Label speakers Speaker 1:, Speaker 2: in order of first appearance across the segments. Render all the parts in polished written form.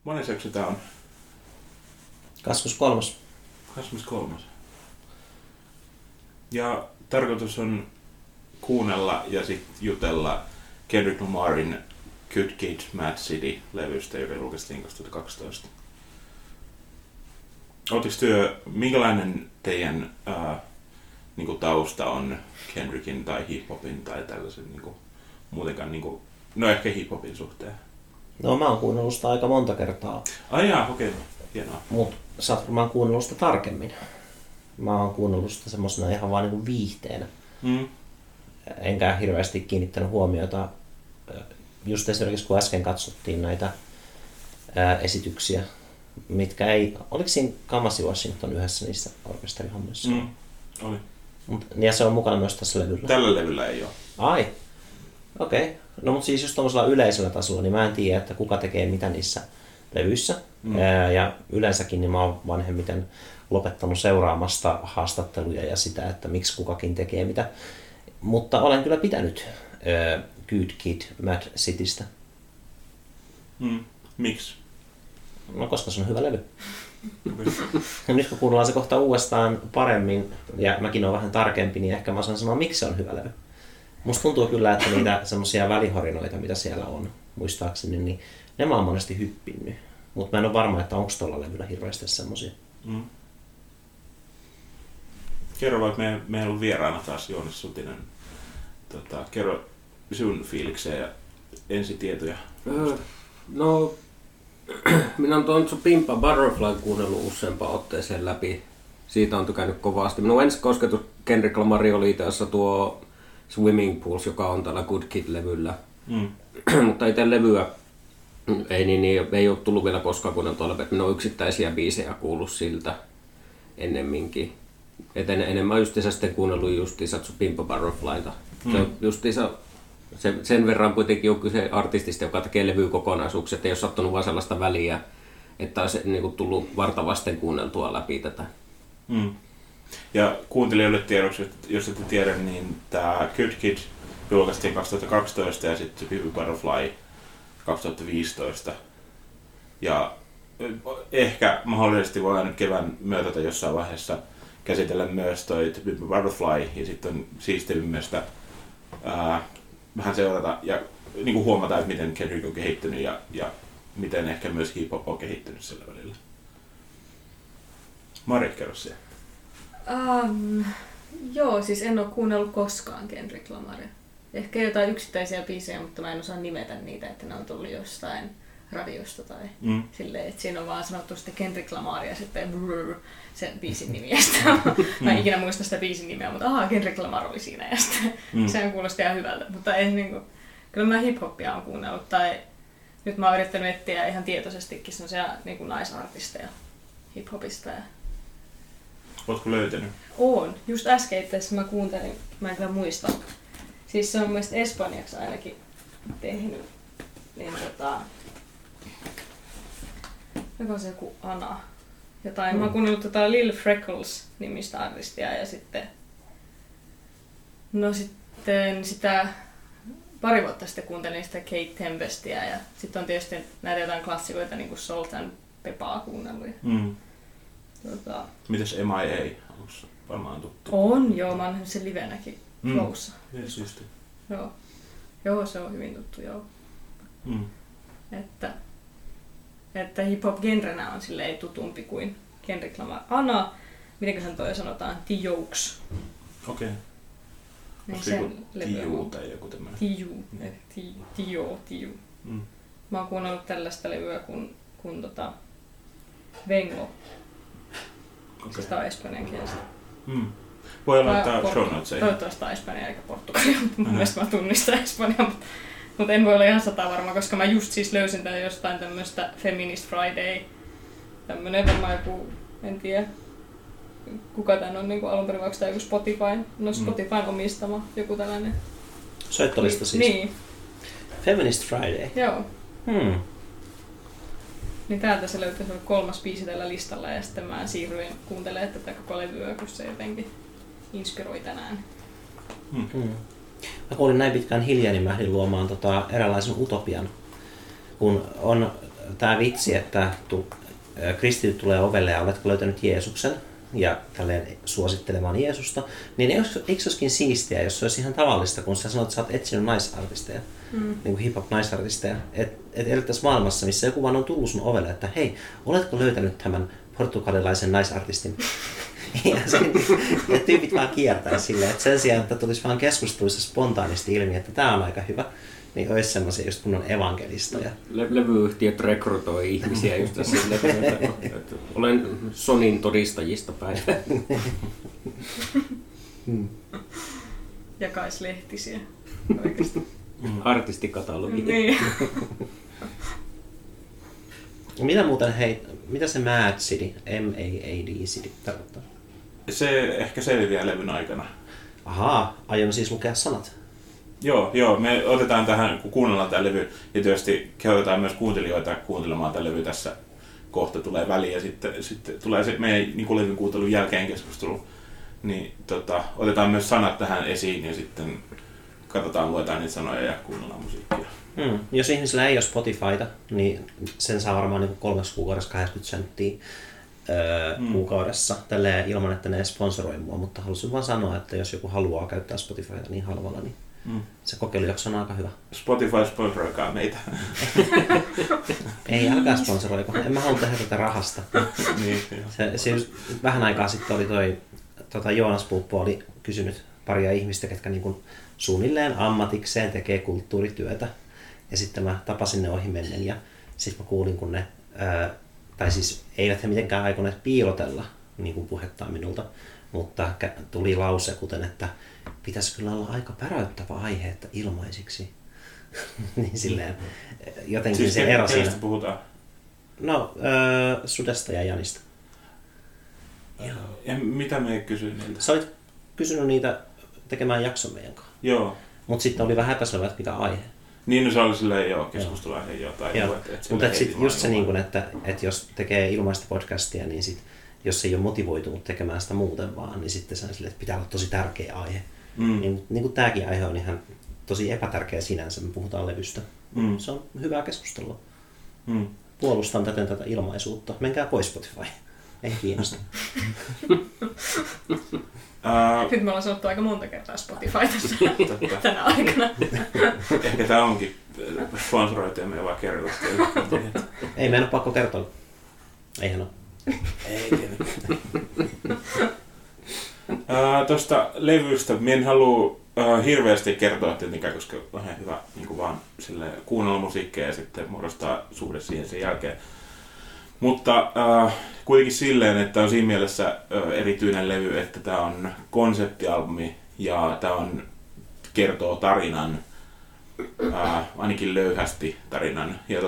Speaker 1: Monen jakso tää on?
Speaker 2: 23.
Speaker 1: 23. Ja tarkoitus on kuunnella ja sitten jutella Kendrick Lamarin Good Kid, Mad City-levystä, joka julkaistiin 2012. Minkälainen teidän niinku tausta on Kendrickin tai hiphopin tai tällaisen niinku, muutenkaan, niinku, no ehkä hiphopin suhteen?
Speaker 2: No mä oon kuunnellut sitä aika monta kertaa.
Speaker 1: Ai jaa, okei. Hienoa.
Speaker 2: Mut sä oot varmaan kuunnellut sitä tarkemmin. Mä oon kuunnellut sitä semmosena ihan vaan niinku viihteenä. Enkä hirveästi kiinnittänyt huomiota. Just esimerkiksi kun äsken katsottiin näitä esityksiä, mitkä ei... Oliko siinä Kamasi Washington yhdessä niissä orkesterihommissa?
Speaker 1: Oli.
Speaker 2: Ja se on mukana myös tässä levyllä?
Speaker 1: Tällä levyllä ei ole.
Speaker 2: Ai, okei. Okay. No mutta siis just tommosella yleisellä tasolla, niin mä en tiedä, että kuka tekee mitä niissä levyissä. Ja yleensäkin niin mä oon vanhemmiten lopettanut seuraamasta haastatteluja ja sitä, että miksi kukakin tekee mitä. Mutta olen kyllä pitänyt Good Kid, Mad Citystä.
Speaker 1: Miksi?
Speaker 2: No koska se on hyvä levy. Nyt kun kuunnellaan se kohta uudestaan paremmin, ja mäkin olen vähän tarkempi, niin ehkä mä osaan sanoa, miksi se on hyvä levy. Musta tuntuu kyllä, että niitä semmosia välihorinoita, mitä siellä on, muistaakseni, niin ne mä oon monesti hyppinnyt. Mutta mä en ole varma, että onko tuolla levyllä hirveästi semmosia.
Speaker 1: Kerro vaan, että meillä on vieraana taas Joonas Sutinen. Kerro sun fiilikseen ja ensitietoja.
Speaker 3: No, minä olen tuon Pimpa Butterfly kuunnellut useampaan otteeseen läpi. Siitä on tykännyt kovasti. Minun ensi kosketus Kendrick Lamar oli itse asiassa tuo Swimming Pools, joka on tällä Good Kid-levyllä. Mutta itse levyä ei ole tullut vielä koskaan kuunneltua läpi. Minä olen yksittäisiä biisejä kuullut siltä ennemminkin. Enemmän justiinsa sitten kuunnellut justiinsa Pimpa Butterflyta. Se on justiinsa sen verran kuitenkin on kyse artistista, joka tekee levykokonaisuuksia, että ei ole sattunut vaan sellaista väliä, että olisi niin tullut vartavasten kuunneltua läpi tätä.
Speaker 1: Ja kuuntelijoille tiedoksi, jos ette tiedä, niin tämä Good Kid julkaistiin 2012 ja sitten Pimpa Butterfly 2015. Ja ehkä mahdollisesti voidaan nyt kevään myötä jossain vaiheessa käsitellä myös toi Pimpa Butterfly ja sitten on siistiä myös vähän seurata ja niin kuin huomata, että miten Kendrick on kehittynyt ja miten ehkä myös hip-hop on kehittynyt sillä välillä. Mari, kerro siellä.
Speaker 4: Joo, siis en ole kuunnellut koskaan Kendrick Lamaria. Ehkä jotain yksittäisiä biisejä, mutta mä en osaa nimetä niitä, että ne on tullut jostain radiosta tai silleen, että siinä on vaan sanottu sitten Kendrick Lamar ja sitten sen biisin nimi. Mä en ikinä muista sitä biisin nimeä, mutta Kendrick Lamar oli siinä ja sitten sehän kuulosti ihan hyvältä. Mutta ei niinku, kyllä mä hip-hoppia on kuunnellut tai nyt mä oon yrittänyt etsiä ihan tietoisestikin sellaisia niinku naisartisteja hip-hopista.
Speaker 1: Ootko löytänyt?
Speaker 4: Oon. Just äsken itse asiassa mä kuuntelin, mä en kyllä muista. Siis se on mun mielestä espanjaksi ainakin tehnyt. Niin mikä on se joku Ana? Jotain. Mä oon kuunnellut Lil Freckles-nimistä artistia ja sitten sitä pari vuotta sitten kuuntelin sitä Kate Tempestia ja sitten on tietysti näitä jotain klassikoita niin kuin Salt and Pepaa kuunnellut.
Speaker 1: Mites M.I.A.? Onko varmaan tuttu?
Speaker 4: On, joo. Mä oon nähnyt sen livenäkin Flowssa.
Speaker 1: Just.
Speaker 4: Joo, se on hyvin tuttu, joo. Että hip-hop-genrenä on silleen tutumpi kuin Kendrick Lamar. Ana, mitenköhän toi sanotaan? Tijouks.
Speaker 1: Okei.
Speaker 4: Niin
Speaker 1: onko se joku Tiju tai joku tämmönen?
Speaker 4: Tiju. Mä oon kuunnellut tällaista levyä kuin Vengo. Okay. Sitä on espanjan kielistä.
Speaker 1: Voi laittaa show notesiin.
Speaker 4: Toivottavasti on espanja eikä portugalia, mutta mun mielestä mä tunnistan espanjaa. Mutta en voi olla ihan 100 varma, koska mä just siis löysin tän jostain tämmöstä Feminist Friday. Tämmönen varmaan joku, en tiedä kuka tän on niinku alunperin, vaikka tää joku Spotifyn omistama, joku tällainen.
Speaker 2: Soittolista siis?
Speaker 4: Niin.
Speaker 2: Feminist Friday?
Speaker 4: Joo. Niin täältä se löytyy 3. biisi tällä listalla ja sitten mä siirryin kuuntelemaan tätä koko levyä, kun se jotenkin inspiroi tänään.
Speaker 2: Mä kuulin näin pitkään hiljaa, niin mä lähdin luomaan eräänlaisen utopian. Kun on tämä vitsi, että kristityt tulee ovelle ja oletko löytänyt Jeesuksen ja tälleen suosittelemaan Jeesusta, niin eikö olisikin siistiä, jos se olisi ihan tavallista, kun sä sanot, että sä oot etsinyt naisartisteja, niin kuin hip-hop naisartisteja, että elettäisiin maailmassa, missä joku vaan on tullut sun ovelle, että hei, oletko löytänyt tämän portugalilaisen naisartistin? Ja tyypit vaan kiertää silleen, että sen sijaan, että tulisi vaan keskusteluissa spontaanisti ilmi, että tämä on aika hyvä, niin olisi semmoisia just kunnon evankelistoja.
Speaker 3: Levyyhtiöt rekrutoi ihmisiä just silleen, että olen Sonin todistajista päivä.
Speaker 4: Jakais lehtisiä oikeasti.
Speaker 3: Artistikatalogi.
Speaker 4: Niin.
Speaker 2: Mitä muuten, mitä se Mad City, M-A-A-D City tarkoittaa?
Speaker 1: Se ehkä selviää levyn aikana.
Speaker 2: Ahaa, aion siis lukea sanat.
Speaker 1: Joo, me otetaan tähän, kun kuunnellaan tämä levy, ja tietysti kehotetaan myös kuuntelijoita kuuntelemaan tämä levy tässä kohta tulee väliin, ja sitten tulee se meidän niin levyn kuuntelun jälkeen keskustelu, niin otetaan myös sanat tähän esiin, ja sitten luetaan niitä sanoja ja kuunnellaan musiikkia.
Speaker 2: Jos ihmisillä ei ole Spotifyta, niin sen saa varmaan niin 3 kuukaudessa 80 senttiä kuukaudessa, tälleen ilman, että ne sponsoroi mua, mutta halusin vaan sanoa, että jos joku haluaa käyttää Spotifyta niin halvalla, niin se kokeilujakso on aika hyvä.
Speaker 1: Spotify sponsoroikaa meitä.
Speaker 2: Ei, älkää sponsoroiko. En mä halua tehdä tätä rahasta. se just vähän aikaa sitten oli Joonas Puppo oli kysynyt paria ihmistä, ketkä niin kuin suunnilleen ammatikseen tekee kulttuurityötä. Ja sitten mä tapasin ne ohimennen ja sitten mä kuulin, kun ne, tai siis eivät he mitenkään aikoneet piilotella niin kuin puhettaan minulta, mutta tuli lause kuten, että pitäisi kyllä olla aika päräyttävä aihe, että ilmaisiksi. Niin silleen, jotenkin siis se ero siinä.
Speaker 1: Puhutaan?
Speaker 2: No, Sudesta ja Janista.
Speaker 1: Ja mitä me kysyin niiltä?
Speaker 2: Sä olit kysynyt niitä tekemään jakson meidän kanssa.
Speaker 1: Joo.
Speaker 2: Mutta sitten oli vähän epäselvä, että mikä aihe.
Speaker 1: Niin, no se oli silleen keskusteluaihe jotain.
Speaker 2: Mutta sitten just se, niin että jos tekee ilmaista podcastia, niin sit, jos ei ole motivoitunut tekemään sitä muuten vaan, niin sitten se on silleen, että pitää olla tosi tärkeä aihe. Niin kuin tämäkin aihe on ihan tosi epätärkeä sinänsä, me puhutaan levystä. Se on hyvää keskustelua. Puolustan tätä ilmaisuutta. Menkää pois Spotify. Ei kiinnosta.
Speaker 4: Nyt me ollaan sanottu aika monta kertaa Spotify tässä tänä aikana.
Speaker 1: Ehkä tämä onkin sponsoroitu ja me vaan kerrota.
Speaker 2: Ei meidän ole pakko kertoa. Eihän ole.
Speaker 1: Ei tietenkään. Tuosta levystä en halua hirveästi kertoa tietenkään, koska on ihan hyvä niin vaan kuunnella musiikkia ja sitten muodostaa suhde siihen sen jälkeen. Mutta kuitenkin silleen, että on siinä mielessä erityinen levy, että tämä on konseptialbumi ja tämä kertoo tarinan, ainakin löyhästi tarinan. Ja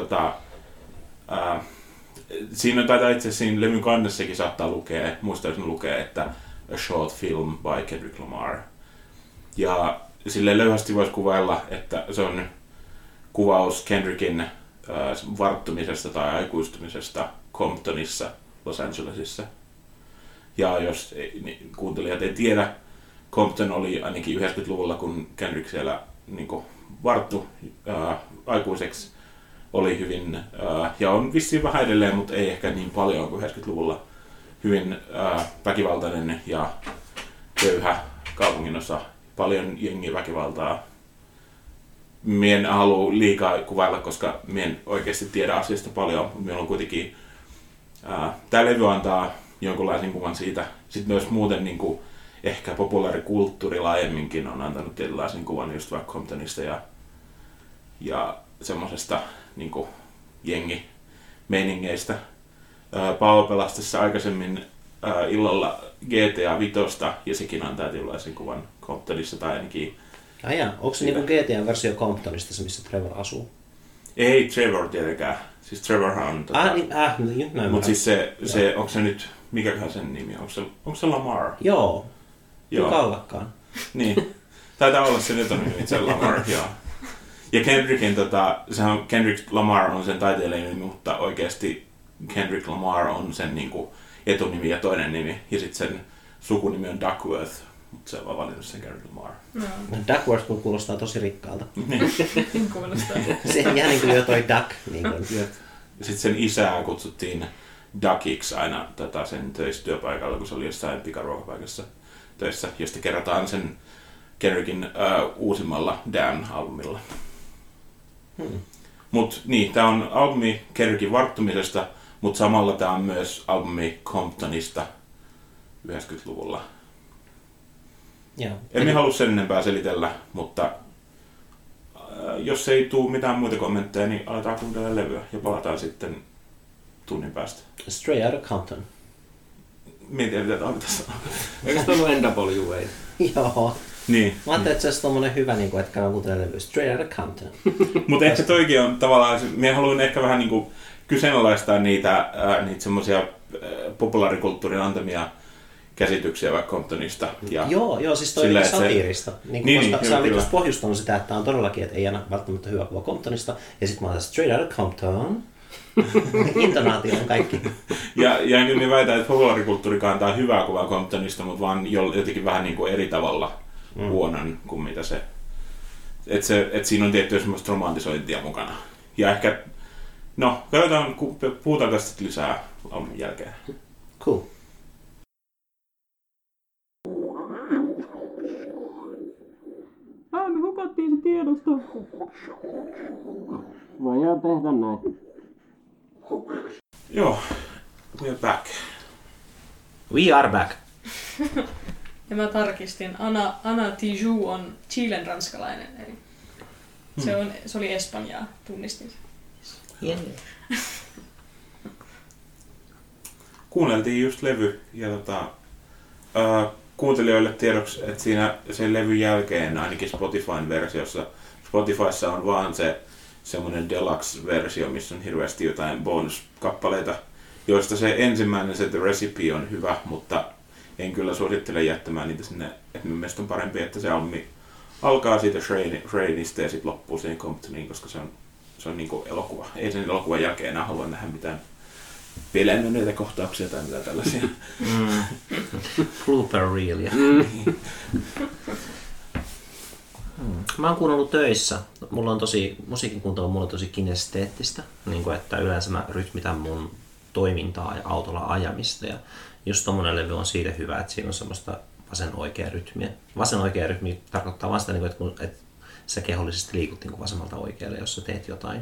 Speaker 1: siinä taitaa itse asiassa siinä levyn kannessakin saattaa lukea, muistaakseni lukee, että A Short Film by Kendrick Lamar. Ja silleen löyhästi voisi kuvailla, että se on kuvaus Kendrickin varttumisesta tai aikuistumisesta Comptonissa, Los Angelesissa. Ja jos kuuntelijat ei tiedä, Compton oli ainakin 90-luvulla, kun Kendrick siellä niin varttui aikuiseksi, oli hyvin, ja on vissiin vähän edelleen, mutta ei ehkä niin paljon kuin 90-luvulla, hyvin väkivaltainen ja köyhä kaupunginosa, paljon jengiväkivaltaa. Mie en halua liikaa kuvailla, koska mie en oikeasti tiedä asiasta paljon, mutta meillä on kuitenkin tämä levy antaa jonkunlaisen kuvan siitä. Sitten myös muuten niin kuin, ehkä populaarikulttuuri laajemminkin on antanut tietynlaisen kuvan just vaikka Comptonista ja semmoisesta niin kuin jengimeiningeistä. Paavo pelasi tässä aikaisemmin illalla GTA 5 ja sekin antaa tietynlaisen kuvan Comptonissa tai ainakin.
Speaker 2: Onko se niinku GTA-versio Comptonista, se missä Trevor asuu?
Speaker 1: Ei Trevor tietenkään. Siis Trevorhan on mutta siis se onko se nyt, mikäköhän sen nimi on? Onko se Lamar?
Speaker 2: Joo. Kuka ollakaan.
Speaker 1: Niin. Taitaa olla se nyt on nimi, se Lamar, joo. Ja Kendrickin, sehän Kendrick Lamar on sen taiteilijan nimi, mutta oikeasti Kendrick Lamar on sen niinku etunimi ja toinen nimi. Ja sitten sen sukunimi on Duckworth. Mutta se on vaan valinnut sen Kendrick Lamar.
Speaker 2: No. Duckworth kuulostaa tosi rikkaalta.
Speaker 4: Kuulostaa.
Speaker 2: Se jää niin kuin jo toi duck. Niin kuin.
Speaker 1: Ja sitten sen isää kutsuttiin Duckiksi aina sen työpaikalla, kun se oli jossain pikaruokapaikassa töissä, josta kerrotaan sen Kendrickin uusimmalla Damn-albumilla. Mut niin, tää on albumi Kendrickin varttumisesta, mutta samalla tää on myös albumi Comptonista 90-luvulla. En halua sen enempää selitellä, mutta jos ei tule mitään muita kommentteja, niin aletaan kuuntelemaan levyä ja palataan sitten tunnin päästä.
Speaker 2: Straight Outta Compton.
Speaker 1: Mietin, mitä tämä on tässä.
Speaker 3: Eikö se ollut NWA?
Speaker 2: Joo.
Speaker 1: Niin.
Speaker 2: Mä ajattelin, että se olisi tommonen hyvä, niin että käydään kuuntelemaan levyä. Straight Outta Compton.
Speaker 1: Mutta ehkä toikin on tavallaan, minä haluan ehkä vähän niin kuin kyseenalaistaa niitä semmoisia populaarikulttuurin antamia käsityksiä vaikka Comptonista.
Speaker 2: Joo, siis toi on satiirista. Koska sä olit just pohjustanut sitä, että on todellakin, että ei aina välttämättä hyvä kuva Comptonista. Ja sit mä otan Straight Outta Compton. Intonaatio on kaikki.
Speaker 1: Ja en kyllä väitä, että populaarikulttuuri antaa hyvää kuvaa Comptonista, mutta vaan jotenkin vähän niin kuin eri tavalla huonon kuin mitä se. Että siinä on tiettyä semmoista romantisointia mukana. Ja ehkä, puhutaan tästä lisää albumin jälkeen.
Speaker 2: Cool.
Speaker 3: Me hukattiin se tiedosto. Voidaan tehdä näin.
Speaker 1: Joo, we are back.
Speaker 2: We are back.
Speaker 4: Ja mä tarkistin, Ana Tijoux on Chilen ranskalainen, eli se oli Espanjaa, tunnistin sen.
Speaker 1: Kuunneltiin just levy ja kuuntelijoille tiedoksi, että siinä sen levyn jälkeen ainakin Spotifyn versiossa, Spotifyssa on vaan se semmoinen deluxe-versio, missä on hirveästi jotain bonus-kappaleita, joista se ensimmäinen, se The Recipe, on hyvä, mutta en kyllä suosittele jättämään niitä sinne. Että mun mielestä on parempi, että se albumi alkaa siitä Shrainista ja sitten loppuu siihen Comptoniin, koska se on niinku elokuva. Ei sen elokuvan jälkeen enää halua nähdä mitään pelänneitä kohtauksia tai mitään tällaisia.
Speaker 2: Blooper reelia. Mä oon kuunnellut töissä. Musiikin kuuntelu on mulla tosi kinesteettistä, niin kuin, että yleensä mä rytmitän mun toimintaa ja autolla ajamista. Ja just tommonen levy on siitä hyvä, että siinä on semmoista vasen-oikea rytmiä. Vasen-oikea rytmi tarkoittaa vaan sitä, että sä kehollisesti liikut niin kuin vasemmalta oikealle, jos sä teet jotain.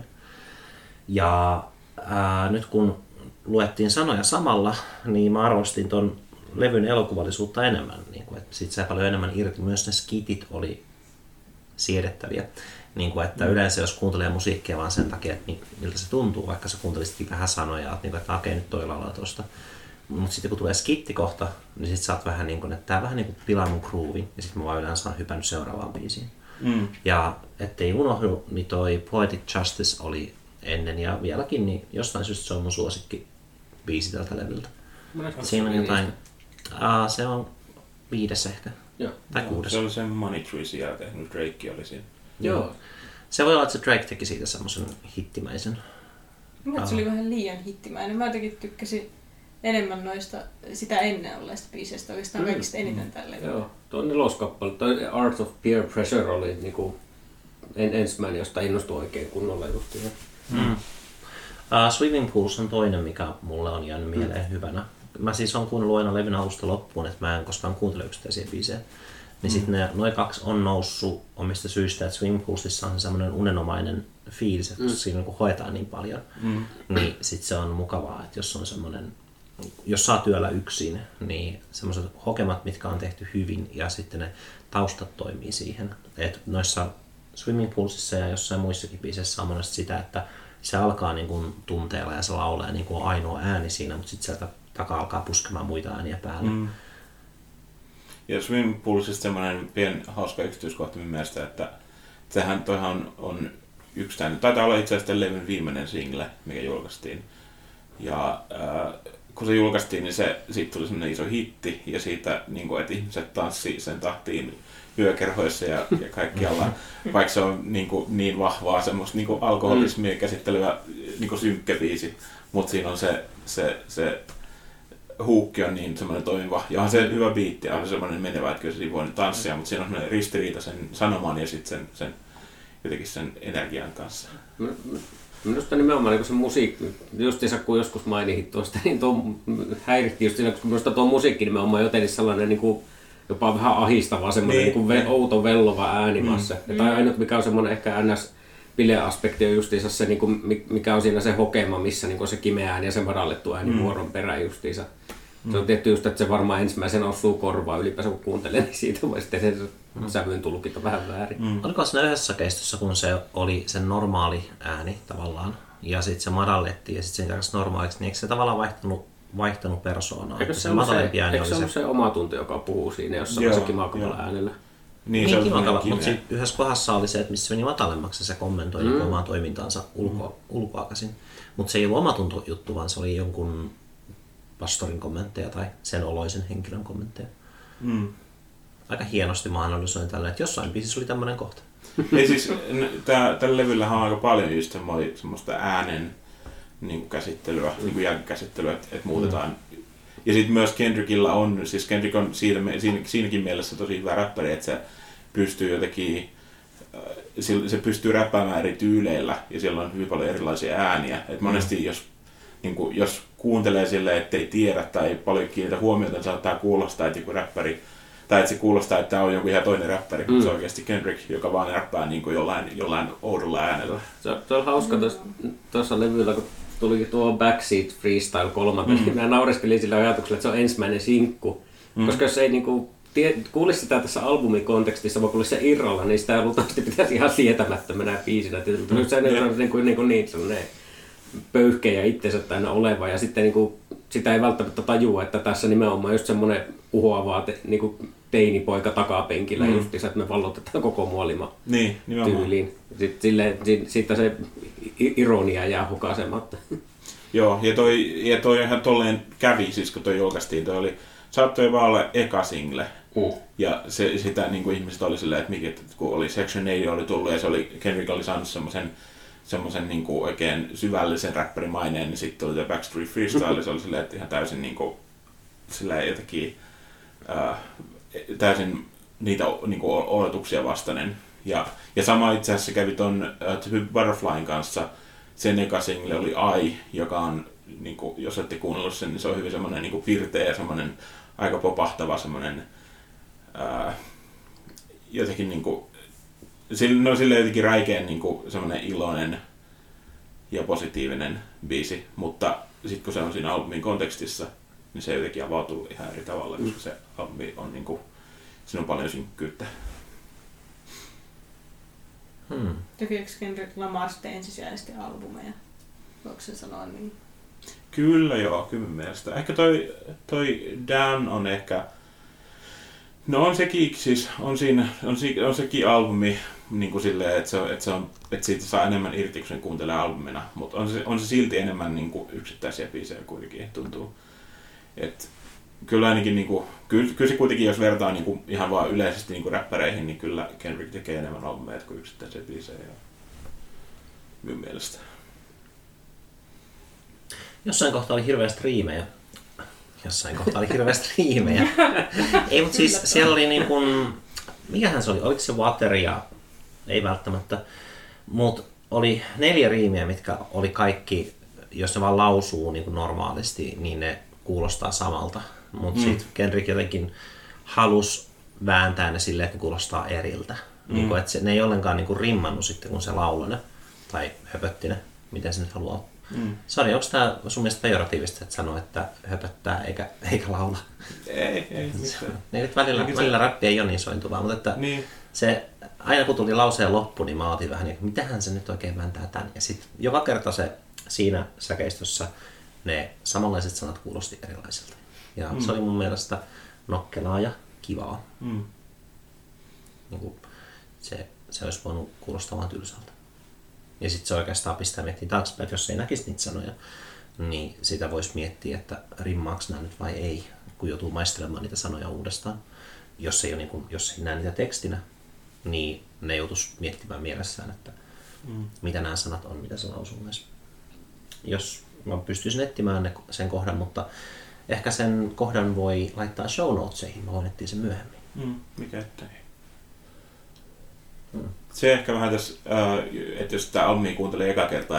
Speaker 2: Ja nyt kun luettiin sanoja samalla, niin mä arvostin ton levyn elokuvallisuutta enemmän. Niin kuin, että siitä sai paljon enemmän irti. Myös ne skitit oli siedettäviä. Niin kuin, että yleensä jos kuuntelee musiikkia vaan sen takia, että miltä se tuntuu, vaikka sä kuuntelisitkin vähän sanoja, että okei, nyt toi laulaa tosta. Mutta sitten kun tulee skittikohta, niin sit sä oot vähän niin kuin, että tää vähän niin kuin pilaa mun groovin, ja sit mä vaan yleensä oon hypännyt seuraavaan biisiin. Ja ettei unohdu, niin toi Poetic Justice oli ennen ja vieläkin, niin jostain syystä se on mun suosikki biisi tältä levyltä. Siinä on jotain, se on 5 ehkä.
Speaker 3: Joo.
Speaker 2: Tai 6.
Speaker 1: Se oli sen Money Treesin jälkeen, nyt Drake oli siinä.
Speaker 3: Joo.
Speaker 2: Se voi olla, että se Drake teki siitä semmoisen hittimäisen.
Speaker 4: Mielestäni se oli vähän liian hittimäinen. Mä jotenkin tykkäsin enemmän noista sitä ennen olleista biiseistä oikeastaan kaikista eniten tälle.
Speaker 3: Joo, tuo 4. kappale, toi Art of Peer Pressure oli niinku ensimmäinen, josta innostui oikein kunnolla just.
Speaker 2: Swimming Pools on toinen, mikä mulle on jäänyt mieleen hyvänä. Mä siis on kuunnellut aina levyn alusta loppuun, että mä en koskaan kuuntele yksittäisiä biisejä. Niin sitten noin 2 on noussut omista syistä, että Swimming Poolsissa on se semmoinen unenomainen fiilis, että siinä kun hoetaan niin paljon, niin sitten se on mukavaa, että jos on semmoinen, jos saa työllä yksin, niin semmoiset hokemat, mitkä on tehty hyvin ja sitten ne taustat toimii siihen. Et noissa Swimming Poolsissa ja jossain muissakin biiseissä on monesti sitä, että se alkaa niin kuin tunteella ja se laulaa niin kuin ainoa ääni siinä, mutta sitten sieltä takaa alkaa puskemaan muita ääniä päälle.
Speaker 1: Ja Swimming Poolsista semmoinen pieni hauska yksityiskohta minun mielestä, että toihan on yksi taitaa olla itse asiassa levyn viimeinen single, mikä julkaistiin. Ja kun se julkaistiin, niin siitä tuli semmoinen iso hitti ja siitä, niin kuin, että ihmiset tanssii sen tahtiin yökerhoissa ja kaikkialla, vaikka se on niin vahvaa semmoista niin alkoholismia käsittelyä niin synkkäbiisi, mutta siinä on se huukki on niin semmoinen toimiva, ja on se hyvä biitti, on se semmoinen menevä, että kyllä se voi tanssia, mutta siinä on semmoinen ristiriita sen sanoman ja sitten sen jotenkin sen energian kanssa.
Speaker 3: Minusta nimenomaan niin se musiikki, justiinsa kun joskus mainitsit tuosta, niin tuo häiritti just siinä, koska minusta tuo musiikki nimenomaan jotenkin sellainen niin kuin, jopa vähän ahistava, semmoinen niin outo vellova äänimassa. Tai ainut mikä on semmoinen ehkä NS-bileaspekti on justiinsa se, niin kuin, mikä on siinä se hokema, missä niin se kimeä ääni ja se madallettu ääni vuoron perään justiinsa. Se on tietty just, että se varmaan ensimmäisenä osuu korvaa ylipäänsä kun kuuntelee, niin siitä voi sitten sen sävyn tulkita vähän väärin.
Speaker 2: Oliko siinä yhdessä keistossa, kun se oli sen normaali ääni tavallaan, ja sitten se madallettiin ja sitten se takaisin normaaliksi, niin eikö se tavallaan vaihtanut persoonaa?
Speaker 3: Eikö se ollut se oma tunti, joka puhuu siinä jossain se kimakavalla äänellä?
Speaker 2: Niin kimakalla, mutta yhdessä kohdassa oli se, että missä meni matalemmaksi se kommentoi omaa toimintaansa ulkoakäsin. Mutta se ei ollut omatuntojuttu, vaan se oli jonkun pastorin kommentteja tai sen oloisen henkilön kommentteja. Aika hienosti mä analysoin tällä, että jossain biisissä oli tämmöinen kohta.
Speaker 1: Ei siis, tällä levyllähän on aika paljon just semmoista äänen niin käsittelyä, niin jälkikäsittelyä, että muutetaan. Ja sitten myös Kendrickillä on, siis Kendrick on siinäkin mielessä tosi hyvä räppäri, että se pystyy jotenkin, se pystyy räppäämään eri tyyleillä ja siellä on hyvin paljon erilaisia ääniä. Et monesti jos kuuntelee silleen, ettei tiedä tai paljon kiinnitä huomiota, niin saattaa kuulostaa, että joku räppäri, tai että se kuulostaa, että tämä on joku ihan toinen räppäri, mutta se on oikeasti Kendrick, joka vaan räppää niin kuin jollain oudolla äänellä.
Speaker 3: Se on hauska tuossa levyllä, kun tuli tuo Backseat Freestyle 3, niin mä naureskelin sillä ajatuksella, että se on ensimmäinen sinkku. Koska jos ei niinku kuulisi sitä tässä albumin kontekstissa, vaan kuulisi se irralla, niin sitä luultavasti pitäisi ihan sietämättömänä biisinä. Se on niin sellainen pöyhkeä itsensä täynnä oleva, ja sitten niinku, sitä ei välttämättä tajua, että tässä nimenomaan just semmoinen uhoavaa niinku teinipoika takapenkillä justiinsa, että me vallotetaan koko muolima tyyliin. Sitten se ironia jää hukasematta.
Speaker 1: Joo, ja toi ihan tolleen kävi, siis kun toi julkaistiin, saattoi vaan olla eka single. Ja sitä niin kuin ihmiset oli silleen, että kun oli Section 8 oli tullut ja Kendrick oli saanut semmoisen niin kuin oikein syvällisen räppärimaineen, niin sitten tuli The Backstreet Freestyle, se oli silleen, että ihan täysin niin kuin, silleen jotenkin täysin niitä niin kuin odotuksia vastainen. Ja sama itse asiassa kävi ton Butterflyn kanssa. Sen eka single oli I, joka on, niin kuin, jos olette kuunnellut sen, niin se on hyvin semmoinen niin kuin pirteä ja semmoinen aika popahtava semmoinen jotenkin niin kuin, silleen jotenkin räikeän niin kuin semmoinen iloinen ja positiivinen biisi, mutta sitten kun se on siinä albumin kontekstissa, niin se jotenkin avautuu ihan eri tavalla, koska se albumi on niin kuin, siinä on paljon synkkyyttä.
Speaker 4: Tekeekö Kendrick Lamar sitten ensisijaisesti albumeja? Voiko se sanoa niin?
Speaker 1: Kyllä joo, kyllä mielestä. Ehkä toi Down on ehkä, no on sekin siis, on sekin albumi niin kuin silleen, että siitä saa enemmän irti, kun sen kuuntelee albumina, mutta on se silti enemmän niin kuin yksittäisiä biisejä kuitenkin tuntuu. Et kyllä ainakin niinku, kyllä se kuitenkin, jos vertaa niinku ihan vaan yleisesti niinku räppäreihin, niin kyllä Kendrick tekee enemmän albumeja kuin yksittäisiä biisejä. Minun mielestä.
Speaker 2: Jossain kohtaa oli hirveästi riimejä. Ei, mutta siis siellä oli niin kuin, mikähän se oli? Oliko se Water ja, ei välttämättä, mutta oli 4 riimiä, mitkä oli kaikki, jos ne vaan lausuu niin kuin normaalisti, niin ne kuulostaa samalta. Mutta sitten Kendrick jotenkin halusi vääntää ne silleen, että ne kuulostaa eriltä. Niin kuin, että ne ei ollenkaan niin kuin rimmannut sitten, kun se lauloi ne, tai höpötti ne, miten se nyt haluaa. Sari, onko tämä sun mielestä pejoratiivista, että sanoo, että höpöttää eikä laula?
Speaker 1: Ei.
Speaker 2: Niin, välillä räppi ei ole niin sointuvaa, mutta että se, aina kun tuli lauseen loppu, niin mä otin vähän, että mitähän se nyt oikein vääntää tän. Ja sitten joka kerta se siinä säkeistössä ne samanlaiset sanat kuulosti erilaisilta. Ja se oli mun mielestä nokkelaa ja kivaa. Niin kuin se olisi voinut kuulostaa vaan tylsältä. Ja sitten se oikeastaan pistää miettiä taaksepäin, että jos ei näkisi niitä sanoja, niin sitä voisi miettiä, että rimmaako nämä nyt vai ei, kun joutuu maistelemaan niitä sanoja uudestaan. Jos ei näe niitä tekstinä, niin ne joutuisi miettimään mielessään, että mitä nämä sanat on, mitä se lausuu myös. Jos mä pystyisin etsimään sen kohdan, mutta ehkä sen kohdan voi laittaa show notesihin, mä voin etsiä sen myöhemmin.
Speaker 1: Mikä ettei. Se ehkä vähän tässä, että jos sitä albumia kuuntelee eka kertaa ja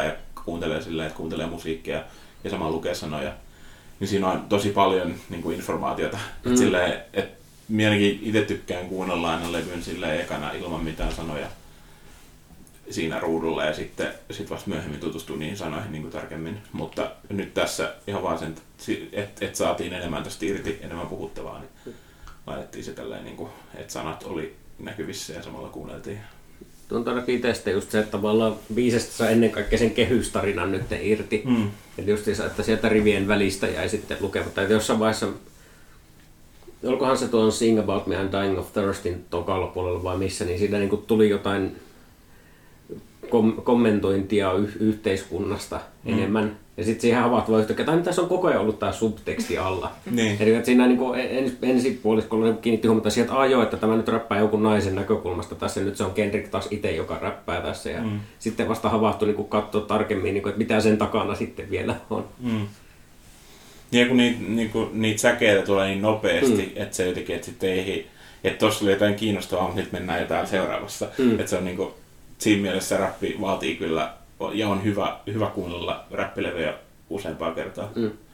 Speaker 1: kuuntelee silleen, että kuuntelee musiikkia ja samalla lukee sanoja, niin siinä on tosi paljon niin kuin informaatiota. Että silleen, että minäkin itse tykkään kuunnella aina levyn silleen ekana ilman mitään sanoja siinä ruudulla ja sitten vasta myöhemmin tutustuu niihin sanoihin niin kuin tarkemmin. Mutta nyt tässä ihan vaan sen, että saatiin enemmän tästä irti, enemmän puhuttavaa, niin laitettiin se tälleen, niin kuin, että sanat oli näkyvissä ja samalla kuunneltiin.
Speaker 3: Tuntuu ainakin itsestä just se, että tavallaan biisestä saa ennen kaikkea sen kehystarinan nyt irti. Eli just se, että sieltä rivien välistä jäi sitten lukematta. Että jossain vaiheessa, olikohan se tuon Sing About Me I'm Dying of Thirstin tokalla puolella vai missä, niin siinä niin kuin tuli jotain kommentointia yhteiskunnasta enemmän. Ja sitten siihen havahtui yhtäkkiä, että tässä on koko ajan ollut tämä subteksti alla.
Speaker 1: Niin.
Speaker 3: Eli että siinä niin ensipuoliskolla kiinnitti huomiota siihen, että että tämä nyt räppää jonkun naisen näkökulmasta tässä, ja nyt se on Kendrick taas itse, joka räppää tässä. Ja sitten vasta havahtui niin katsoa tarkemmin, niin kuin, että mitä sen takana sitten vielä on.
Speaker 1: Ja kun niitä säkeitä tulee niin nopeasti, että se jotenkin, että sitten ei, että tuossa oli jotain kiinnostavaa, mutta nyt mennään jotain seuraavassa. Että se on niin kuin, siinä mielessä räppi vaatii kyllä, ja on hyvä kuunnella räppilevyjä useampaa kertaa.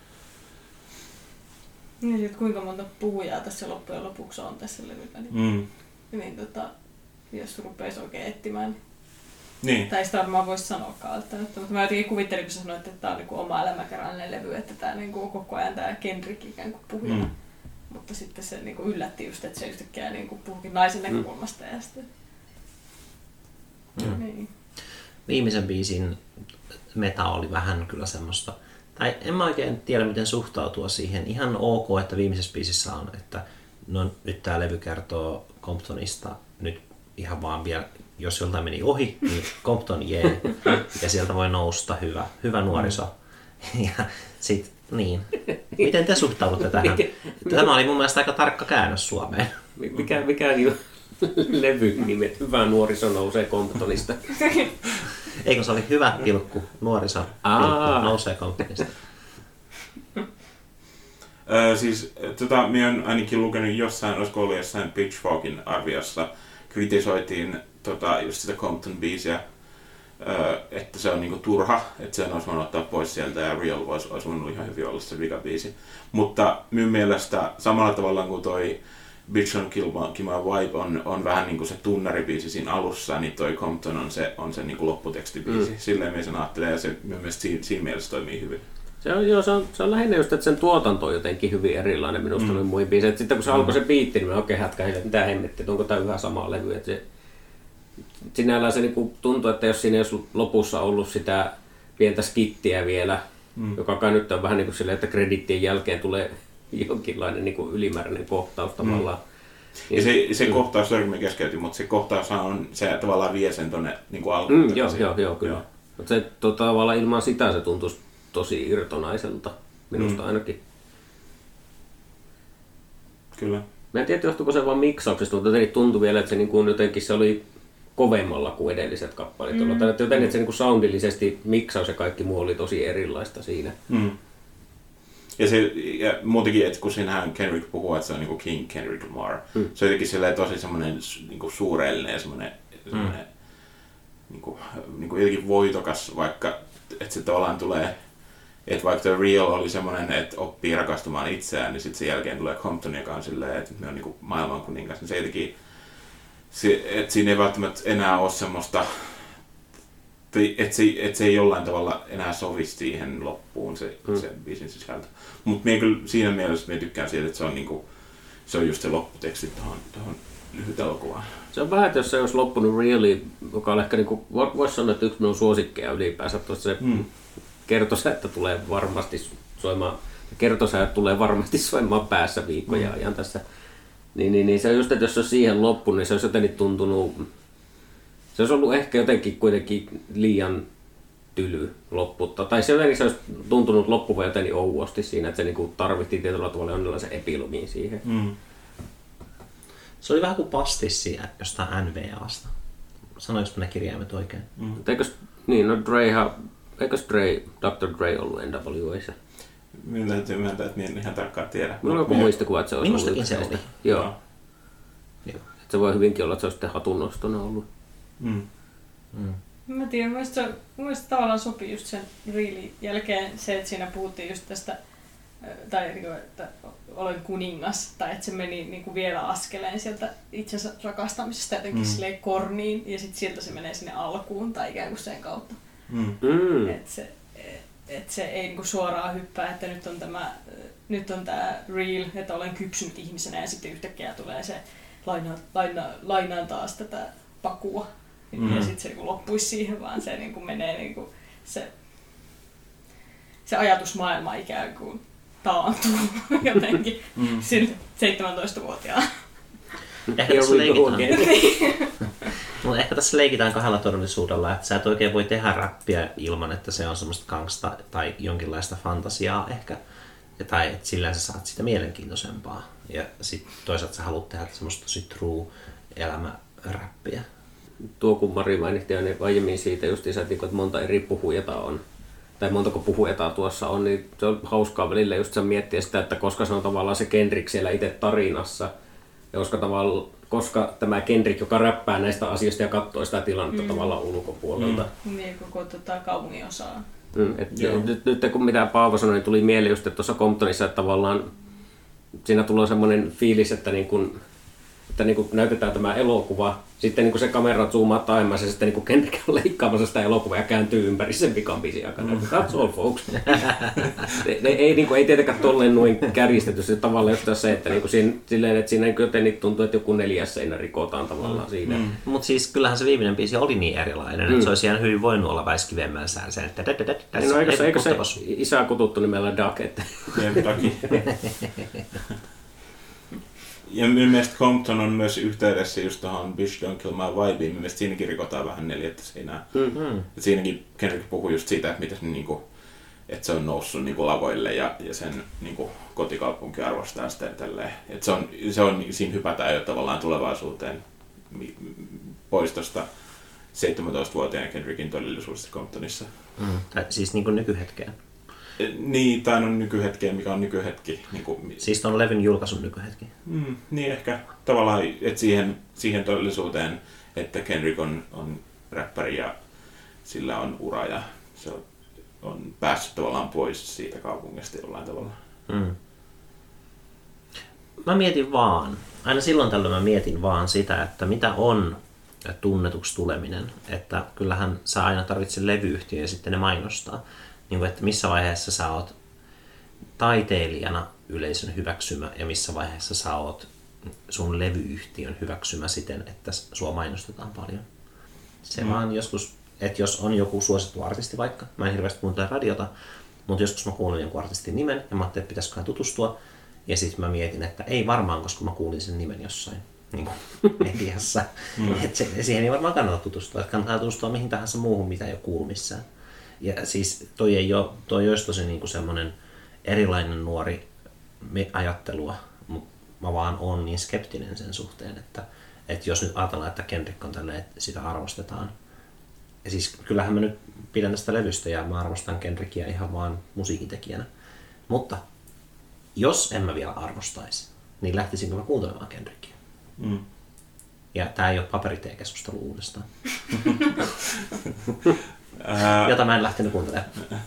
Speaker 4: Ja sitten kuinka monta puhujaa tässä loppujen lopuksi on tässä levyllä, niin jos rupeaisi oikein etsimään, niin. Tai sitä varmaan voisi sanoakaan, mutta mä jotenkin kuvittelin, kun sä sanoit, että tämä on niin oma elämäkerrallinen levy, että tämä niin koko ajan tämä Kendrick ikään kuin puhujana. Mutta sitten se niin yllätti just, että se yhtäkkiä niin puhukin naisen näkökulmasta ja sitten... Niin.
Speaker 2: Viimeisen biisin meta oli vähän kyllä semmoista, tai en mä oikein tiedä miten suhtautua siihen. Ihan ok, että viimeisessä biisissä on, että no, nyt tää levy kertoo Comptonista nyt ihan vaan vielä, jos joltain meni ohi, niin Compton jee, ja sieltä voi nousta hyvä nuoriso. Ja sit niin. Miten te suhtaudutte tähän? Tämä oli mun mielestä aika tarkka käännös Suomeen.
Speaker 3: Mikä levy nimet? Hyvä nuoriso nousee Comptonista.
Speaker 2: Eikö se oli hyvä pilkku, nuoriso pilkku, nousee Comptonista.
Speaker 1: Siis minä olen ainakin lukenut jossain, olisiko ollut jossain Pitchforkin arviossa, kritisoitiin just sitä Compton-biisiä, että se on niinku turha, että sen olisi voinut ottaa pois sieltä ja Real olisi voinut ihan hyvin olla se vikabiisi. Mutta minun mielestä samalla tavalla kuin toi Bitch on Kill My Vibe on vähän niinku se tunnaribiisi siinä alussa, niin toi Compton on se niinku lopputekstibiisi. Silleen minä sen ajattelen ja se minun mielestä siinä mielessä toimii hyvin.
Speaker 3: Se on lähinnä just, että sen tuotanto on jotenkin hyvin erilainen minusta noin muihin biiseihin. Sitten kun se alkoi se biitti, niin mä oikein hätkähin, että mitä hemmettiä, onko tämä yhä sama levy. Että sinällään se niinku tuntuu, että jos siinä ei olisi lopussa ollut sitä pientä skittiä vielä, joka kai nyt on vähän niin kuin silleen, että kredittien jälkeen tulee jonkinlainen niin kuin ylimääräinen kohtaus tavallaan.
Speaker 1: Ja se kohtaus on keskeytyi, mutta se kohtaus on, se tavallaan vie sen tuonne niin alkuun.
Speaker 3: Joo, kyllä. Mutta se tavallaan ilman sitä se tuntuisi tosi irtonaiselta, minusta ainakin.
Speaker 1: Kyllä.
Speaker 3: Mä en tiedä, johtuuko se vaan miksauksesta, mutta jotenkin tuntui vielä, että se niin kuin jotenkin se oli kovemmalla kuin edelliset kappaleet. Jotenkin, että se niin kuin soundillisesti miksaus ja kaikki muu oli tosi erilaista siinä.
Speaker 1: Ja muutenkin, että kun siinähän Kendrick puhuu, että se on niin kuin King Kendrick Lamar. Se on jotenkin tosi semmoinen niin suureellinen ja semmoinen niin kuin jotenkin voitokas, vaikka että se tavallaan tulee, että vaikka The Real oli semmoinen, että oppii rakastumaan itseään, niin sitten sen jälkeen tulee Compton, joka on silleen, että me on niin kuin maailmankuningas. Niin se jotenkin, että siinä ei välttämättä enää ole semmoista, että se ei jollain tavalla enää sovi siihen loppuun se biisin sisältö. Mutta siinä mielessä minä tykkään siitä, että se on, niinku, se on just se lopputeksti tuohon lyhyt elokuvaan.
Speaker 3: Se on vähän, että jos se olisi loppunut Really, joka on ehkä, niinku, voisi sanoa, että yksi minun suosikkeja ylipäänsä, tuossa se kertosäettä tulee varmasti soimaan, päässä viikkoja ajan tässä. Niin se on just, että jos se olisi siihen loppunut, niin se olisi jotenkin tuntunut, se olisi ollut ehkä jotenkin kuitenkin liian tyly lopputtaa. Tai se jotenkin se olisi tuntunut loppuvan jotenkin ouvosti siinä, että se niinku tarvittiin tietyllä tavalla jonkinlaisen epilogiin siihen.
Speaker 2: Se oli vähän kuin pastissi jostain NVAsta. Sanoinko ne kirjaimet oikein?
Speaker 3: Eikös Dr. Dre ollut NWA:ssa?
Speaker 1: Minun täytyy myöntää, että minä en ihan tarkkaan tiedä.
Speaker 3: Minulla on joku muistikuva, että se olisi
Speaker 2: ollut yksi.
Speaker 3: Joo. Se voi hyvinkin olla, että se olisi sitten hatunnostona ollut.
Speaker 4: Mä tiedän, mun mielestä tavallaan sopii just sen reelin jälkeen se, että siinä puhuttiin just tästä, tai että olen kuningas, tai että se meni niin kuin vielä askeleen sieltä itsensä rakastamisesta jotenkin silleen korniin, ja sitten sieltä se menee sinne alkuun, tai ikään kuin sen kautta. Että se ei niin kuin suoraan hyppää, että nyt on tämä real, että olen kypsynyt ihmisenä, ja sitten yhtäkkiä tulee se lainaan taas tätä pakua. Ja sitten se niin loppuisi siihen, vaan se niin menee niin kuin se ajatusmaailma ikään kuin taantuu jotenkin sille 17-vuotiaan.
Speaker 2: Ehkä tässä leikitään kahdella todellisuudella, että sä et oikein voi tehdä räppiä ilman, että se on semmoista gangsta tai jonkinlaista fantasiaa ehkä. Tai että sillä sä saat sitä mielenkiintoisempaa. Ja sitten toisaalta sä haluat tehdä semmoista tosi true elämäräppiä.
Speaker 3: Tuo kun Mari mainittiin aiemmin siitä justiinsa, että monta eri puhujaa on, tai montako puhujaa tuossa on, niin se on hauskaa välillä just miettiä sitä, että koska se on tavallaan se Kendrick siellä itse tarinassa, ja koska tämä Kendrick, joka räppää näistä asioista ja katsoo sitä tilannetta tavallaan ulkopuolelta.
Speaker 4: Niin, koko kaupungin osaa.
Speaker 3: Nyt kun mitä Paavo sanoi, niin tuli mieleen just tuossa Comptonissa, että tavallaan siinä tulee semmoinen fiilis, että näytetään tämä elokuva, sitten niin se kamera zoomaa taimaan ja sitten niin Kendrick on leikkaamassa sitä elokuvaa ja kääntyy ympäri sen vikan biisin aikana. That's all, folks. ei tietenkään tolleen noin kärjistetty se tavallaan just se, että siinä jotenkin tuntuu, että joku 4 seinä rikotaan tavallaan siinä.
Speaker 2: Mutta siis kyllähän se viimeinen biisi oli niin erilainen, että se olisi ihan hyvin voinut olla Väiskivemmän säänsä.
Speaker 3: Eikö se isää kututtu nimellä Duck?
Speaker 1: Ja minun mielestä Compton on myös yhteydessä just tuohon Bitch Don't Kill My Vibeen. Minun mielestä siinäkin rikotaan vähän 4 seinää. Siinäkin Kendrick puhuu just siitä, että miten niinku, että se on noussut niinku lavoille ja sen niinku kotikaupunki arvostaa sitä tälleen. Että se on siinä hypätään jo tavallaan tulevaisuuteen pois tuosta 17-vuotiaan Kendrickin todellisuudesta Comptonissa.
Speaker 2: Siis niinku nykyhetkeen.
Speaker 1: Niin, tai on nykyhetkeä, mikä on nykyhetki.
Speaker 2: Siis tuon levyn julkaisun nykyhetki.
Speaker 1: Niin ehkä tavallaan, että siihen todellisuuteen, että Kendrick on räppäri ja sillä on ura ja se on päässyt tavallaan pois siitä kaupungista jollain tavalla.
Speaker 2: Mä mietin aina silloin tällöin mä mietin vaan sitä, että mitä on tunnetuksi tuleminen. Että kyllähän sä aina tarvitset levyyhtiö ja sitten ne mainostaa. Niin, että missä vaiheessa sä oot taiteilijana yleisön hyväksymä ja missä vaiheessa sä oot sun levyyhtiön hyväksymä siten, että sua mainostetaan paljon. Se vaan joskus, että jos on joku suosittu artisti vaikka, mä en hirveästi kuuntele radiota, mutta joskus mä kuulin jonkun artistin nimen ja mä ajattelin, että pitäisiköhän tutustua. Ja sitten mä mietin, että ei varmaan, koska mä kuulin sen nimen jossain niin mediassa. Että siihen ei varmaan kannata tutustua. Että kannattaa tutustua mihin tahansa muuhun, mitä ei ole kuullut missään. Ja siis toi olisi tosi niinku semmoinen erilainen nuori ajattelua, mutta mä vaan oon niin skeptinen sen suhteen, että jos nyt ajatellaan, että Kendrick on tälleen, että sitä arvostetaan. Ja siis kyllähän mä nyt pidän tästä levystä ja mä arvostan Kendrickia ihan vaan musiikintekijänä. Mutta jos en mä vielä arvostaisi, niin lähtisinkö mä kuuntelemaan Kendrickia? Ja tää ei ole paperitee-keskustelu uudestaan. Jota mä en lähtenyt kuuntelemaan.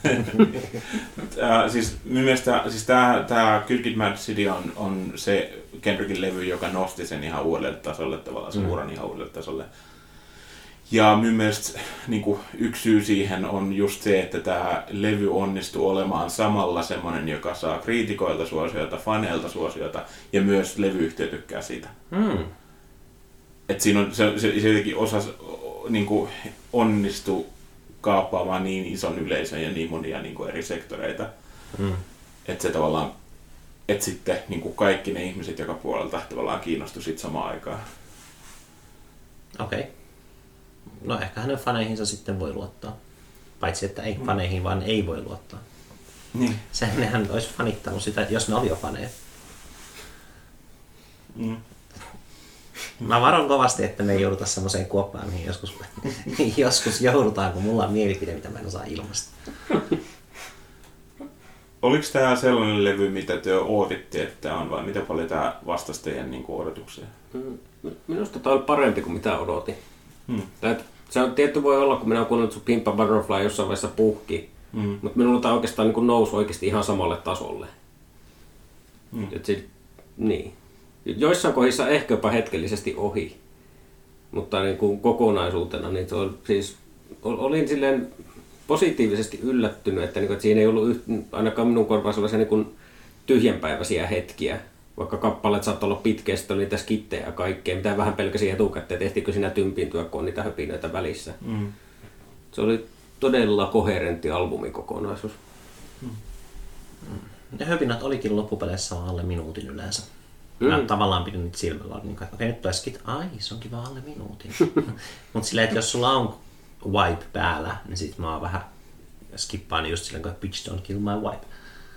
Speaker 1: Siis minun mielestä tämä Good Kid, Mad City on se Kendrickin levy, joka nosti sen ihan uudelle tasolle, tavallaan sen uran ihan uudelle tasolle. Ja minun mielestä niin yksi syy siihen on just se, että tämä levy onnistuu olemaan samalla semmoinen, joka saa kriitikoilta suosiota, faneilta suosiota ja myös levyyhtiö tykkää siitä. Että siinä on, se jotenkin niin onnistuu kaappaamaan niin ison yleisön ja niin monia niin eri sektoreita. Että se tavallaan, että sitten niin kaikki ne ihmiset joka puolelta tavallaan kiinnostuu siitä samaan aikaan.
Speaker 2: Okei. No ehkä hänen faneihinsa sitten voi luottaa. Paitsi että ei faneihin, vaan ei voi luottaa.
Speaker 1: Niin.
Speaker 2: Nehän olisi fanittanut sitä, jos ne oli jo faneja. Mä varon kovasti, että me ei jouduta semmoiseen kuoppaan, mihin joskus joudutaan, kun mulla on mielipide, mitä mä en osaa ilmaista.
Speaker 1: Oliko tämä sellainen levy, mitä te odotitte, että on, vai mitä paljon tämä vastasi teidän odotuksia?
Speaker 3: Minusta tämä oli parempi kuin mitä odotin. Se on tietty voi olla, kun minä olen kuunnellut sun Pimp a Butterfly jossain vaiheessa puhki. Mutta minulla tämä oikeastaan niin nousi oikeasti ihan samalle tasolle. Niin. Joissain kohdissa ehkä jopa hetkellisesti ohi. Mutta niin kuin kokonaisuutena niin olin silleen positiivisesti yllättynyt, että siinä ei ollut ainakaan minun korvaan sellaisia niin tyhjänpäiväisiä hetkiä. Vaikka kappaleet saattoi olla pitkiä, sitten oli niitä skittejä ja kaikkea, mitä vähän pelkäsin etukäteen, tehtiinkö siinä tympiintyä, kun on niitä höpinöitä välissä. Se oli todella koherentti albumikokonaisuus.
Speaker 2: Ne höpinät olikin loppupeleissä alle minuutin yleensä. Mä tavallaan pidin niitä silmällä, niin että okei, nyt tulee skit, se onkin vaan alle minuutin. Mutta silleen, että jos sulla on wipe päällä, niin sit mä oon vähän skippaan just silleen, että bitch don't kill my wipe.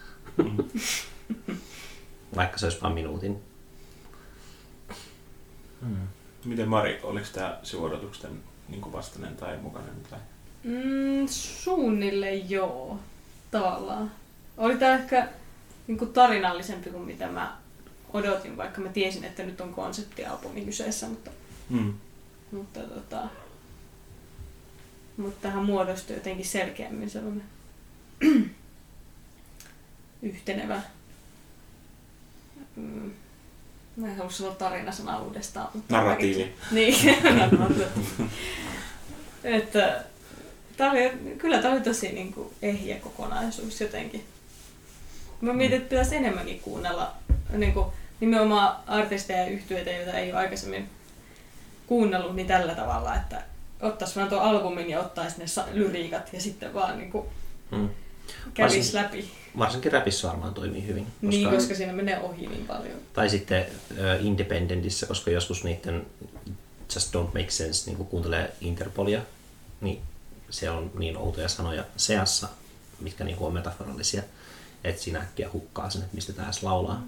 Speaker 2: Vaikka se olisi vain minuutin.
Speaker 1: Miten Mari, oliko tämä sinun odotusten niin vastainen tai mukainen? Tai?
Speaker 4: Suunnilleen joo, tavallaan. Oli tämä ehkä niin tarinallisempi kuin mitä mä odotin, vaikka mä tiesin, että nyt on konseptialbumi kyseessä, mutta tähän muodostui jotenkin selkeämmin sellainen yhtenevä. Mä en halua sanoa tarinasana uudestaan.
Speaker 1: Narratiivi.
Speaker 4: Niin, että kyllä tämä oli tosi niin kuin ehjä kokonaisuus jotenkin. Mä mietin, että pitäisi enemmänkin kuunnella niin kuin nimenomaan artisteja ja yhtyeitä, joita ei ole aikaisemmin kuunnellut niin tällä tavalla, että ottaisi vaan tuon albumin ja ottaisi ne lyriikat ja sitten vaan niin kuin kävisi läpi.
Speaker 2: Varsinkin rapissa varmaan toimii hyvin.
Speaker 4: Koska siinä menee ohi niin paljon.
Speaker 2: Tai sitten Independentissä, koska joskus niiden Just Don't Make Sense, niin kun kuuntelee Interpolia, niin siellä on niin outoja sanoja seassa, mitkä niin on metaforallisia, että siinä äkkiä hukkaa sen, että mistä tää edes laulaa.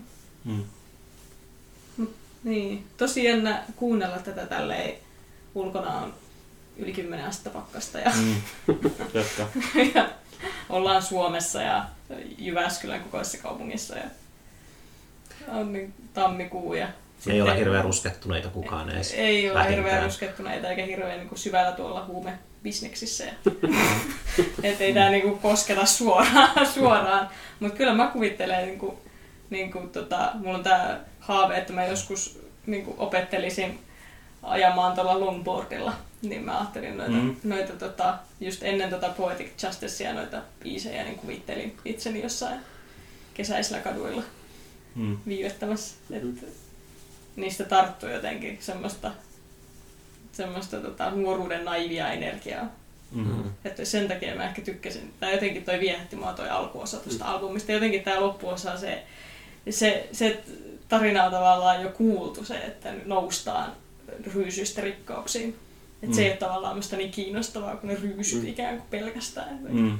Speaker 4: Niin, tosi jännä kuunnella tätä tälleen. Ulkona on yli 10 astetta pakkasta ja, ja ollaan Suomessa ja Jyväskylän kokoisessa kaupungissa ja on niin tammikuu. Ja
Speaker 2: ei olla hirveän ruskettuneita kukaan edes.
Speaker 4: Ei ole hirveän ruskettuneita eikä hirveän niin kuin syvällä tuolla huumebisneksissä. Että ei tää niin kuin kosketa suoraan. Mutta kyllä mä kuvittelen, mulla on tää haave, että mä joskus niin kuin opettelisin ajamaan tuolla longboardilla. Niin mä ajattelin noita just ennen Poetic Justicea noita biisejä, niin kuvittelin itseni jossain kesäisillä kaduilla viivettämässä. Niistä tarttui jotenkin semmoista nuoruuden naivia energiaa. Että sen takia mä ehkä tykkäsin, tai jotenkin toi viehätti mua toi alkuosa tuosta albumista. Jotenkin tää loppuosa, se tarina on tavallaan jo kuultu, se, että noustaan ryysyistä rikkauksiin. Että se ei ole tavallaan musta niin kiinnostavaa, kun ne ryysyt ikään kuin pelkästään.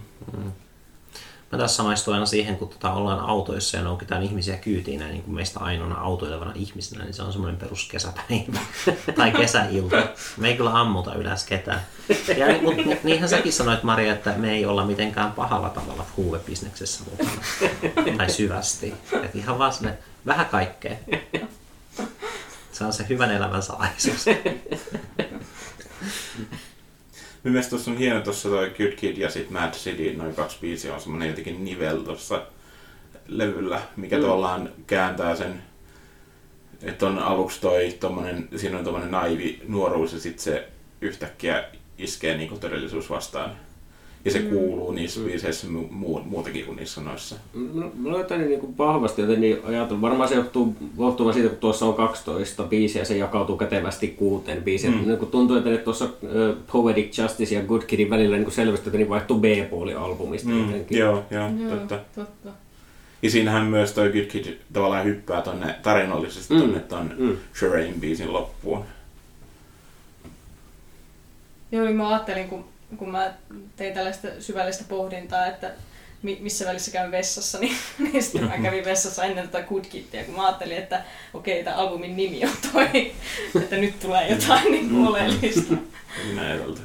Speaker 2: Mä tässä samaistun aina siihen, kun ollaan autoissa ja noukkitaan ihmisiä kyytiin näin, niin kuin meistä ainoana autoilevana ihmisenä, niin se on semmoinen perus kesäpäivä tai kesäilta. Me ei kyllä ammuta yleensä ketään. Mutta niinhän säkin sanoit, Maria, että me ei olla mitenkään pahalla tavalla huuvebisneksessä mukana. Tai syvästi. Että ihan vaan sinne vähän kaikkea. Se on se hyvän elämän salaisuus.
Speaker 1: Mielestäni tuossa on hieno toi Good Kid ja sit Mad City, noin 2 biisiä on semmonen jotenkin nivel tuossa levyllä, mikä tavallaan kääntää sen, että on aluksi siinä on tommonen naivi nuoruus ja sit se yhtäkkiä iskee niinku todellisuus vastaan. Ja se kuuluu niissä biiseissä muutakin kuin niissä sanoissa.
Speaker 3: Mä jotenkin niin vahvasti ajatellut. Varmaan se johtuu siitä, kun tuossa on 12 biisiä ja se jakautuu kätevästi 6 biisiin. Niin tuntuu, että tuossa Poetic Justice ja Good Kidin välillä niin selvästi että vaihtuu B-puoli albumista.
Speaker 1: Joo, totta. Ja siinähän myös toi Good Kid tavallaan hyppää tonne tarinallisesti ton Shireen biisin loppuun.
Speaker 4: Joo, niin mä ajattelin, kun mä tein tällaista syvällistä pohdintaa, että missä välissä käyn vessassa, niin sitten mä kävin vessassa ennen tätä Good Kidia, kun mä ajattelin, että okei, tämä albumin nimi on toi, että nyt tulee jotain niin oleellista.
Speaker 1: Minä edeltä.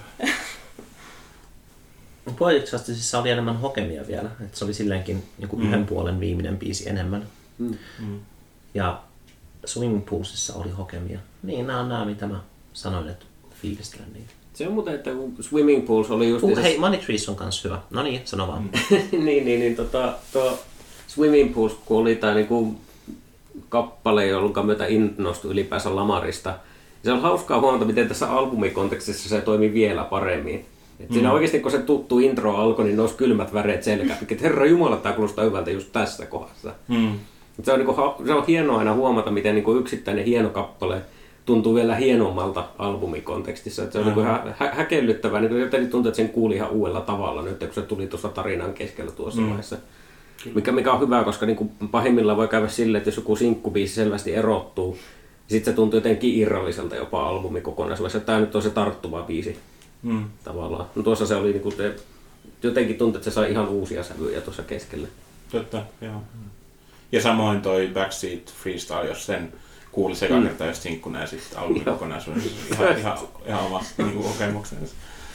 Speaker 2: Poetic Justicessa oli enemmän hokemia vielä, että se oli silleenkin niin yhden puolen viimeinen biisi enemmän. Ja Swimming Poolsissa oli hokemia. Niin, nämä on nämä, mitä mä sanoin, että fiilistelen niitä.
Speaker 3: Se on muuten, että Swimming Pools oli just...
Speaker 2: Hei, Money Trees on kans hyvä. No niin, sano vaan.
Speaker 3: tuo Swimming Pools, kun oli tää niinku kappale, jonka myötä innostui ylipäänsä Lamarista. Se on hauskaa huomata, miten tässä albumikontekstissa se toimii vielä paremmin. Siinä oikeasti, kun se tuttu intro alkoi, niin nousi kylmät väreet selkään. Että herra jumala, tämä kuulostaa hyvältä just tässä kohdassa. Se on hienoa aina huomata, miten niinku yksittäinen hieno kappale tuntuu vielä hienommalta albumikontekstissa. Että se on niinku ihan häkellyttävää. Niin jotenkin tuntuu, että sen kuuli ihan uudella tavalla nyt, kun se tuli tuossa tarinan keskellä tuossa vaiheessa. Mikä on hyvä, koska niinku pahimmillaan voi käydä silleen, että jos joku sinkkubiisi selvästi erottuu, niin sitten se tuntuu jotenkin irralliselta jopa albumikokonaisuudessa. Tämä nyt on se tarttuva biisi tavallaan. No tuossa se oli niinku jotenkin tuntuu, että se sai ihan uusia sävyjä tuossa keskellä.
Speaker 1: Totta, joo. Ja samoin toi Backseat Freestyle, jos sen kuuli sekaan kertaa, jos sinkkuna ja sitten albumikokonaisuuden. Ihan oma niinku kokemuksensa.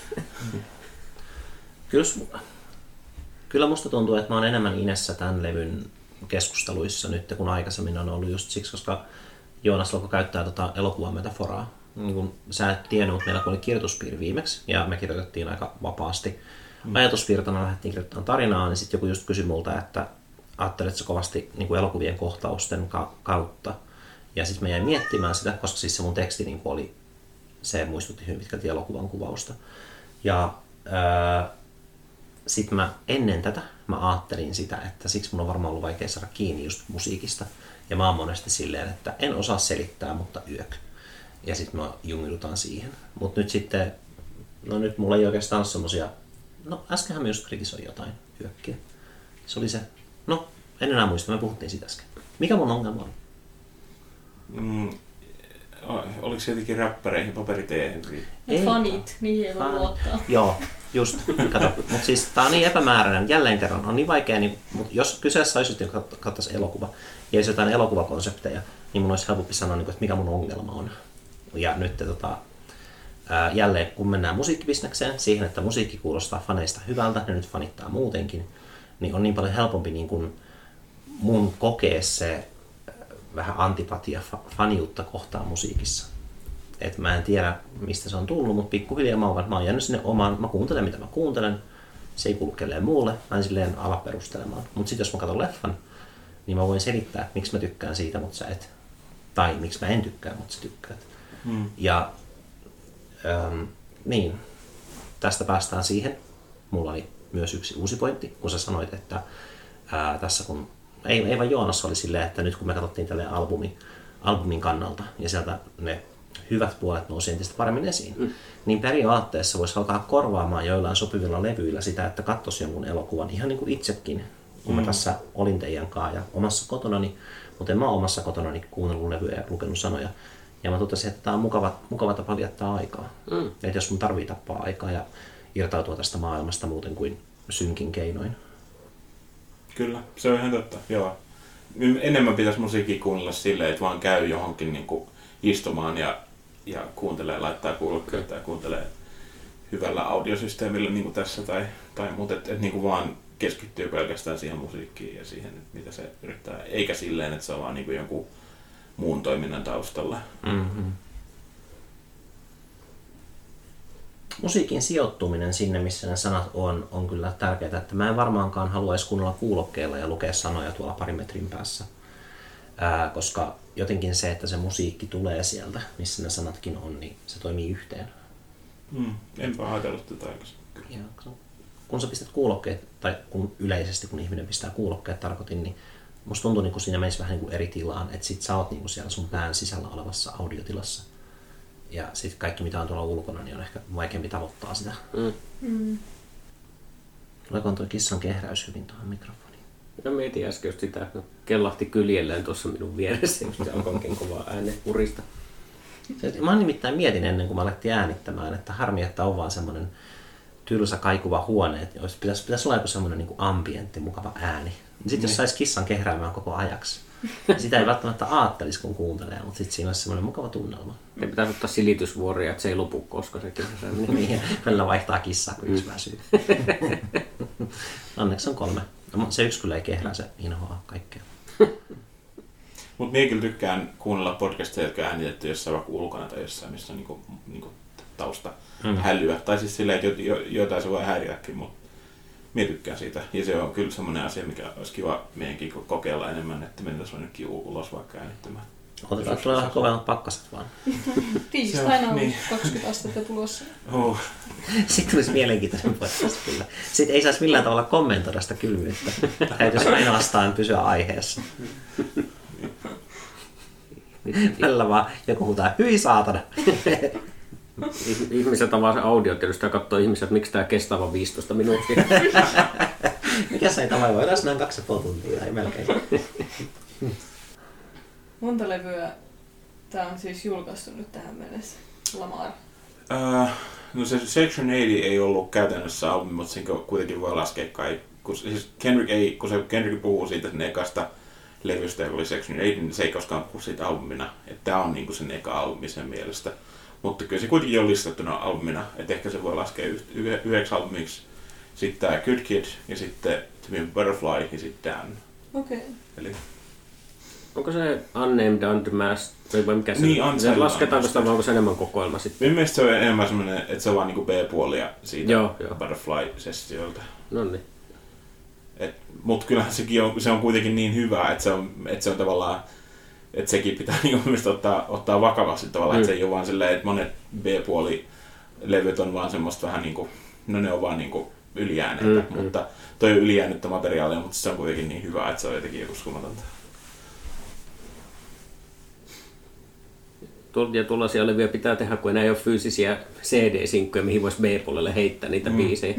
Speaker 2: Kyllä musta tuntuu, että mä oon enemmän inessä tämän levyn keskusteluissa nyt, kun aikaisemmin on ollut just siksi, koska Joonas alkoi käyttää elokuvan metaforaa. Niin kun sä et tiennyt, mutta meillä oli kirjoituspiiri viimeksi, ja me kirjoitettiin aika vapaasti. Ajatusvirtana lähdettiin kirjoittamaan tarinaa, niin sitten joku just kysyi multa, että ajatteletko kovasti niin kuin elokuvien kohtausten kautta. Ja sitten mä jäin miettimään sitä, koska siis se mun teksti niin oli, se muistutti hyvin pitkälti elokuvan kuvausta. Ja sitten mä ennen tätä mä ajattelin sitä, että siksi mun on varmaan ollut vaikea saada kiinni just musiikista. Ja mä oon monesti silleen, että en osaa selittää, mutta yök. Ja sitten me jungiudutaan siihen. Mutta nyt sitten, no nyt mulla ei oikeastaan ole semmosia, no äskenhän mä just kritisoin jotain yökkiä. Se oli se, no en enää muista, me puhuttiin siitä äsken. Mikä mun ongelma oli?
Speaker 1: Oliko se jotenkin räppäreihin, paperiteihin?
Speaker 4: Fanit, niihin ei voi luottaa.
Speaker 2: Joo, just, kato. Mutta siis tää on niin epämääräinen, jälleen kerran on niin vaikea, niin, mutta jos kyseessä olisi, että katsoisi elokuva, ja jos jotain elokuvakonsepteja, niin mun olisi helpompi sanoa, että mikä mun ongelma on. Ja nyt jälleen, kun mennään musiikkibisnekseen, siihen, että musiikki kuulostaa faneista hyvältä, ne nyt fanittaa muutenkin, niin on niin paljon helpompi niin kuin mun kokea se vähän antipatia faniutta kohtaan musiikissa. Et mä en tiedä, mistä se on tullut, mutta pikkuhiljaa mä oon jäänyt sinne omaan, mä kuuntelen mitä mä kuuntelen, se ei kuulu kelleen muulle, mä en silleen ala perustelemaan. Mutta sitten jos mä katson leffan, niin mä voin selittää, että miksi mä tykkään siitä, mutta sä et. Tai miksi mä en tykkää, mutta sä tykkäät. Ja niin, tästä päästään siihen. Mulla oli myös yksi uusi pointti, kun sä sanoit, että tässä kun, ei vaan Joonas oli silleen, että nyt kun me katsottiin tälleen albumin kannalta ja sieltä ne hyvät puolet nousi entistä paremmin esiin, niin periaatteessa voisi alkaa korvaamaan joillain sopivilla levyillä sitä, että katsoisi jonkun elokuvan ihan niin kuin itsekin, kun mä tässä olin teidän kanssa ja omassa kotonani, mutta en mä omassa kotonani kuunnellut levyjä ja lukenut sanoja. Ja mä totesin, että tää on mukava tapa viettää aikaa. Että jos mun tarvii tappaa aikaa ja irtautua tästä maailmasta muuten kuin synkin keinoin.
Speaker 1: Kyllä, se on ihan totta, joo. Enemmän pitäisi musiikkia kuunnella silleen, että vaan käy johonkin niin kuin istumaan ja kuuntelee, laittaa kuulokkeita ja kuuntelee hyvällä audiosysteemillä niin kuin tässä tai muuta, että niin kuin vaan keskittyy pelkästään siihen musiikkiin ja siihen, mitä se yrittää, eikä silleen, että se on vaan niin kuin jonkun muun toiminnan taustalla.
Speaker 2: Musiikin sijoittuminen sinne, missä ne sanat on kyllä tärkeää, että mä en varmaankaan haluaisi kuunnella kuulokkeilla ja lukea sanoja tuolla parin metrin päässä, koska jotenkin se, että se musiikki tulee sieltä, missä ne sanatkin on, niin se toimii yhteen.
Speaker 1: Enpä ajatellut tätä aikaisemmin.
Speaker 2: Kun sä pistät kuulokkeet, tai kun ihminen pistää kuulokkeet, tarkoitin, niin musta tuntuu, niin kun siinä menisi vähän niin kuin eri tilaan, että sit sä oot niin kuin siellä sun pään sisällä olevassa audiotilassa. Ja sitten kaikki, mitä on tuolla ulkona, niin on ehkä vaikeampi tavoittaa sitä. Tuleekohan tuo kissan kehräys hyvin tuohon mikrofoniin?
Speaker 3: Mä mietin äsken just sitä, että kellahti kyljelleen tuossa minun vieressä, just se alkoikin kovaa ääneen purista.
Speaker 2: Mä nimittäin mietin ennen kuin mä alettiin äänittämään, että harmi, että on vaan semmoinen tylsä kaikuva huone, että pitäisi olla joku semmoinen niin kuin ambientti, mukava ääni. Sitten jos sais kissan kehräämään koko ajaksi, sitä ei välttämättä aattelisi, kun kuuntelee, mutta sitten siinä olisi semmoinen mukava tunnelma.
Speaker 3: Ja pitäisi ottaa silitysvuoria, että se ei lopu, koska se kehrää.
Speaker 2: Niin, välillä vaihtaa kissaa, kun yksi väsyy. Onneksi on 3. Se yksi kyllä ei kehrää, se inhoaa kaikkea.
Speaker 1: Mutta minä kyllä tykkään kuunnella podcasteja, jotka on äänitetty jossain vaikka ulkona tai jossain, missä on niinku tausta hälyä. Tai siis silleen, että jotain se voi häiriäkin, mutta minä tykkään siitä. Ja se on kyllä semmoinen asia, mikä olisi kiva meidänkin kokeilla enemmän, että mentäisiin ainakin ulos vaikka äänittämään.
Speaker 2: Otetaan tulee vähän kovemmat pakkaset vaan.
Speaker 4: Tiistaina on
Speaker 1: niin.
Speaker 4: 20 astetta tulossa.
Speaker 2: Sitten tulisi mielenkiintoinen podcast kyllä. Sitten ei saisi millään tavalla kommentoida sitä kylmyyttä. Täytyisi ainoastaan pysyä aiheessa. Tällä vaan joku huutaa, hyi saatana.
Speaker 3: Ihmiset avaa se audiotiedosta ja katsoo ihmiset, että miksi tämä kestää vain 15 minuuttia.
Speaker 2: Mikä sai tavalla? Voidaan näin 2,5 tuntia, ei melkein.
Speaker 4: Monta levyä tämä on siis julkaistu nyt tähän mennessä, Lamar?
Speaker 1: No se Section 80 ei ollut käytännössä albumi, mutta sen kuitenkin voi laskea kai. Kun Kendrick puhuu siitä sen ekasta levystä, joka oli Section 80, niin se ei koskaan puhu siitä albumina. Että tämä on niinku sen eka albumi sen mielestä. Mutta kyllä se kuitenkin on listattuna albumina, että ehkä se voi laskea yhdeksi albumiksi. Sitten tämä Good Kid ja sitten To Be Butterfly ja sitten Dan.
Speaker 4: Okei.
Speaker 1: Eli
Speaker 3: Onko se Unnamed Unmasked vai mikä se
Speaker 1: niin,
Speaker 3: on? Se lasketaanko sitä vai onko se enemmän kokoelma sitten?
Speaker 1: Minun mielestä se on enemmän semmoinen, että se on vaan niinku B-puolia siitä
Speaker 3: Joo.
Speaker 1: Butterfly-sessiolta.
Speaker 3: Noniin.
Speaker 1: Mutta kyllähän se on kuitenkin niin hyvä, että se on tavallaan, että sekin pitää niinku ottaa vakavasti tavallaan, että se ei ole vaan silleen, että monet B-puolilevyt on vaan semmoista vähän niinku, no ne on vaan niinku ylijääneitä, mutta toi on ylijäänyttä materiaalia, mutta se on kuitenkin niin hyvä, että se on jotenkin uskomatonta.
Speaker 3: Ja tuollaisia levyjä pitää tehdä, kun enää ei ole fyysisiä CD-sinkkuja, mihin voisi B-puolelle heittää niitä biisejä.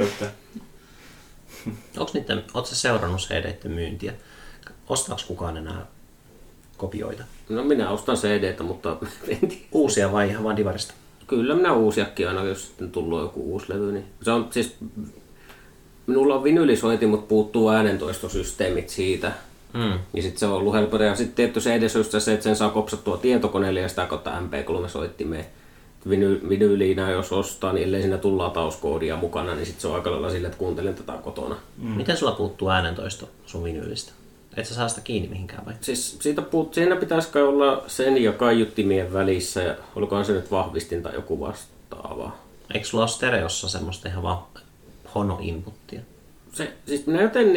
Speaker 2: Oletko sä seurannut CD-iden myyntiä? Ostaako kukaan enää kopioita?
Speaker 3: No minä ostan CD-tä, mutta en tiedä.
Speaker 2: Uusia vai ihan vaan divarista?
Speaker 3: Kyllä minä uusiakin aina, jos sitten tullut joku uusi levy. Niin se on siis, minulla on vinylisointi, mutta puuttuu äänentoistosysteemit siitä. Ja sitten se on ollut helppo. Ja sitten tietty se edes on se, että sen saa kopsattua tietokoneelle ja sitä kautta MP3-soittimeen. Vinyyliinä jos ostaa, niin ellei siinä tulla latauskoodia mukana, niin sitten se on aika lailla sille, että kuuntelen tätä kotona.
Speaker 2: Miten sulla puuttuu äänentoisto sun vinyylistä? Et sä saa sitä kiinni mihinkään vai?
Speaker 3: Siis siinä pitäisi kai olla sen ja kaiuttimien välissä, ja olikohan se nyt vahvistin tai joku vastaava.
Speaker 2: Eikö sulla ole stereossa semmoista ihan vaan hono-inputtia?
Speaker 3: Siis minä joten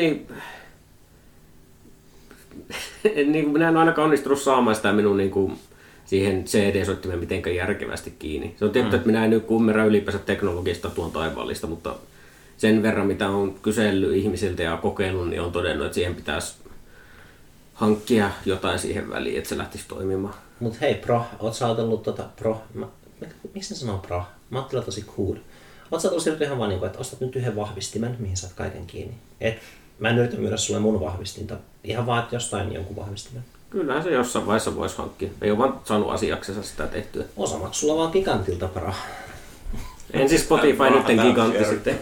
Speaker 3: minä en ainakaan onnistunut saamaan sitä minun siihen CD-soittimeen mitenkään järkevästi kiinni. Se on tietty, että minä en nyt ymmärrä ylipäänsä teknologista tuon taivaallista, mutta sen verran mitä on kysellyt ihmisiltä ja kokeillut, niin on todennut, että siihen pitäisi hankkia jotain siihen väliin, että se lähtisi toimimaan.
Speaker 2: Mut hei oot sä ajatellut miksi ne sanoo pro? Mä oon tosi cool. Oot sä ajatellut ihan vaan että ostat nyt yhden vahvistimen, mihin saat kaiken kiinni. Mä en yritä myydä sulle mun vahvistinta, ihan vaan että jostain jonkun vahvistimen.
Speaker 3: Kyllähän se jossain vaiheessa voisi hankkia. Ei ole vaan saanut asiaksensa sitä tehtyä.
Speaker 2: Osamaksulla vaan Gigantilta pro.
Speaker 3: Ensin Spotify nytten gigantti sitten.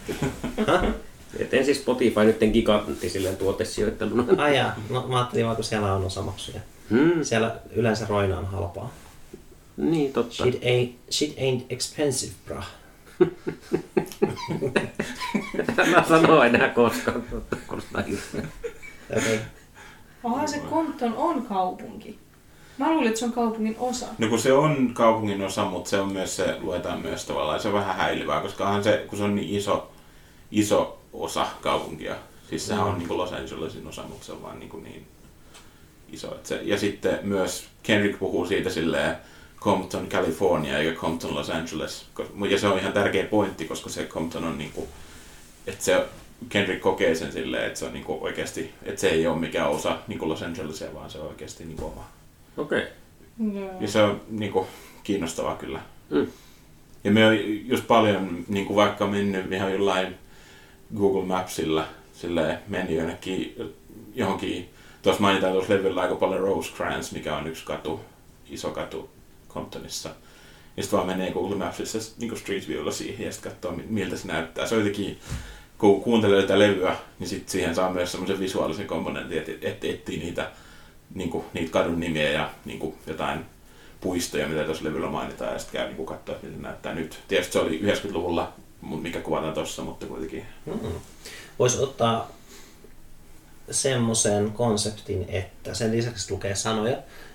Speaker 3: Ensin Spotify nytten gigantti silleen tuotesijoitteluna.
Speaker 2: Ai jaa, no mä ajattelin vaan kun siellä on osamaksuja. Siellä yleensä roina on halpaa.
Speaker 3: Niin, totta.
Speaker 2: Shit ain't expensive, bro.
Speaker 3: Mä sano enää koskaan.
Speaker 2: Okay.
Speaker 4: Onhan se Compton on kaupunki. Mä luulin, että se on kaupungin osa.
Speaker 1: No kun se on kaupungin osa, mutta se on myös se luetaan myös tavallaan, se on vähän häilyvää, koska kun se on niin iso osa kaupunkia. Siis sehän on niin kuin Los Angelesin osa, mutta se on vaan niin iso. Ja sitten myös Kendrick puhuu siitä silleen Compton, California eikä Compton, Los Angeles. Ja se on ihan tärkeä pointti, koska se Compton on niinku, että se Kendrick kokee sen silleen, että se on niinku oikeasti, että se ei ole mikään osa niinku Los Angelesia, vaan se on oikeasti niinku oma.
Speaker 3: Okei.
Speaker 1: Ja se on niinku kiinnostavaa kyllä. Ja me on just paljon niinku vaikka mennyt ihan jollain Google Mapsilla silleen mennyt johonkin, tuossa mainitaan tuossa levyllä aika paljon Rosecrans, mikä on yksi iso katu Comptonissa. Ja sitten vaan menee Google Mapsissa niin Street Viewlla siihen ja sitten katsoo miltä se näyttää. Se on jotenkin, kun kuuntelee tätä levyä, niin sitten siihen saa myös semmoisen visuaalisen komponentin, että etsii niitä kadun nimiä ja jotain puistoja, mitä tuossa levyllä mainitaan, ja sitten käy katsoa, miltä se näyttää nyt. Tietysti se oli 90-luvulla, mikä kuvataan tuossa, mutta kuitenkin.
Speaker 2: Voisi ottaa semmoisen konseptin, että sen lisäksi lukee sanoja,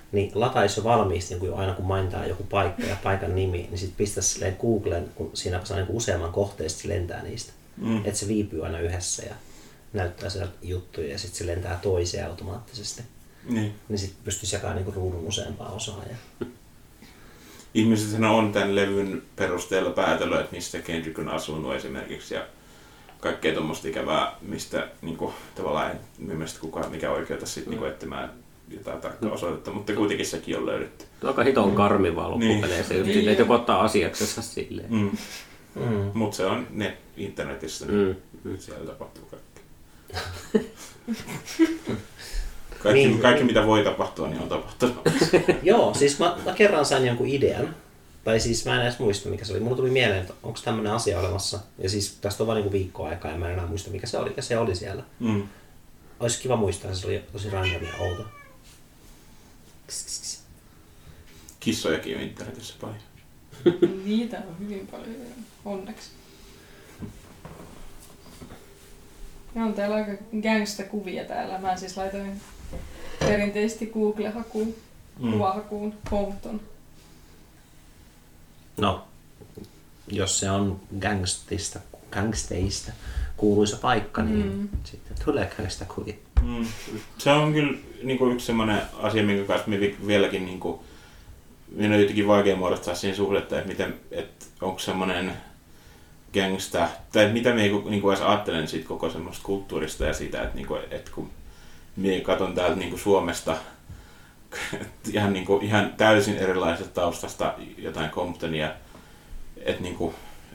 Speaker 2: niin lataisi jo valmiiksi niin aina kun mainitaan joku paikka ja paikan nimi, niin sitten pistäisi silleen Googlen, kun siinä saa niin useamman kohteen, se lentää niistä. Että se viipyy aina yhdessä ja näyttää siellä juttuja ja sitten se lentää toiseen automaattisesti. Niin sitten pystyisi jakamaan niin ruudun useampaa osaa. Ja...
Speaker 1: Ihmiset on tämän levyn perusteella päätellyt, että mistä Kendrick on asunut esimerkiksi ja kaikkea tuommoista ikävää, mistä niinku, tavallaan en mielestä kukaan mikä oikeuta sitten niinku, etsimään jotain tarkkaa osoitetta, mutta kuitenkin sekin on löydetty.
Speaker 3: Aika hiton karmivaa loppupeleissä, just silleen, että joku ottaa asiaksessa silleen.
Speaker 1: Mutta se on internetissä, siellä tapahtuu kaikki. Kaikki mitä voi tapahtua, niin on tapahtunut.
Speaker 2: Joo, siis mä kerran sain jonkun idean. Tai siis mä en edes muista mikä se oli. Mulla tuli mieleen, että onko tämmöinen asia olemassa. Ja siis tästä on vain niin viikkoa aikaa ja mä en enää muista mikä se oli. Ja se oli siellä. Olisi kiva muistaa, se oli tosi random ja outo.
Speaker 1: Kissojakin on internetissä paljon.
Speaker 4: Niitä on hyvin paljon, onneksi. Ja on täällä aika gangsta-kuvia täällä. Mä siis laitoin perinteisesti Google-hakuun, kuvahakuun Compton.
Speaker 2: No, jos se on gangsteista kuuluisa paikka, niin sitten tulee gangsta-kuvia.
Speaker 1: Se on kyllä niinku yksi semmoinen asia, minkä kanssa me vieläkin niinku, minun on jotenkin vaikea muodostaa siihen suhdetta, että onko semmoinen gangsta, tai mitä minä niinku edes ajattelen siitä koko semmoista kulttuurista ja siitä, että niinku, et kun minä katson täältä niinku Suomesta ihan täysin erilaisesta taustasta jotain Comptonia, että niinku,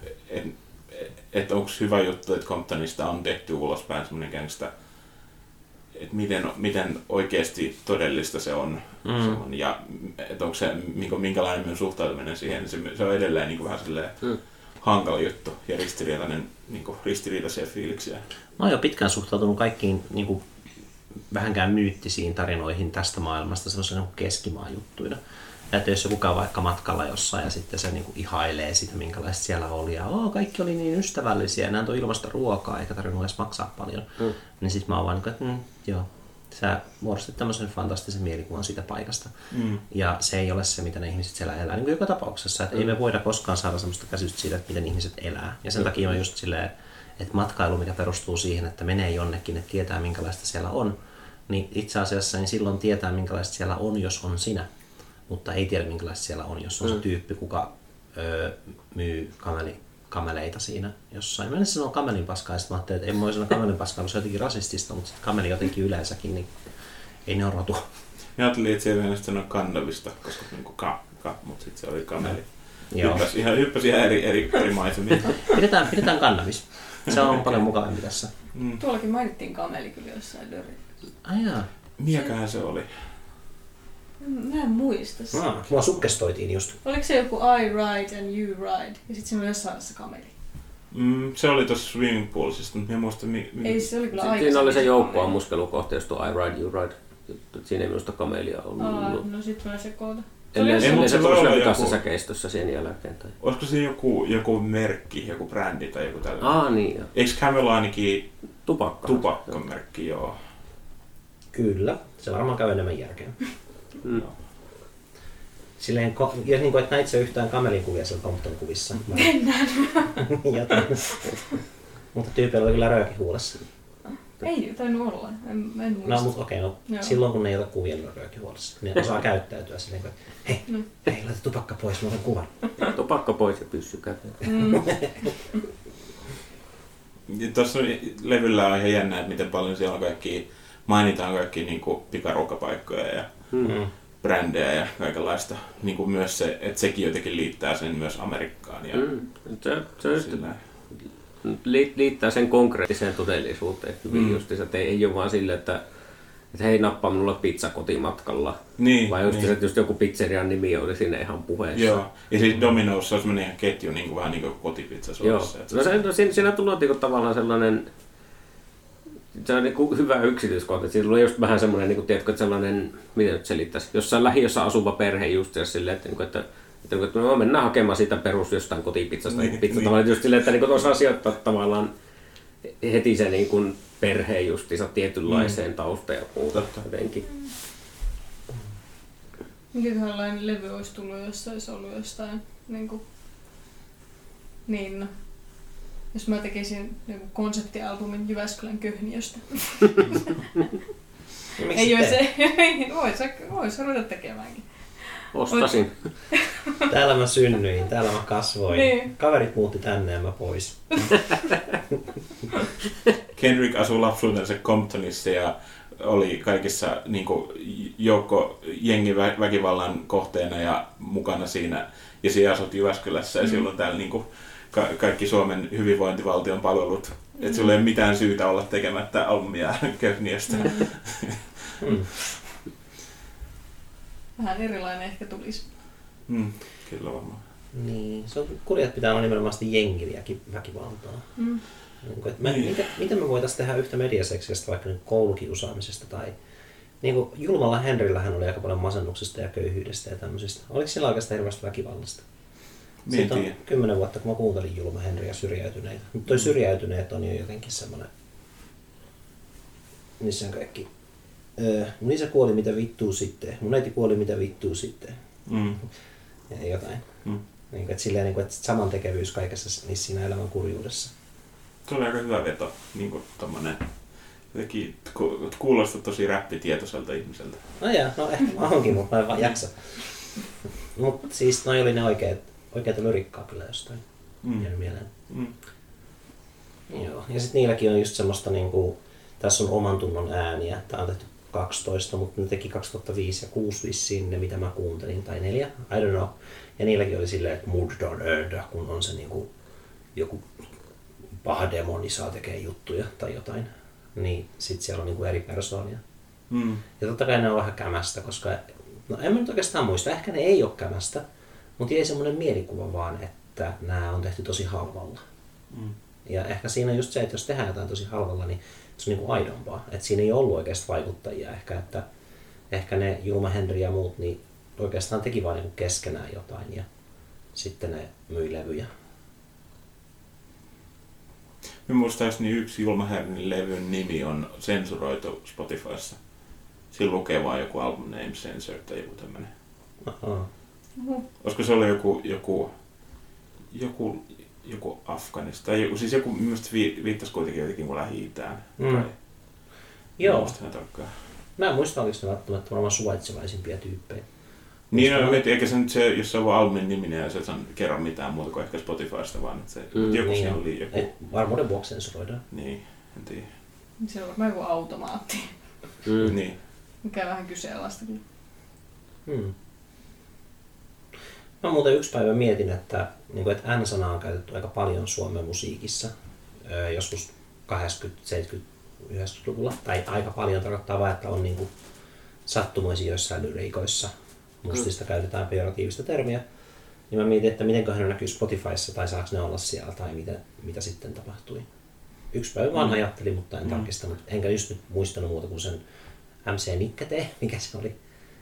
Speaker 1: onko hyvä juttu, että Comptonista on tehty ulospäin semmoinen gangsta, että miten oikeasti todellista se on ja että onko se minkälainen minun suhtautuminen siihen, se on edelleen niin kuin vähän silleen hankala juttu ja ristiriitaisia fiiliksiä.
Speaker 2: Mä oon jo pitkään suhtautunut kaikkiin niin kuin, vähänkään myyttisiin tarinoihin tästä maailmasta semmoisena niin keskimaan juttuina. Että jos joku käy vaikka matkalla jossain ja sitten se niin kuin ihailee sitä, minkälaista siellä oli ja kaikki oli niin ystävällisiä ja nämä on ilmasta ruokaa eikä tarvinnut edes maksaa paljon, niin sitten mä oon vaan että joo, sä muodostit tämmöisen fantastisen mielikuvan siitä paikasta. Ja se ei ole se, mitä ne ihmiset siellä elää, niin kuin joka tapauksessa. Että ei me voida koskaan saada semmoista käsitystä siitä, että miten ihmiset elää. Ja sen takia on just silleen, että matkailu, mikä perustuu siihen, että menee jonnekin, että tietää minkälaista siellä on, niin itse asiassa niin silloin tietää minkälaista siellä on, jos on sinä. Mutta ei tiedä minkälaista siellä on, jos on se tyyppi, kuka myy kameleita siinä jossain. Mä en sanoa kamelin paskaa, ja sitten mä ajattelin, että ei voi sanoa kamelin paskaa, se on jotenkin rasistista, mutta sitten kameli jotenkin yleensäkin, niin ei ne ole rotu.
Speaker 1: Mä ajattelin, että se ei vielä sanoa kannabista, koska niin mutta sitten se oli kameli. Hyppäsi ihan eri maisemia.
Speaker 2: Pidetään kannabis. Se on paljon mukavampi tässä.
Speaker 4: Tuollakin mainittiin kameli kyllä jossain lyriissä.
Speaker 2: Ai jaa.
Speaker 1: Mikähän se oli?
Speaker 4: Mä en muista sitä.
Speaker 2: Mua sukkestoitiin just.
Speaker 4: Oliko se joku I ride and you ride? Ja sitten siinä oli jossain se kameli.
Speaker 1: Se oli tuossa swimming poolsista, mutta en muista
Speaker 4: ei, se oli kyllä aikaisemmin.
Speaker 3: Siinä oli se joukkoammuskelukohta, jos tuo I ride, you ride. Siinä ei minusta kamelia ollut.
Speaker 4: No sit mä sekoitan.
Speaker 3: Ellei se tulisi läpi säkeistössä sen jälkeen. Tai...
Speaker 1: Olisiko se joku merkki, joku brändi tai joku tällainen?
Speaker 3: Niin joo.
Speaker 1: Eikö Camel ainakin
Speaker 3: tupakkamerkki,
Speaker 1: joo.
Speaker 2: Kyllä, se varmaan käy enemmän järkeä. Silleen, ja niin kuin, että näit se yhtään kamelin kuvia siellä Compton kuvissa. Mutta tyypillä oli kyllä rööki huulessa.
Speaker 4: Ei tainnut olla, en muista.
Speaker 2: No mutta okei, silloin kun ne ei ole kuvia, niin on rööki huolessa. Ne osaa käyttäytyä silleen, että hei, laita tupakka pois, mä otan kuvan.
Speaker 3: Tupakka pois ja pyssy käteen.
Speaker 1: Tuossa levyllä on ihan jännä, että miten paljon siellä on mainitaan kaikki niin kuin pikaruokapaikkoja ja brändejä ja kaikenlaista. Niin kuin myös se, että sekin jotenkin liittää sen myös Amerikkaan. Ja
Speaker 3: liittää sen konkreettiseen todellisuuteen hyvin justiinsa, että ei ole vaan sille, että hei, nappaa minulle pizza kotimatkalla.
Speaker 1: Niin,
Speaker 3: vai just joku pizzerian nimi oli siinä ihan puheessa.
Speaker 1: Joo, ja siis Domino's on semmoinen ihan ketju, niin kuin, vähän niin kuin kotipizza Suomessa.
Speaker 3: Joo, siinä tulee niin tavallaan sellainen, se on niin hyvä yksityiskohta. Siinä tulee just vähän semmoinen, niin kuin, tiedätkö, että sellainen, miten nyt selittäisi, jossain lähiössä asuva perhe just silleen, että me mennään hakemaan sitä perus jostain kotipizzasta. Tavallaan just silleen, että niin osaa sijoittaa tavallaan heti se niin kuin perheen justiinsa tietynlaiseen taustaan ja muuta jotenkin.
Speaker 4: Mikäköhänlainen levy olisi tullut, jos olisi ollut jostain niin no. Jos mä tekisin joku konseptialbumin Jyväskylän Köhniöstä. Ei ole se. Vois ruveta tekemäänkin.
Speaker 3: Ostasin.
Speaker 2: Täällä mä synnyin, täällä mä kasvoin.
Speaker 4: Niin.
Speaker 2: Kaverit muutti tänne ja mä pois.
Speaker 1: Kendrick asui lapsuutensa Comptonissa ja oli kaikissa joukko jengi väkivallan kohteena ja mukana siinä. Ja siellä asut Jyväskylässä ja silloin täällä kaikki Suomen hyvinvointivaltion palvelut. Että sulla ei ole mitään syytä olla tekemättä albumia Köhniöstä.
Speaker 4: Vähän erilainen ehkä tulisi.
Speaker 1: Kyllä varmaan.
Speaker 2: Niin, se on kurja, että pitää olla nimenomaan jengiväkivaltaa. Miten me voitaisiin tehdä yhtä mediaseksistä vaikka nyt koulukiusaamisesta tai Julmalla Henrillähän oli aika paljon masennuksesta ja köyhyydestä ja tämmöisistä. Oliko sillä oikeastaan hirveästi väkivallasta? Siitä on 10 vuotta, kun mä kuuntelin Julma Henry ja Syrjäytyneitä. Mutta toi Syrjäytyneet on jo jotenkin semmoinen... Niissä on kaikki... mun isä kuoli mitä vittuu sitten. Mun äiti kuoli mitä vittuu sitten. Ja jotain. Että silleen, että samantekevyys kaikessa siinä elämän kurjuudessa.
Speaker 1: Se oli aika hyvä veto. Tommonen... Jotenkin kuulostaa tosi räppitietoiselta ihmiseltä.
Speaker 2: No jaa, no ehkä mä onkin, mutta mä en vaan jaksa. Mutta siis noi oli ne oikeita lyrikkaa kyllä jostain. Jäänyt mieleen. Joo. Ja sitten niilläkin on just semmoista tässä on oman tunnon ääniä. Tää on tehty 12, mutta ne teki 2005 ja 6 vissiin ne mitä mä kuuntelin, tai 4, I don't know. Ja niilläkin oli silleen, että mood on earned, kun on se joku paha demoni saa tekee juttuja tai jotain. Niin sit siellä on eri persoonia. Ja totta kai ne on vähän kämästä, koska no en mä nyt oikeastaan muista, ehkä ne ei ole kämästä, mutta jäi semmoinen mielikuva vaan, että nämä on tehty tosi halvalla. Ja ehkä siinä on just se, että jos tehdään jotain tosi halvalla, niin se on aidompaa. Että siinä ei ollut oikeasti vaikuttajia. Ehkä ne Julma Henry ja muut niin oikeastaan teki vaan keskenään jotain ja sitten ne myi levyjä.
Speaker 1: Minun muistaakseni yksi Julma Henryn levyn nimi on sensuroitu Spotifyssa. Siinä lukee vaan joku album name censored tai joku tämmönen. Olisiko se oli joku Afganista tai siis joku mielestäni viittasi kuitenkin jotenkin Lähi-Itään.
Speaker 2: Joo. Mä en muista, oliko ne välttämättä varmaan suvaitsevaisimpia tyyppejä.
Speaker 1: Niin, eikä se nyt se, jos se on album niminen ja se ei kerro mitään muuta kuin ehkä Spotifysta, vaan että se joku
Speaker 2: niin
Speaker 1: siinä oli joku...
Speaker 2: Varmuuden vuoksi sensuroidaan.
Speaker 1: Niin, en tiedä.
Speaker 4: Se on varmaan joku automaatti.
Speaker 1: Niin.
Speaker 4: Mikä vähän kyseenalaista.
Speaker 2: Mä muuten yksi päivä mietin, että N-sanaa on käytetty aika paljon Suomen musiikissa. Joskus 80, 70, 90-luvulla. Tai aika paljon tarkoittaa vaan, että on sattumoisia joissain lyriikoissa. Mustista käytetään pejoratiivista termiä. Niin mä mietin, että mitenköhän ne näkyy Spotifyssa tai saako ne olla siellä tai mitä sitten tapahtui. Yksi päivä vaan ajattelin, mutta en tarkistanut. Enkä just nyt muistanut muuta kuin sen MC Nikka T, mikä se oli.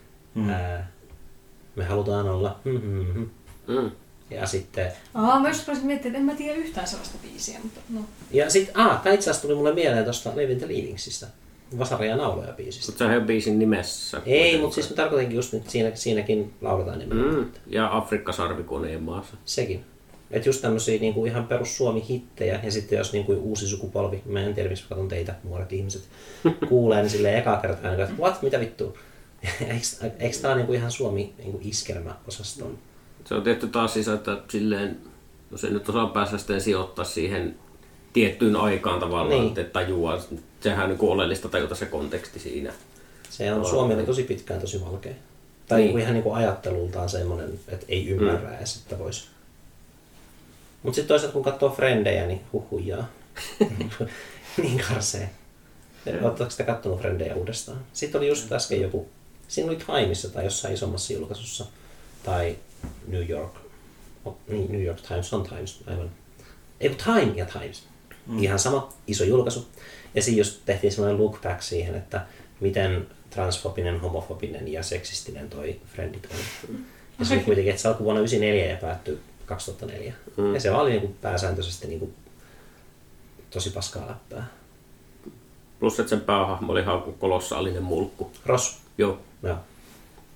Speaker 2: Me halutaan olla. Ja sitten...
Speaker 4: Mä just voisin miettiä, että en mä tiedä yhtään sellaista biisiä, mutta no.
Speaker 2: Ja sitten, tää itse asiassa tuli mulle mieleen tuosta Living the Leavingsista. Vasara ja nauloja biisistä.
Speaker 3: Mutta se on biisin nimessä.
Speaker 2: Ei, mutta siis mä tarkoitinkin just nyt, siinäkin lauletaan nimenomaan.
Speaker 3: Ja Afrikka-sarvikoneen maassa.
Speaker 2: Sekin. Että just tämmösiä ihan perus Suomi-hittejä ja sitten jos uusi sukupolvi, mä en tiedä miksi katson teitä, nuoret ihmiset, kuulee, niin silleen ekaa kertaa, että what, mitä vittua? Eikö tää ihan Suomi iskelmäosastoon?
Speaker 3: Se on tehty taas siis, että silleen, jos ei nyt osaa päästä sitten sijoittaa siihen tiettyyn aikaan tavallaan, niin. Että tajuaa, sehän on oleellista tajuta se konteksti siinä.
Speaker 2: Se on Suomelle tosi pitkään tosi valkea. Tai niin. Ihan ajattelultaan semmoinen, että ei ymmärrä edes, että voisi. Mutta sitten toisaalta kun katsoo Frendejä, niin huhujaa. Niin karsee. Oletteko te kattonut Frendejä uudestaan? Sitten oli just äsken joku, siinä oli Timessa tai jossain isommassa julkaisussa. Tai New York Times on Times, aivan. Ei kun Time ja Times. Ihan sama, iso julkaisu. Ja siinä just tehtiin semmoinen look back siihen, että miten transfobinen, homofobinen ja seksistinen toi Friendit on. Ja se oli kuitenkin, että se alkoi vuonna 1994 ja päättyi 2004. Ja se oli pääsääntöisesti tosi paskaa läppää.
Speaker 3: Plus, että sen päähahmo oli kolossaalinen mulkku.
Speaker 2: Ross.
Speaker 3: Joo.
Speaker 2: Joo.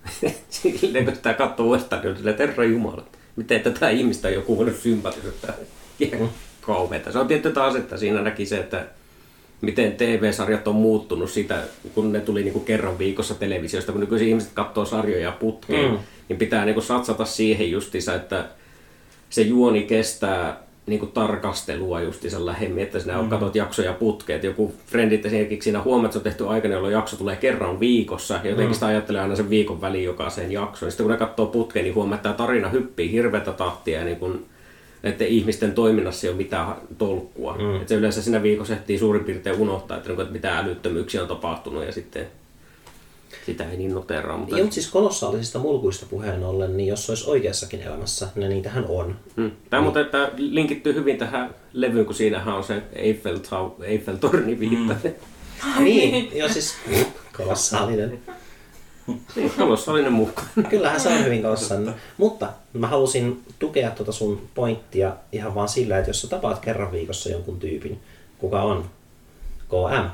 Speaker 3: Silleen, kun sitä katsoo uudestaan, niin on silleen, että herra jumala, miten tätä ihmistä on joku voinut sympatisoida. Kauheeta. Se on tietty taas, että siinä näki se, että miten TV-sarjat on muuttunut sitä, kun ne tuli niinku kerran viikossa televisiosta. Kun nykyisin ihmiset katsoo sarjoja putkeen, niin pitää niinku satsata siihen justiinsa, että se juoni kestää niinku tarkastelua justiinsa lähemmin, että sinä katsot jaksoja putkeen. Joku Friendit esimerkiksi siinä huomaat, että se on tehty aikana, jolloin jakso tulee kerran viikossa, ja jotenkin sitä ajattelee aina sen viikon väliin jokaiseen jaksoon. Sitten kun ne katsoo putkeen, niin huomaa, että tämä tarina hyppii hirveätä tahtia, ja niin kun että ihmisten toiminnassa ei ole mitään tolkkua. Että se yleensä siinä viikossa ehtii suurin piirtein unohtaa, että mitä älyttömyyksiä on tapahtunut, ja sitten sitä ei niin noteraa. Mutta
Speaker 2: siis kolossaalisista mulkuista puheen ollen, niin jos olisi oikeassakin elämässä, niin niitähän on.
Speaker 3: Tämä muuten tämä linkittyy hyvin tähän levyyn, kun siinähän on se Eiffel-torni viittainen.
Speaker 2: Niin, joo siis kolossaalinen.
Speaker 3: Niin, kolossaalinen mulkku.
Speaker 2: Kyllähän se on hyvin kolossaalinen. Mutta mä halusin tukea tuota sun pointtia ihan vaan sillä, että jos sä tapaat kerran viikossa jonkun tyypin, kuka on KM,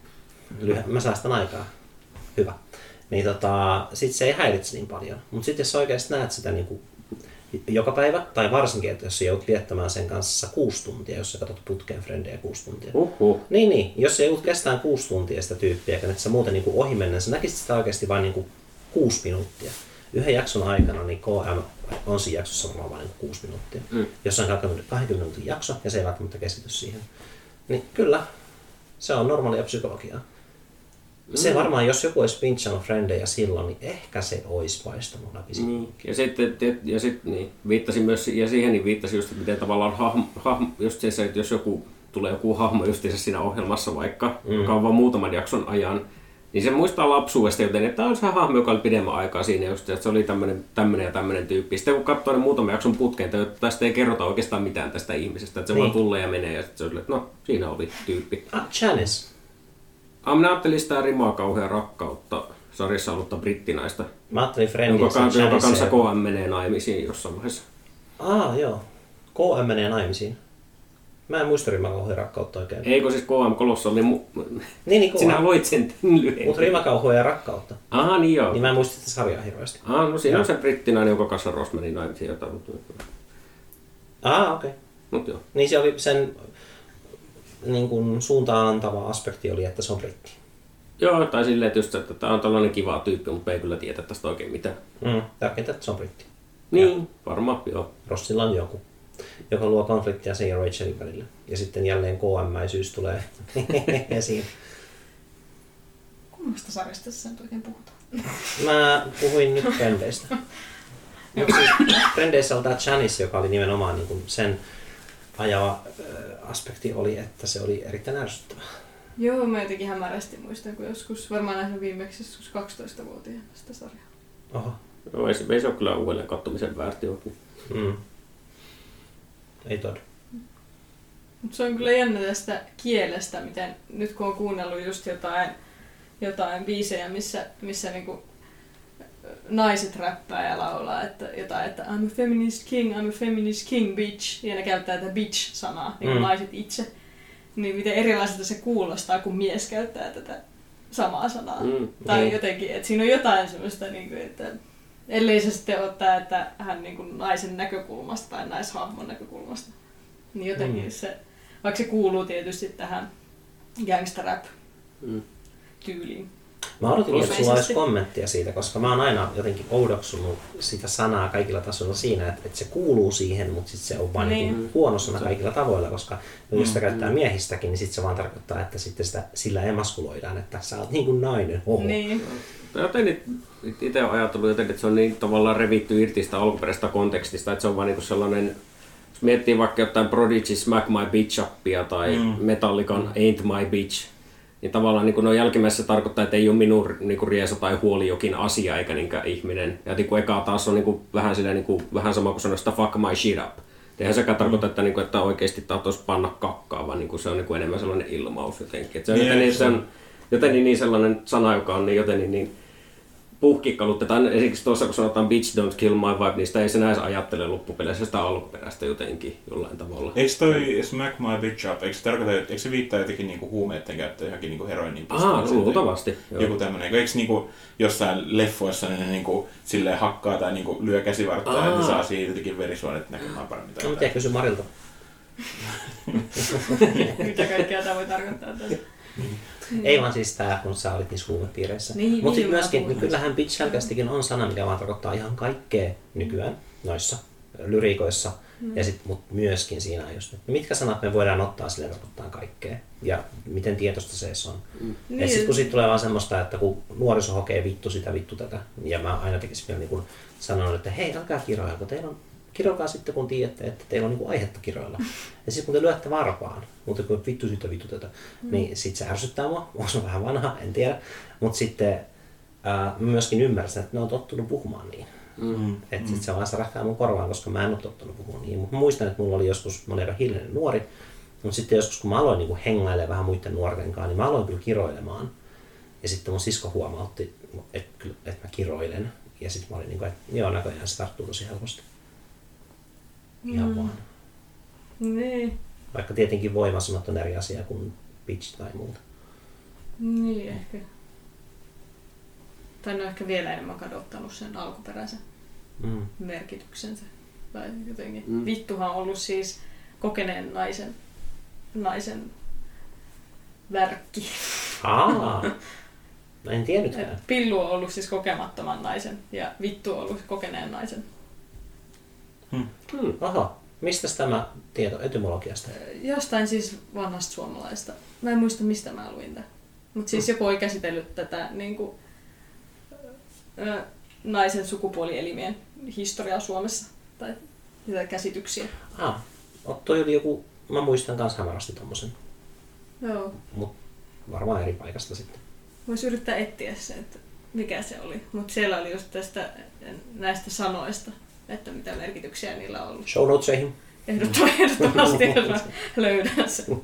Speaker 2: mä säästän aikaa. Hyvä. Niin sit se ei häiritse niin paljon. Mutta sitten jos sä oikeasti näet sitä niinku joka päivä, tai varsinkin, että jos sä joudut viettämään sen kanssa 6 tuntia, jos sä katsot putkeen Frendejä 6 tuntia. Niin, jos sä joudut kestään 6 tuntia sitä tyyppiä, että sä muuten niinku ohimennen, sä näkisit sitä oikeasti vain niinku 6 minuuttia. Yhden jakson aikana niin KM on siinä jaksossa varmaan vain 6 minuuttia. Jos on 20 minuutin jakso ja se ei välttämättä keskity siihen. Niin kyllä, se on normaalia psykologiaa. Se varmaan, jos joku olisi pinchannut Frendejä silloin, niin ehkä se olisi paistanut läpi.
Speaker 3: Ja sitten niin, viittasin myös, ja siihen niin viittasin just, että miten tavallaan just se, että jos tulee joku hahmo justiinsa siinä ohjelmassa vaikka, joka on vaan muutaman jakson ajan, niin se muistaa lapsuudesta, joten että on se hahmo, joka oli pidemmän aikaa siinä just, että se oli tämmöinen ja tämmöinen tyyppi. Sitten kun katsoo ne muutaman jakson putkeen, tästä ei kerrota oikeastaan mitään tästä ihmisestä, että se vaan tulee ja menee ja sitten se on silleen, että no, siinä oli tyyppi.
Speaker 2: Janice.
Speaker 3: Minä ajattelin sitä Rimaa kauhean rakkautta sarjassa ollutta brittinaista.
Speaker 2: Mä ajattelin Friendissä
Speaker 3: Jonka kanssa KM menee naimisiin jossain vaiheessa.
Speaker 2: Joo. KM menee naimisiin. Mä en muista Rimaa kauhean rakkautta oikein.
Speaker 3: Eikö siis KM Kolossa oli
Speaker 2: niin KM.
Speaker 3: Sinä loit sen lyhyen.
Speaker 2: Mutta Rimaa kauhean rakkautta.
Speaker 3: Niin joo.
Speaker 2: Niin mä en muista sitä sarjaa hirveästi.
Speaker 3: No siinä on se brittinainen, jonka kanssa Ross meni naimisiin jotain.
Speaker 2: Okei.
Speaker 3: Mut joo.
Speaker 2: Niin se oli sen niin kuin suuntaan antava aspekti oli, että se on britti.
Speaker 3: Joo, tai silleen, että just, että tämä on tällainen kiva tyyppi, mutta ei kyllä tiedä tästä oikein mitään.
Speaker 2: Tärkeintä, että se on britti.
Speaker 3: Niin, ja varmaan joo.
Speaker 2: Rossilla on joku, joka luo konfliktia sen ja Rachelin välillä. Ja sitten jälleen KM-mäisyys tulee esiin.
Speaker 4: Kummasta sarjasta tässä nyt oikein puhutaan?
Speaker 2: Mä puhuin nyt Frendeistä. Mutta siis Frendeissä on tämä Janice, joka oli nimenomaan niin kuin sen ajava aspekti oli, että se oli erittäin ärsyttävää.
Speaker 4: Joo, mä jotenkin hämärästi muistan, kun joskus varmaan nähnyt viimeksi joskus 12-vuotiaana sitä sarjaa.
Speaker 2: Oho.
Speaker 3: Joo, ei se ole kyllä uudelleen katsomisen väärti joku.
Speaker 2: Ei todella.
Speaker 4: Mutta se on kyllä jännä tästä kielestä, miten nyt kun on kuunnellut just jotain biisejä, missä niinku naiset räppää ja laulaa, että I'm a feminist king, bitch, ja ne käyttää tätä bitch-sanaa, niin kuin naiset itse. Niin miten erilaiselta se kuulostaa, kun mies käyttää tätä samaa sanaa. Tai jotenkin, että siinä on jotain semmoista, että ellei se sitten ole tämä, että hän niin kuin naisen näkökulmasta tai naishahmon näkökulmasta. Niin jotenkin se, vaikka se kuuluu tietysti tähän gangsta-rap-tyyliin.
Speaker 2: Mä odotin, että sulla olisi kommenttia siitä, koska mä oon aina jotenkin oudoksunut sitä sanaa kaikilla tasoilla siinä, että se kuuluu siihen, mutta sitten se on vain niin huono sana kaikilla tavoilla, koska jos sitä käyttää miehistäkin, niin sitten se vaan tarkoittaa, että sitten sillä emaskuloidaan, että sä oot niin kuin nainen.
Speaker 4: Niin.
Speaker 3: Itse olen ajatellut jotenkin, että se on niin tavallaan revitty irti sitä alkuperäisestä kontekstista, että se on vaan niin sellainen, jos miettii vaikka jotain Prodigy Smack My Bitch Upia tai Metallican Ain't My Bitch, niin tavallaan niin no jälkimmäisessä tarkoittaa, että ei ole minun niin riesa tai huoli jokin asia eikä niinkään ihminen. Ja niin eka taas on niin vähän, vähän sama kuin sanoista fuck my shit up. Eihän sekään tarkoita, että oikeasti tahtoisi panna kakkaa, vaan niin se on niin enemmän sellainen ilmaus jotenkin. Se on jotenkin niin sellainen sana, joka on niin puhkikkalutetaan. Esimerkiksi tuossa, kun sanotaan Bitch Don't Kill My Vibe, niin sitä ei se näissä ajattele loppupeleissä sitä alkuperäistä jotenkin jollain tavalla.
Speaker 1: Eikö toi Smack My Bitch Up, eikö se viittaa jotenkin niinku huumeiden käyttöön, johonkin niinku heroinin pistoon?
Speaker 3: Luultavasti.
Speaker 1: Joku tämmönen, eikö niinku jossain leffoissa ne niinku silleen hakkaa tai niinku lyö käsivarttaa, että saa siitä jotenkin verisuonet näkemään paremmin.
Speaker 2: No mitä kysy Marilta?
Speaker 4: Mitä kaikkea tämä voi tarkoittaa tässä?
Speaker 2: Ei vaan siis tää, kun sä olit niissä huumepiireissä.
Speaker 4: Niin,
Speaker 2: mutta sitten
Speaker 4: mä
Speaker 2: myöskin,
Speaker 4: puhuin.
Speaker 2: kyllähän bitch-selkeästikin on sana, mikä vaan tarkoittaa ihan kaikkea nykyään noissa lyriikoissa. Ja mutta myöskin siinä on just, että mitkä sanat me voidaan ottaa sille tarkoittaa kaikkea. Ja miten tietoista se on. Ja sitten kun siitä tulee vaan semmoista, että kun nuoriso hokee vittu sitä, vittu tätä. Ja mä aina tekisin vielä niin sanon, että hei, älkää kiroilko, kiroilkaa sitten, kun tiedätte, että teillä on niinku aihetta kiroilla. Ja sitten kun te lyötte varpaan, mutta kun vittu sitä, vittu tätä, niin sit se ärsyttää mua. Onko se vähän vanha, en tiedä. Mutta sitten mä myöskin ymmärsin, että ne on tottunut puhumaan niin. Että sitten se vaan särähtää mun korvaan, koska mä en ole tottunut puhumaan niin. Mutta muistan, että mulla oli joskus, mä olin aika hiljainen nuori. Mutta sitten joskus, kun mä aloin niinku hengailemaan vähän muiden nuorten kanssa, niin mä aloin kyllä kiroilemaan. Ja sitten mun sisko huomautti, että mä kiroilen. Ja sitten mä olin niinku, että joo, näköjään se tarttuu tosi helposti. Ihan vaan.
Speaker 4: Niin.
Speaker 2: Vaikka tietenkin voimasanat on eri asia kuin bitch tai muuta.
Speaker 4: Niin ehkä. Tai ne on ehkä vielä enemmän kadottanut sen alkuperäisen merkityksensä. Tai jotenkin. Vittuhan on ollut siis kokeneen naisen värkki.
Speaker 2: No en tiennytkään.
Speaker 4: Pillu on ollut siis kokemattoman naisen ja vittu on ollut kokeneen naisen.
Speaker 2: Aha, mistä tämä tieto etymologiasta?
Speaker 4: Jostain siis vanhasta suomalaista. Mä en muista mistä mä luin tämän. Mutta siis joku oli käsitellyt tätä niin kuin, naisen sukupuolielimien historiaa Suomessa. Tai niitä käsityksiä.
Speaker 2: Toi oli joku, mä muistan kans hämärästi tommosen.
Speaker 4: Joo.
Speaker 2: Mut varmaan eri paikasta sitten.
Speaker 4: Voisi yrittää etsiä se, että mikä se oli. Mutta siellä oli just näistä sanoista, että mitä merkityksiä niillä on ollut.
Speaker 2: Show notesihin.
Speaker 4: Ehdottomasti löydän sen.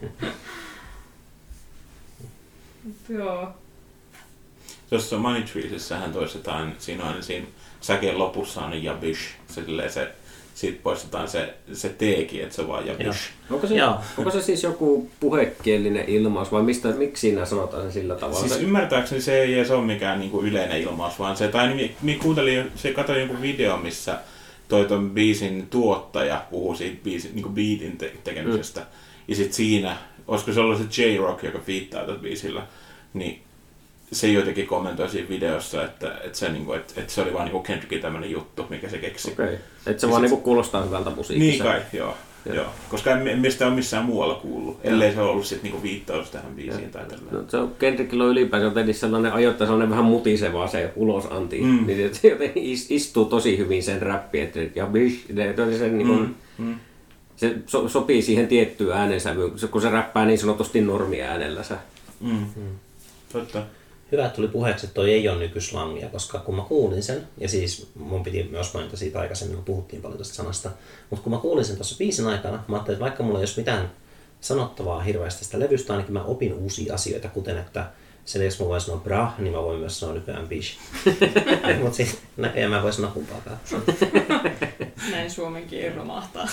Speaker 4: Joo.
Speaker 1: Tuossa Money Treesissähän toistetaan, siinä on siinä säkeen lopussa on jabish, siitä poistetaan se teekin, että se on vaan jabish.
Speaker 3: Onko se siis joku puhekielinen ilmaus vai miksi siinä sanotaan se sillä tavalla?
Speaker 1: Siis ymmärtääkseni se ei edes ole mikään niinku yleinen ilmaus, vaan se, tai katsoin jonkun videon, missä ton biisin tuottaja puhuu siitä niinku beatin tekemisestä. Ja sit siinä, olisiko se ollut se J-Rock, joka fiittaa tätä biisillä, niin se jotenkin kommentoi siinä videossa, että se oli vaan niinku Kendrickin tämmönen juttu, mikä se keksi.
Speaker 3: Okei. Että se vaan niinku kuulostaa hyvältä musiikissa.
Speaker 1: Niin kai, joo. Koska en sitä ole missään muualla kuullut, ellei se ole ollut sit niinku viittaus tähän biisiin tai tällainen.
Speaker 3: No, se on Kendrickillä on ylipäänsä jotenkin sellainen ajoittain sellainen vähän mutisevaa se ulosanti. Niin se jotenkin istuu tosi hyvin sen räppi, että se sopii siihen tiettyyn äänensävyyn, kun se räppää niin sanotusti normiäänellä.
Speaker 1: Totta.
Speaker 2: Hyvä, että tuli puheeksi, että toi ei ole nykyslangia, koska kun mä kuulin sen, ja siis mun piti myös mainita siitä aikaisemmin, kun puhuttiin paljon tästä sanasta, mutta kun mä kuulin sen tuossa biisin aikana, mä ajattelin, että vaikka mulla ei olisi mitään sanottavaa hirveästi tästä levystä, ainakin mä opin uusia asioita, kuten että sen lisäksi mä voin sanoa bra, niin mä voin myös sanoa nykyään bish. Mutta sitten näköjään mä voin sanoa kumpaakaan.
Speaker 4: Näin suomen kieli romahtaa.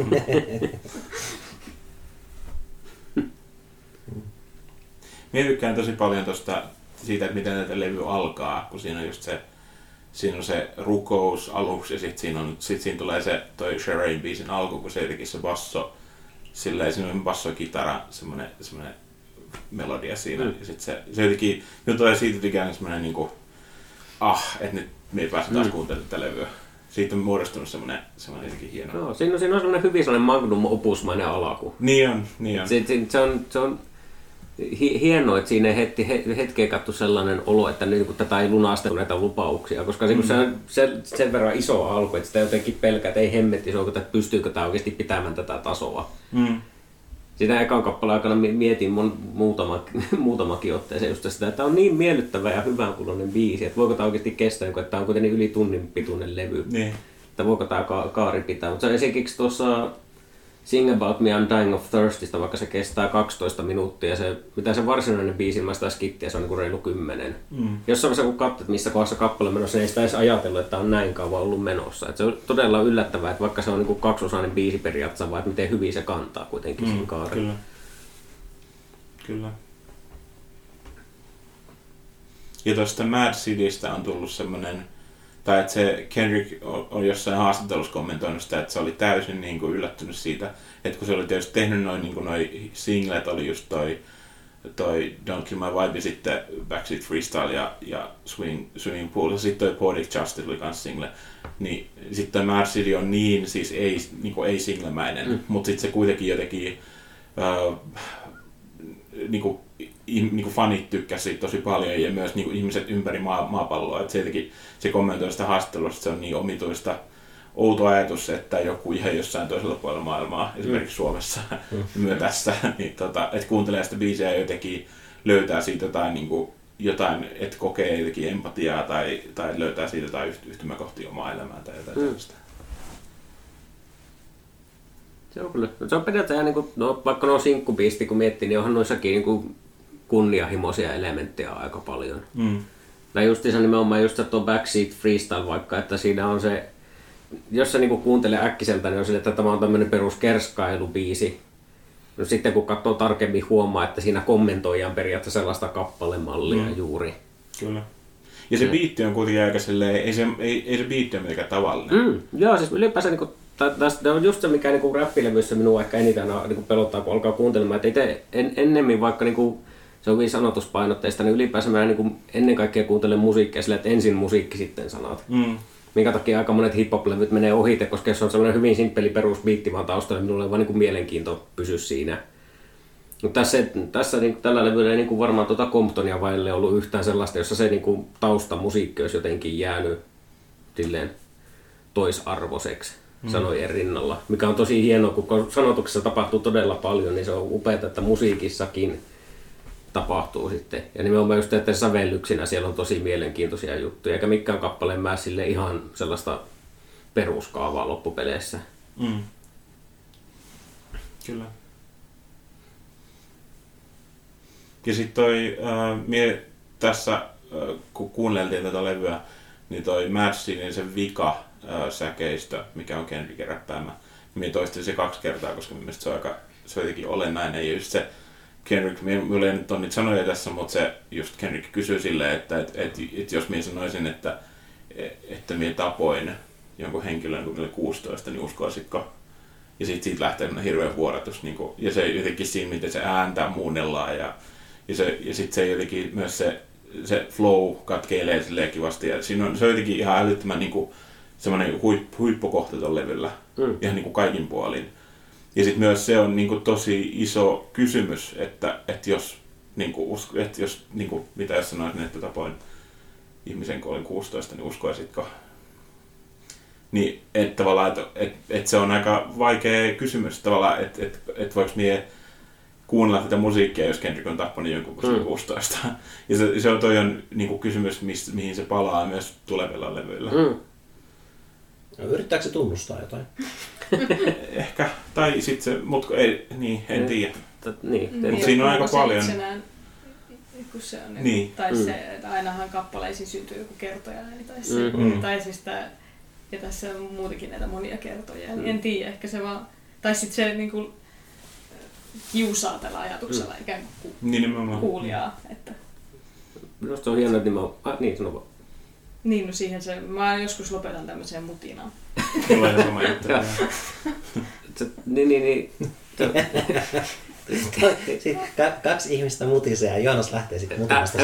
Speaker 1: Minä tykkään tosi paljon siitä, että miten tätä levy alkaa, kun siinä on just se rukous aluksi ja sitten siinä tulee se toi Sherain biisin alku, kun se jotenkin se basso, silleen siinä on bassokitara, semmoinen melodia siinä. Ja sitten se jotenkin, nyt tulee siitä ikään semmoinen niinku, että nyt me ei pääse taas kuuntelemaan tätä levyä. Siitä on muodostunut semmoinen jotenkin hieno.
Speaker 3: Joo, siinä on semmoinen hyvin sellainen magnum opusmainen alaku.
Speaker 1: Niin on.
Speaker 3: Se on hienoa, että siinä hetkeen kattu sellainen olo, että niin, tätä ei lunasta näitä lupauksia, koska se on sen verran iso alku, että sitä jotenkin pelkää, että ei hemmetti, että pystyykö tämä oikeasti pitämään tätä tasoa. Sitä ekan kappaleen aikana mietin muutamakin otteeseen just sitä, että tämä on niin miellyttävä ja hyvänkuuloinen biisi, että voiko tämä oikeasti kestää, että tämä on kuitenkin yli tunnin pituinen levy. Niin. Että voiko tämä kaari pitää. Mutta esimerkiksi tuossa Sing About Me I'm Dying of Thirstistä, vaikka se kestää 12 minuuttia. Mitä se varsinainen biisi, mä sitä skittiä, se on niin reilu 10. Jossain vaiheessa kun katsot, missä kohdassa kappale menossa, niin ei sitä edes ajatellut, että on näin kauan ollut menossa. Et se on todella yllättävää, että vaikka se on niin kaksiosainen biisi periaatteessa, vaan että miten hyvin se kantaa kuitenkin sen kaaren.
Speaker 1: Kyllä. Ja tuosta Mad Citystä on tullut semmoinen, tai että se Kendrick on jossain haastattelussa kommentoinut sitä, että se oli täysin niin kuin yllättynyt siitä, että kun se oli tietysti tehnyt noin niin noi singlet, oli just toi Don't Kill My Vibe ja sitten Backseat Freestyle ja Swimming Pool ja sitten toi Poetic Justice oli kans single, niin sitten toi Mad City on niin, siis ei singlemäinen, mutta sitten se kuitenkin jotenkin niinku fanit tykkäsivät siitä tosi paljon ja myös niinku ihmiset ympäri maapalloa. Et se kommentoi sitä haastattelusta, että se on niin omituista outo ajatus, että joku ihan jossain toisella puolella maailmaa, esimerkiksi Suomessa, myös tässä, niin että kuuntelee sitä biisiä ja jotenkin löytää siitä jotain, että kokee jotenkin empatiaa tai löytää siitä jotain yhtymäkohtia omaa elämää tai jotain tällaista.
Speaker 3: Se on kyllä. Se on periaatteessa ihan vaikka nuo sinkkubiisti, kun miettii, niin onhan noissakin kunnianhimoisia elementtejä aika paljon. Ja justiinsa nimenomaan just tuo Backseat Freestyle vaikka, että siinä on se, jos se kuuntelee äkkiseltä, niin on sille, että tämä on tämmöinen perus kerskailubiisi. No sitten kun katsoo tarkemmin, huomaa, että siinä kommentoidaan periaatteessa sellaista kappalemallia juuri.
Speaker 1: Kyllä. Ja se biitti on kuitenkin aika silleen, ei se biitti ole mitenkään tavallinen.
Speaker 3: Joo, siis ylipäänsä tämä on just se, mikä räppilevyissä minua ehkä eniten pelottaa, kun alkaa kuuntelemaan. Että itse ennemmin vaikka se on hyvin sanotuspainotteista, niin ylipäänsä mä ennen kaikkea kuuntelen musiikkia sillä, että ensin musiikki, sitten sanat. Minkä takia aika monet hip-hop-levyt menee ohite, koska jos on sellainen hyvin simppeli perusbiitti vaan taustalla, niin minulla on vaan mielenkiinto pysyä siinä. Mutta tässä tällä levyllä ei varmaan Comptonia vaille ollut yhtään sellaista, jossa se taustamusiikki olisi jotenkin jäänyt silleen toisarvoiseksi sanojen rinnalla. Mikä on tosi hienoa, kun sanotuksessa tapahtuu todella paljon, niin se on upeaa, että musiikissakin tapahtuu sitten. Ja nimenomaan just, että sävellyksinä siellä on tosi mielenkiintoisia juttuja, eikä mikään kappaleen mää sille ihan sellaista peruskaavaa loppupeleissä.
Speaker 1: Kyllä. Ja sitten mie tässä, kun kuunneltiin tätä levyä, niin toi Mad Cityn se vika säkeistö, mikä on Kendrickin räppäämä, mie toistin se 2 kertaa, koska mielestäni se on jotenkin olennainen. Ja just se Kendrick, minulla ei nyt ole niitä sanoja tässä, mutta se just Kendrick kysyy silleen, että jos minä sanoisin, että minä tapoin jonkun henkilön, kun minä 16, niin uskoisitko? Ja siitä lähtee hirveä vuodatus. Niin kuin, ja se jotenkin siinä, miten se ääntä muunnellaan. Ja sitten se jotenkin myös se flow katkeilee silleen kivasti. Ja se on jotenkin ihan älyttömän semmoinen huippukohta tuolla levyllä. Ihan niin kuin kaikin puolin. Ja sitten myös se on tosi iso kysymys, että jos mitä jos sanoisin, että tapoin ihmisen, kun olin 16, niin uskoisitko? Niin, että tavallaan, että se on aika vaikea kysymys tavallaan, että voiko mie kuunnella tätä musiikkia, jos Kendrick on tappanut jonkun, kun se on 16. Ja se on kysymys, mihin se palaa myös tulevilla levyillä.
Speaker 2: No, yrittääkö se tunnustaa jotain?
Speaker 1: Ehkä, tai sitten se, mutta en tiedä.
Speaker 3: Niin,
Speaker 1: siinä on aika paljon.
Speaker 4: Kun se on, tai se, että ainahan kappaleisiin syntyy joku kertojaääni, tai siis ja tässä on muutenkin näitä monia kertoja, niin en tiedä, ehkä se vaan, tai sitten se kiusaa tällä ajatuksella ikään kuin kuulijaa. Että.
Speaker 3: Minusta se on hienoa, että sano vaan.
Speaker 4: Niin, no siihen se, mä joskus lopetan tämmöiseen mutinaan.
Speaker 1: Tulee sama juttu.
Speaker 3: Niin.
Speaker 2: Kaksi ihmistä mutisee ja Joonas lähtee sitten mutimasta.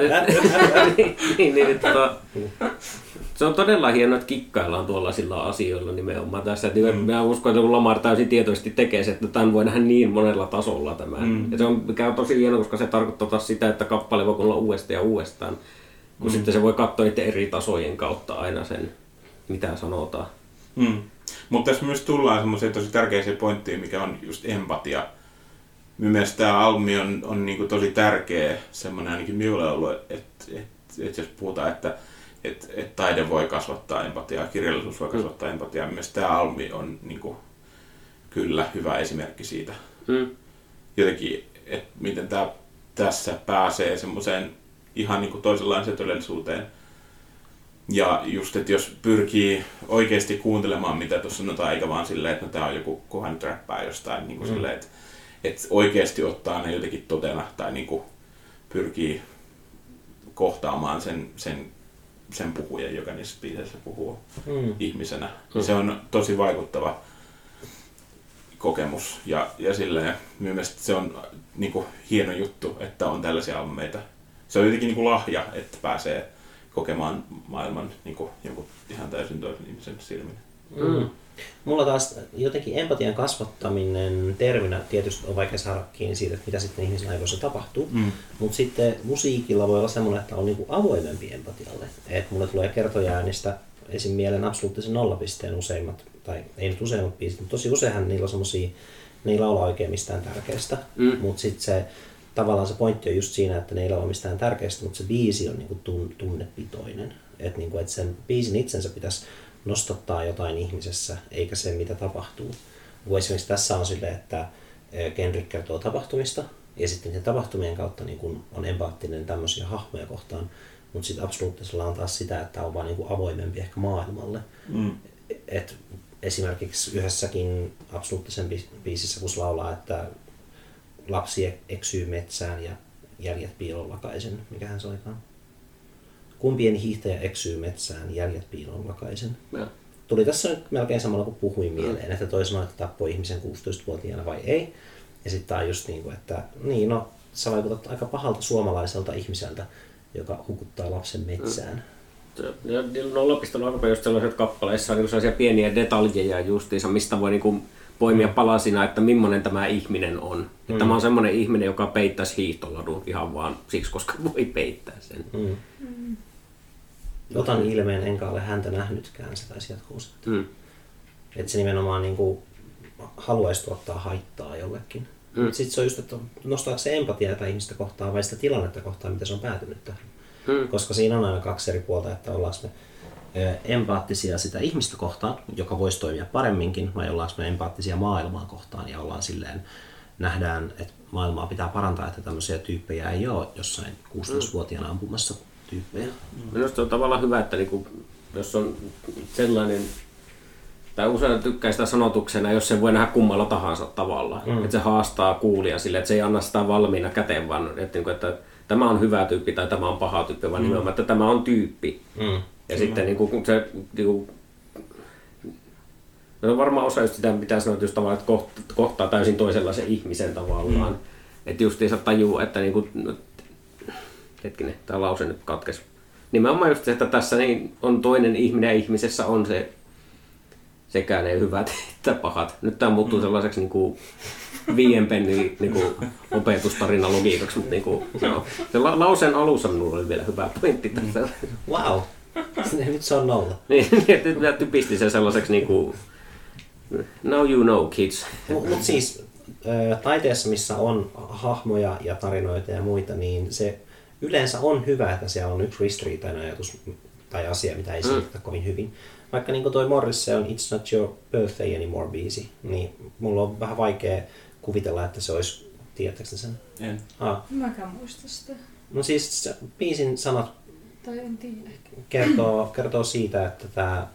Speaker 3: Se on todella hienoa, että kikkaillaan tuollaisilla asioilla nimenomaan tässä. Mä uskon, että kun Lamar täysin tietoisesti tekee se, että tämän voi nähdä niin monella tasolla tämän. Ja se on, mikä on tosi hienoa, koska se tarkoittaa taas sitä, että kappale voi olla uudestaan ja uudestaan. Kun sitten se voi katsoa niiden eri tasojen kautta aina sen, mitä sanotaan.
Speaker 1: Mutta tässä myös tullaan semmoiseen tosi tärkeäseen pointtiin, mikä on just empatia. Mielestäni tämä albumi on tosi tärkeä semmoinen ainakin minulle ollut, että jos puhutaan, että taide voi kasvattaa empatiaa, kirjallisuus voi kasvattaa empatiaa. Mielestäni tämä albumi on kyllä hyvä esimerkki siitä. Jotenkin, että miten tässä pääsee semmoiseen ihan niin kuin toisenlaiseen todellisuuteen. Ja just, että jos pyrkii oikeasti kuuntelemaan, mitä tuossa sanotaan, eikä vaan silleen, että no, tämä on joku kohan trappää jostain, niin kuin silleen, että oikeasti ottaa ne jotenkin totena tai niin kuin pyrkii kohtaamaan sen puhujan, joka niissä biiseissä puhuu ihmisenä. Se on tosi vaikuttava kokemus ja silleen mielestäni se on niin kuin hieno juttu, että on tällaisia albumeita. Se on jotenkin niin kuin lahja, että pääsee kokemaan maailman niin kuin jonkun ihan täysin toisen ihmisen silmin.
Speaker 2: Mulla taas jotenkin empatian kasvattaminen terminä tietysti on vaikea saada kiinni siitä, että mitä sitten ihmisen aivoissa tapahtuu, mutta sitten musiikilla voi olla semmoinen, että on niinku avoimempi empatialle. Että mulle tulee kertojäännistä esim. Mieleen absoluuttisen nollapisteen useimmat, tai ei nyt useimmat biisit, mutta tosi useinhan niillä on semmosia, ne ei laula oikein mistään tärkeästä, mutta sitten se tavallaan se pointti on just siinä, että ne ei laula mistään tärkeästä, mutta se biisi on niinku tunnepitoinen. Että niinku, et sen biisin itsensä pitäisi nostattaa jotain ihmisessä, eikä se mitä tapahtuu. Esimerkiksi tässä on silleen, että Kendrick kertoo tapahtumista, ja sitten niiden tapahtumien kautta niin kun on empaattinen tämmöisiä hahmoja kohtaan, mutta sitten absoluuttisella on taas sitä, että on vaan niin kuin avoimempi ehkä maailmalle. Et esimerkiksi yhdessäkin absoluuttisen biisissä, kun se laulaa, että lapsi eksyy metsään ja jäljet piilon lakaisen. Mikähän se olikaan? Kun pieni hiihtäjä eksyy metsään, jäljet piilon lakaisen. Tuli tässä nyt melkein samalla kuin puhuin mieleen, että toi sanoi, että tappoi ihmisen 16-vuotiaana vai ei. Ja sitten tää on just niin kuin, että niin no, sä vaikutat aika pahalta suomalaiselta ihmiseltä, joka hukuttaa lapsen metsään.
Speaker 3: Nollapistelu on aika just sellaisissa kappaleissa on niin sellaisia pieniä detaljeja justiinsa, mistä voi niin poimia palasina, että millainen tämä ihminen on. Että tämä on semmoinen ihminen, joka peittäisi hiihtoladun ihan vaan siksi, koska voi peittää sen.
Speaker 2: Otan ilmeen, enkä ole häntä nähnytkään, se taisi jatkuu. Että se nimenomaan niin kuin haluaisi tuottaa haittaa jollekin. Sitten se on just, että nostaako se empatiaa ihmistä kohtaan vai sitä tilannetta kohtaan, mitä se on päätynyt tähän. Koska siinä on aina kaksi eri puolta, että ollaanko me empaattisia sitä ihmistä kohtaan, joka voisi toimia paremminkin, vai ollaanko me empaattisia maailmaa kohtaan ja ollaan silleen, nähdään, että maailmaa pitää parantaa, että tämmöisiä tyyppejä ei ole jossain 16-vuotiaana ampumassa tyyppejä.
Speaker 3: Minusta on tavallaan hyvä, että niinku, jos on sellainen, tai usein tykkää sitä sanotuksena, jos se voi nähdä kummalla tahansa tavalla. Että se haastaa kuulia sille, että se ei anna sitä valmiina käteen, vaan että tämä on hyvä tyyppi tai tämä on paha tyyppi, vaan nimenomaan, että tämä on tyyppi. Ja sitten niin kun se no varmaan osa just sitä, mitä sanoit, just tavallaan, että kohtaa täysin toisenlaisen ihmisen tavallaan. Että justiinsa tajuu, että niin kuin, hetkinen, tämä lause nyt katkesi. Nimenomaan just se, että tässä niin on toinen ihminen ja ihmisessä on se sekä ne hyvät että pahat. Nyt tämä muuttuu sellaiseksi niin kuin 5 pennin niin kuin opetustarina logiikaksi, mutta niin kuin, no. Se lauseen alussa minulla oli vielä hyvä pointti tässä.
Speaker 2: Wow! Nyt se on 0.
Speaker 3: Niin, nyt pisti sen sellaiseksi niin kuin, now you know kids.
Speaker 2: Mutta siis taiteessa, missä on hahmoja ja tarinoita ja muita, niin se yleensä on hyvä, että siellä on yksi ristiriitainen ajatus tai asia, mitä ei selitetä kovin hyvin. Vaikka niin kuin toi Morrissey on It's Not Your Birthday Anymore biisi, niin mulla on vähän vaikea kuvitella, että se olisi, tiedättekö sen?
Speaker 1: En.
Speaker 4: Mäkään muista sitä.
Speaker 2: No siis biisin sanat
Speaker 4: tai en tiedä.
Speaker 2: kertoo siitä, että tämä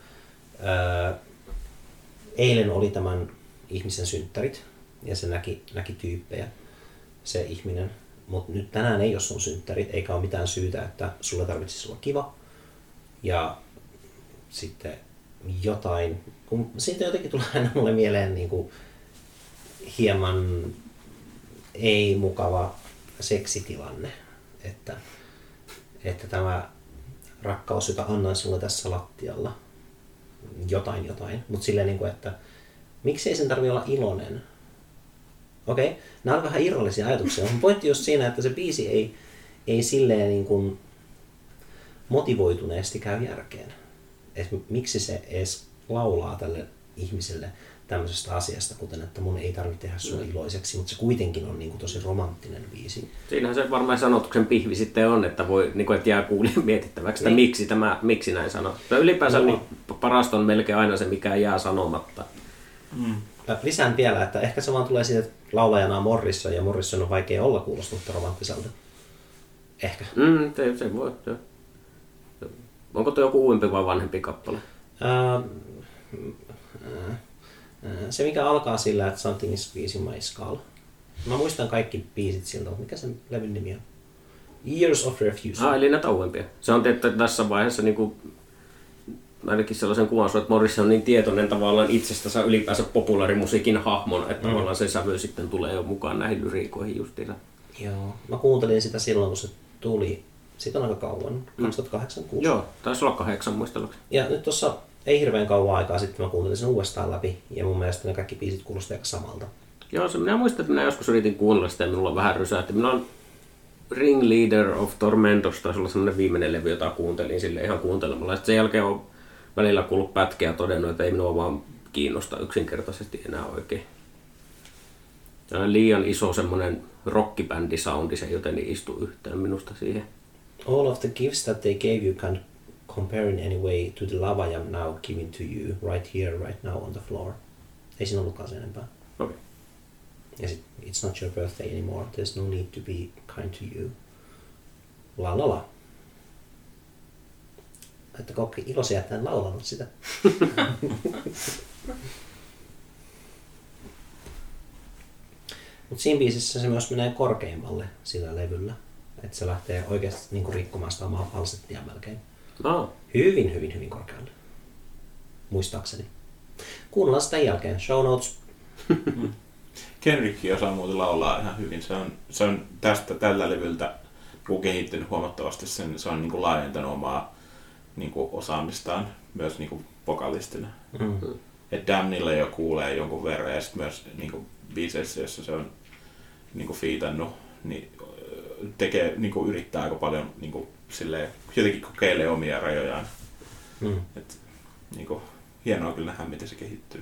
Speaker 2: eilen oli tämän ihmisen synttärit ja se näki tyyppejä, se ihminen. Mutta nyt tänään ei ole sun synttärit, eikä ole mitään syytä, että sulle tarvitsisi olla kiva. Ja sitten jotain, kun siitä jotenkin tulee aina mulle mieleen niin kuin hieman ei-mukava seksitilanne, että tämä rakkaus, jota annan sulle tässä lattialla, jotain, mutta silleen niin kuin, että miksi ei sen tarvitse olla iloinen? Okei, nämä on vähän irrallisia ajatuksia, mutta pointti just siinä, että se biisi ei silleen niin kuin motivoituneesti käy järkeen. Että miksi se edes laulaa tälle ihmiselle tämmöisestä asiasta, kuten että mun ei tarvitse tehdä sua iloiseksi, mutta se kuitenkin on niin kuin tosi romanttinen biisi.
Speaker 3: Siinähän se varmaan sanotuksen pihvi sitten on, että voi, niin kuin, että jää kuulijan mietittäväksi, että miksi näin sanoo. Ylipäänsä niin parasta on melkein aina se, mikä jää sanomatta.
Speaker 2: Lisään vielä, että ehkä se vaan tulee siitä, että laulajana on Morrison, ja Morrison on vaikea olla kuulostunut romanttiselta. Ehkä.
Speaker 3: Se voi. Onko tuo joku uudempi vai vanhempi kappale?
Speaker 2: Se, mikä alkaa sillä, että Something is Squeezing My Skull. Mä muistan kaikki biisit siltä, mikä sen levyn nimi on? Years of Refusal.
Speaker 3: Eli näitä uudempia. Se on tietysti tässä vaiheessa niinku, ainakin sellaisen kuvan, että Morrison on niin tietoinen tavallaan itsestänsä ylipäänsä populaarimusiikin hahmona, että tavallaan se sävy sitten tulee jo mukaan näihin lyriikoihin justiinsa.
Speaker 2: Joo, mä kuuntelin sitä silloin, kun se tuli. Siitä on aika kauan, 2008-2006.
Speaker 3: Joo, taisi olla 8 muisteluksi.
Speaker 2: Ja nyt tuossa ei hirveän kauan aikaa sitten mä kuuntelin sen uudestaan läpi, ja mun mielestä ne kaikki biisit kuulosti aika samalta.
Speaker 3: Joo, minä muistan, että minä joskus yritin kuunnella sitä ja minulla vähän rysähti. Minä on Ringleader of Tormentos, taisi olla sellainen viimeinen levy, jota kuuntelin sille ihan kuuntelemalla. Sitten sen jälkeen on välillä kuullut pätkiä ja todennut, että ei minua vaan kiinnosta yksinkertaisesti enää oikein. Tämä on liian iso semmoinen rockibändisoundi, se joten ei istu yhtään minusta siihen.
Speaker 2: All of the gifts that they gave you can compare in any way to the love I am now giving to you, right here, right now on the floor. Ei siinä ollutkaan sen enempää.
Speaker 3: Okei.
Speaker 2: Ja sit, it's not your birthday anymore, there's no need to be kind to you. La la la. Että kokki iloisia, että en laulanut sitä. Mutta siinä biisissä se myös menee korkeammalle sillä levyllä. Että se lähtee oikeasti niinku rikkomaan sitä omaa falsettia melkein. Hyvin, hyvin, hyvin korkealle. Muistaakseni. Kuunnellaan sitä jälkeen. Show notes.
Speaker 1: Kendrick osaa muuten laulaa ihan hyvin. Se on tällä levyltä kehittynyt huomattavasti. Se on niinku laajentanut omaa niinku osaamistaan myös niinku vokalistina. Et Damnilla jo kuulee jonkun verran ja sitten myös niinku biiseissä, jossa se on niinku fiitannut, niin tekee, niinku yrittää aika paljon niinku silleen, jotenkin kokeilee omia rajojaan. Et, niinku, hienoa kyllä nähdä, miten se kehittyy.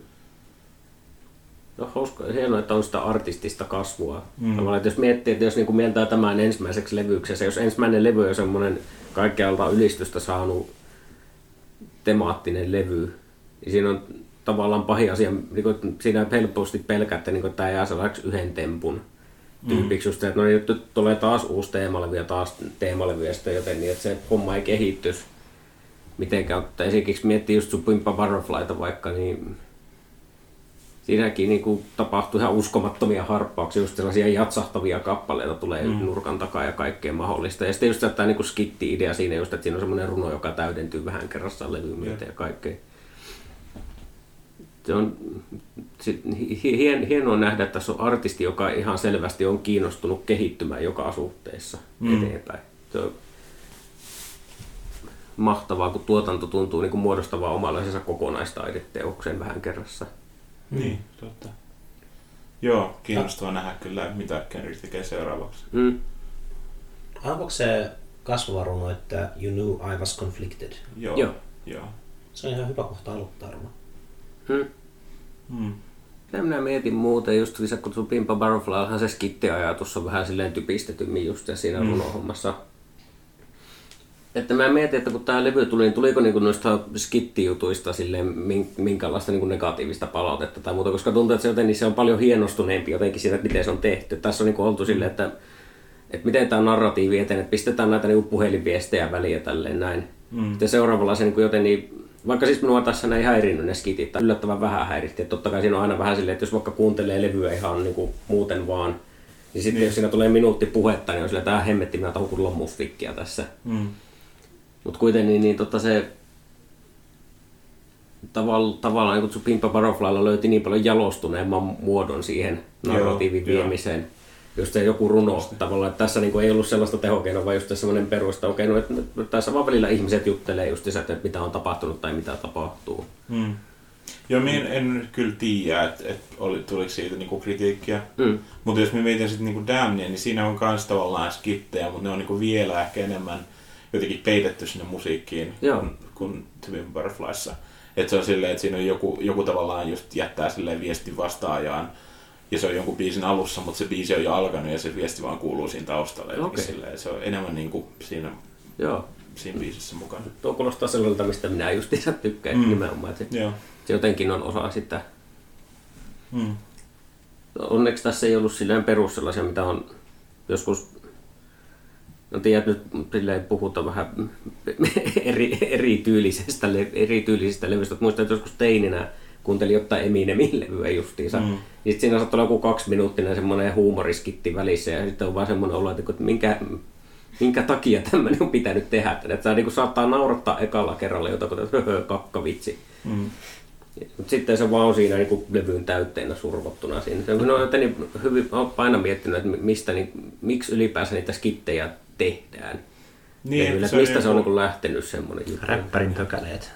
Speaker 3: No hauska, hienoa, että on sitä artistista kasvua. Että jos miettii, että jos niinku mieltää tämän ensimmäiseksi levyksessä, jos ensimmäinen levy on semmoinen kaikkialta ylistystä saanut temaattinen levy, niin siinä on tavallaan pahin asia, niin siinä helposti pelkäätte, niin tämä jää sellaiseksi yhden tempun tyypiksi, just se, että no nyt tulee taas uusi teemalevy ja taas teemalevy ja sitten joten niin, että se homma ei kehittyisi mitenkään. Mutta esimerkiksi miettii just sun Pimpa Butterflyta vaikka, niin siinäkin niin tapahtuu ihan uskomattomia harppauksia, just sellaisia jatsahtavia kappaleita tulee nurkan takaa ja kaikkea mahdollista. Ja sitten just tämä niin skitti-idea siinä, just, että siinä on semmoinen runo, joka täydentyy vähän kerrassaan levyyn myötä ja kaikkea. Se on hienoa nähdä, että tässä on artisti, joka ihan selvästi on kiinnostunut kehittymään joka suhteessa eteenpäin. Se on mahtavaa, kun tuotanto tuntuu niin kuin muodostavaa omanlaisensa kokonaistaideteoksen vähän kerrassa.
Speaker 1: Niin, totta. Joo, kiinnostavaa nähdä kyllä, mitä Kendrick tekee seuraavaksi.
Speaker 2: Onko se kasvava runo, että you knew I was conflicted?
Speaker 1: Joo.
Speaker 2: Se on ihan hyvä kohta aloittaa runo.
Speaker 3: Ja minä mietin muuten, just kun sun Pimpa Butterflyhan se skittiajatus on vähän silleen typistetymmin just siinä runohommassa. Että mä mietin, että kun tää levy tuli, niin tuliko niinku noista skittijutuista silleen minkälaista niinku negatiivista palautetta tai muuta, koska tuntuu, että se, joten, niin se on paljon hienostuneempi jotenkin siitä, että miten se on tehty. Tässä on niinku oltu silleen, että miten tämä narratiivi etenee, että pistetään näitä niinku puhelinviestejä väliä tälleen näin. Sitten seuraavalla se niinku joten niin, vaikka siis minua tässä ei häirinnyt ne skitit, tai yllättävän vähän häiritti. Että totta kai siinä on aina vähän silleen, että jos vaikka kuuntelee levyä ihan niinku muuten vaan, niin sitten jos siinä tulee minuutti puhetta, niin on silleen, että tämä hemmetti, minä tahun kunnon musiikkia tässä. Mutta kuitenkin niin se tavallaan niin Pimpa Butterflylla löyti niin paljon jalostuneemman muodon siihen narratiivin viemiseen. Just se joku runo tavallaan, että tässä niinku ei ollut sellaista tehokeinoa, vaan just semmoinen perusta, että tässä vaan välillä ihmiset juttelee just sitä, että mitä on tapahtunut tai mitä tapahtuu.
Speaker 1: Joo, minä en kyllä tiedä, että tuliko siitä niinku kritiikkiä. Mutta jos me mietin sitten niinku Damnia, niin siinä on myös tavallaan skittejä, mutta ne on niinku vielä ehkä enemmän jotenkin peitetty sinne musiikkiin kuin The Pimpa Butterflyssa. Että se on silleen, että siinä on joku tavallaan just jättää silleen viestin vastaajaan. Ja se on jonkun biisin alussa, mutta se biisi on jo alkanut ja se viesti vaan kuuluu siinä taustalla. Silleen, se on enemmän niin kuin siinä biisissä mukana.
Speaker 3: Tuo kuulostaa sellaiselta, mistä minä justiinsa tykkään nimenomaan. Se jotenkin on osa sitä Onneksi tässä ei ollut silleen perus sellaisia, mitä on joskus, no tiedät nyt silleen puhutaan vähän erityylisistä levyistä. Muistan, että joskus teininä kuuntelin jotain Eminemin levyä justiinsa. Sitten siinä saattaa olla joku 2-minuuttinen semmoinen huumoriskitti välissä ja sitten on vaan semmoinen olo, että minkä takia tämmöinen on pitänyt tehdä. Että se niin saattaa naurattaa ekalla kerralla jotain, että kakkavitsi. Mutta sitten se vaan on siinä niin levyyn täytteenä survottuna siinä. No, joten hyvin olen aina miettinyt, että miksi ylipäänsä niitä skittejä tehdään.
Speaker 1: Niin,
Speaker 3: mistä se on niin lähtenyt semmoinen juttu.
Speaker 2: Räppärin pökäleet.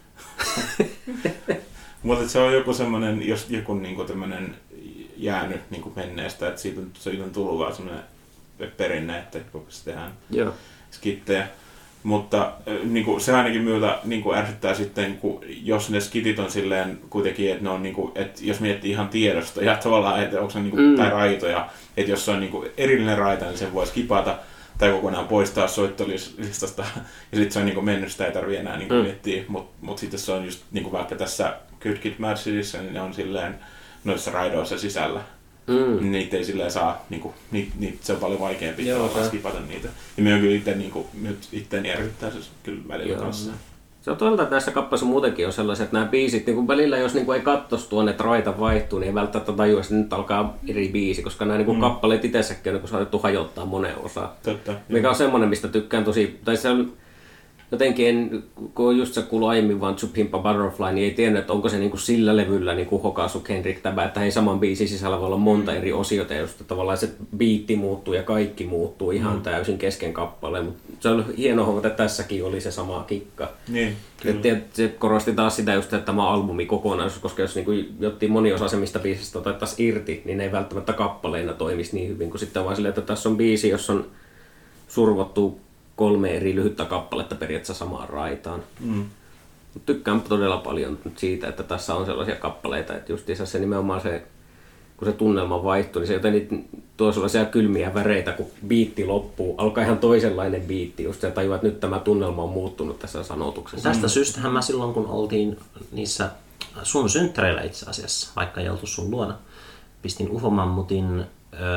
Speaker 1: Mutta se on joku semmoinen, jos joku niinku tämmöinen jäänyt niinku menneestä, että siitä on tullut vaan semmoinen perinne, että koko se tehdään skittejä. Mutta niinku, se ainakin myötä niinku ärsyttää sitten, jos ne skitit on silleen kuitenkin, että ne on niinku, että jos miettii ihan tiedostoja tavallaan, että onko se niinku, tai raitoja, että jos se on niinku erillinen raita, niin sen voi skipata tai kokonaan poistaa soittolistasta ja sitten se on niinku mennyt, sitä ei tarvitse enää niinku miettiä, mutta sitten se on just niinku vaikka tässä Good Kid Mad Cityssä, niin ne on silleen noissa raidoissa sisällä. Niin niitä ei silleen saa, niinku, se on paljon vaikeampi skipata niitä. Ja minä kyllä itse niinku, itseäni järkyttää se kyllä välillä kanssa.
Speaker 3: Se on toisaalta, että näissä kappaleissa muutenkin on sellaiset, että nämä biisit, niin välillä jos niin ei katsoisi tuonne, että raita vaihtuu, niin ei välttämättä tajua, että nyt alkaa eri biisi, koska nämä niin kappaleet itsessäkin on niin saatettu hajottaa moneen osaan.
Speaker 1: Totta.
Speaker 3: Mikä on semmoinen, mistä tykkään tosi, tai se on jotenkin, kun just se kuului aiemmin vaan To Pimp a Butterfly, niin ei tiennyt, että onko se niin sillä levyllä niin Hokasu Kendrick tämä, että ei saman biisin sisällä voi olla monta eri osiota, just tavallaan se biitti muuttuu ja kaikki muuttuu ihan täysin kesken kappaleen, mutta se on hieno huomata, että tässäkin oli se sama kikka.
Speaker 1: Niin,
Speaker 3: se korosti taas sitä just, että tämä albumi kokonaisuus, koska jos niin jottiin moni osa semmoista biisistä otettaisiin irti, niin ne ei välttämättä kappaleina toimisi niin hyvin, kuin sitten vaan silleen, että tässä on biisi, jossa on survottu 3 eri lyhyttä kappaletta periaatteessa samaan raitaan. Tykkään todella paljon siitä, että tässä on sellaisia kappaleita, että justiinsa se nimenomaan se, kun se tunnelma vaihtuu, niin se jotenkin tuo sellaisia kylmiä väreitä, kun biitti loppuu, alkaa ihan toisenlainen biitti, just se tajuaa, että nyt tämä tunnelma on muuttunut tässä sanotuksessa.
Speaker 2: Tästä syystähän mä silloin, kun oltiin niissä sun synttäreillä itse asiassa, vaikka ei oltu sun luona, pistin Ufo Mammutin,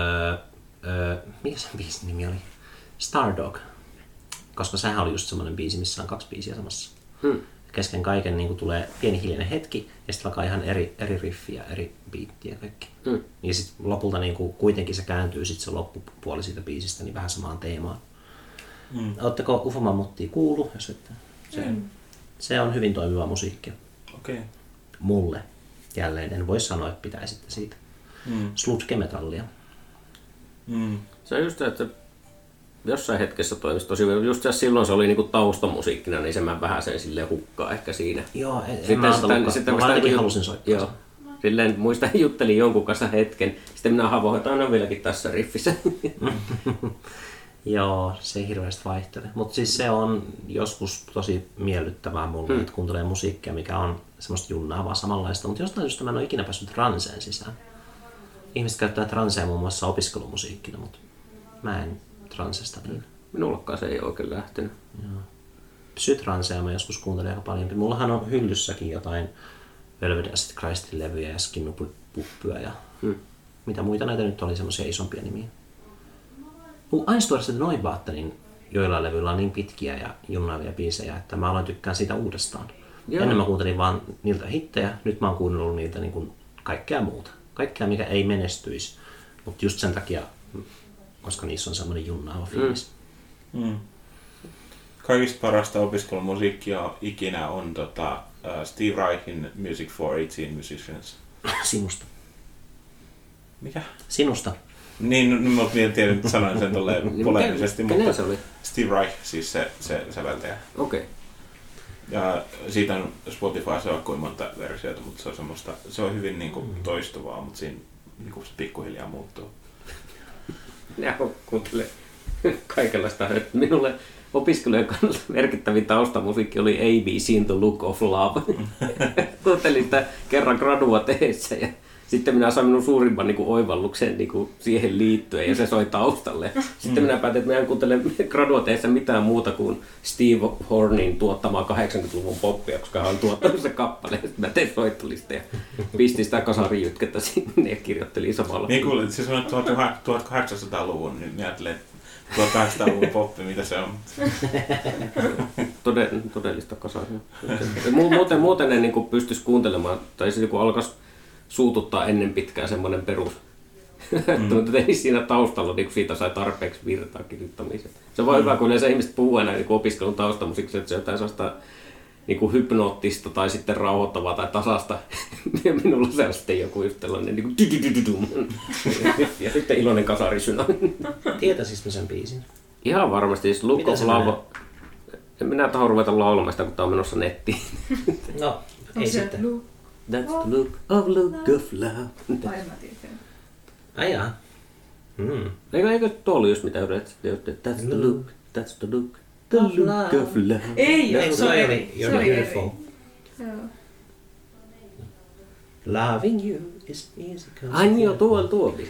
Speaker 2: mikä sen biisin nimi oli? Stardog. Koska sehän oli just semmoinen biisi, missä on 2 biisiä samassa. Kesken kaiken niin tulee pieni hiljainen hetki ja sitten alkaa ihan eri riffiä, eri biittiä ja kaikki. Ja sitten lopulta niin kuitenkin se kääntyy sit se loppupuoli siitä biisistä niin vähän samaan teemaan. Oletteko Ufo Mammuttia kuullut? Se on hyvin toimivaa musiikkia.
Speaker 1: Okay.
Speaker 2: Mulle. Jälleen en voi sanoa, että pitäisitte siitä. Sludge-metallia.
Speaker 3: Se on just se, että jossain hetkessä toimisi tosi hyvin. Just silloin se oli niinku taustamusiikkina, niin se mä vähän sen silleen hukkaa ehkä siinä.
Speaker 2: Joo, en mä sitä mä ainakin halusin soittaa.
Speaker 3: Joo. Silleen muistan, juttelin jonkun kanssa hetken, sitten minä havahoin, että aina vieläkin tässä riffissä.
Speaker 2: Joo, se ei hirveästi vaihtele. Mutta siis se on joskus tosi miellyttävää mulle, että kuuntelee musiikkia, mikä on semmoista junnaavaa samanlaista. Mutta jostain syystä mä en ole ikinä päässyt transeen sisään. Ihmiset käyttää transea muun muassa opiskelumusiikkina, mutta mä en transesta niin.
Speaker 3: Minullakaan se ei oikein lähtenyt.
Speaker 2: Psytransea mä joskus kuuntelin aika paljon. Mullahan on hyllyssäkin jotain Velvet Acid Christin levyjä ja Skinnupuppyä ja mitä muita näitä nyt oli, semmoisia isompia nimiä. Einstorset Neubatenin joillain levyillä on niin pitkiä ja junnaavia biisejä, että mä aloin tykkään siitä uudestaan. Ennen mä kuuntelin vaan niiltä hittejä, nyt mä oon kuunnellut niiltä niin kuin kaikkea muuta. Kaikkea mikä ei menestyisi, mutta just sen takia, koska niissä on semmoinen junnaava fiilis.
Speaker 1: Kaikista parasta opiskelumusiikkia ikinä on Steve Reichin Music for 18 Musicians.
Speaker 2: Sinusta.
Speaker 1: Mikä?
Speaker 2: Sinusta.
Speaker 1: Niin, mä tiedän, että sanoin sen tolleen poleemisesti, mutta
Speaker 3: se oli?
Speaker 1: Steve Reich, siis se säveltäjä.
Speaker 3: Okei.
Speaker 1: Ja siitä on Spotifyssa on kuin monta versiota, mutta se on semmoista, se on hyvin niinku toistuvaa, mutta siinä niinku se pikkuhiljaa muuttuu.
Speaker 3: Minä kuuntelen kaikenlaista. Minulle opiskelijan kannalta merkittävin taustamusiikki oli ABC:n The Look of Love. Kuuntelin sitä kerran gradua tehdessä ja Sitten minä sain minun suurimman niin kuin oivalluksen niin kuin siihen liittyen ja se soi taustalle. Sitten minä päätin, että minä en kuuntele graduateissa mitään muuta kuin Steve Hornin tuottamaa 80-luvun poppia, koska hän on tuottanut se kappale. Sitten mä tein soittolista ja pistin sitä kasarijytkettä sinne ja kirjoittelin samalla.
Speaker 1: Niin kuulet, se sanoit 1800-luvun, niin ajattelin, että 1800-luvun poppi, mitä se on?
Speaker 3: Todellista kasaria. Muuten en niin pystyisi kuuntelemaan, tai se niin alkaisi suututtaa ennen pitkään semmoinen perus. Mutta ei siinä taustalla niin siitä sai tarpeeksi virtaa kirjoittamiseen. Se on vaan hyvä, kun yleensä ihmiset puhuu enää niin opiskelun taustamusiikista, että se on jotain sellaista niin hypnoottista tai sitten rauhoittavaa tai tasasta. Minulla se on sitten joku just tällainen niin kuin ja sitten iloinen kasarisynä.
Speaker 2: Tietäisitkö sen biisin?
Speaker 3: Ihan varmasti. Siis Look of Love. En minä taho ruveta laulamaan sitä, kun tää on menossa nettiin.
Speaker 2: No, ei sitten.
Speaker 3: That's the look of love.
Speaker 4: Ai mä tiedän.
Speaker 2: Ai jaa.
Speaker 3: Eikö tuo ollut just mitä yritettiin? That's the look, the look of love.
Speaker 4: Ei,
Speaker 2: se oli eri.
Speaker 4: Se oli eri. Joo.
Speaker 2: Loving you is easy.
Speaker 3: Ai niin, joo, tuo biisi.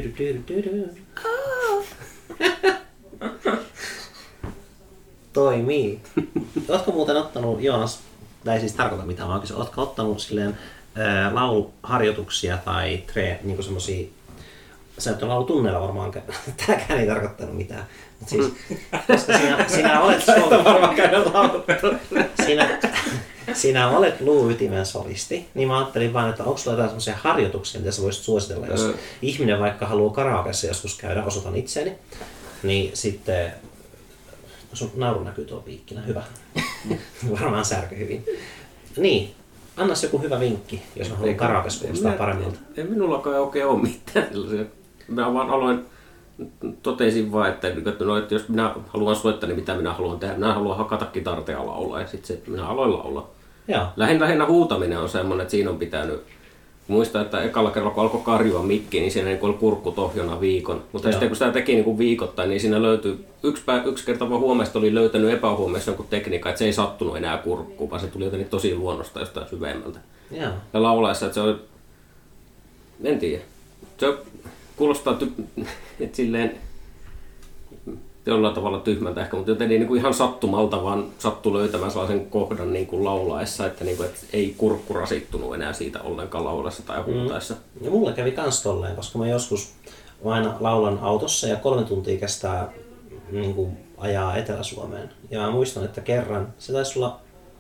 Speaker 2: Toimii. Ootko muuten ottanut, Joonas, tai siis tarkoita mitään, vaan kysyn, ootko ottanut silleen lauluharjoituksia tai niinku semmosia, sä et ole laulutunneilla varmaan, tääkään ei tarkoittanut mitään, mutta siis, koska sinä olet sinä olet luuytimen solisti, niin mä ajattelin vaan, että onko sulla jotain semmoisia harjoituksia, mitä sä voisit suositella, jos ihminen vaikka haluaa karaokeessa joskus käydä, osoitan itseäni, niin sitten sun nauru näkyy tuo piikkinä, hyvä. Varmaan särky hyvin. Niin, annas joku hyvä vinkki, jos mä haluan karaokeassa kuulostaa paremmilta.
Speaker 3: Ei minullakaan oikein ole mitään sellaisia. Mä vaan totesin vaan, että jos minä haluan soittaa, niin mitä minä haluan tehdä. Minä haluan hakata kitarta ja laulaa ja sitten minä aloin laulaa. Lähinnä huutaminen on semmoinen, että siinä on pitänyt. Muistan, että ekalla kerralla kun alkoi karjua mikki, niin siinä oli kurkku tohjona viikon. Mutta sitten kun sitä teki niin viikoittain, niin siinä löytyi, yksi kerta vaan huomeesta oli löytänyt epähuomeessa jonkun tekniikka, että se ei sattunut enää kurkkuun, vaan se tuli jotenkin tosi luonnosta jostain syvemmältä. Ja laulaessa, että se on, en tiedä, se kuulostaa että silleen jollain tavalla tyhmältä ehkä, mutta jotenkin niin kuin ihan sattumalta vaan sattui löytämään sellaisen kohdan niin kuin laulaessa, että ei kurkku rasittunut enää siitä ollenkaan laulaessa tai huutaessa.
Speaker 2: Ja mulla kävi kans tolleen, koska mä joskus aina laulan autossa ja 3 tuntia kestää niin kuin ajaa Etelä-Suomeen. Ja mä muistan, että kerran, se taisi olla,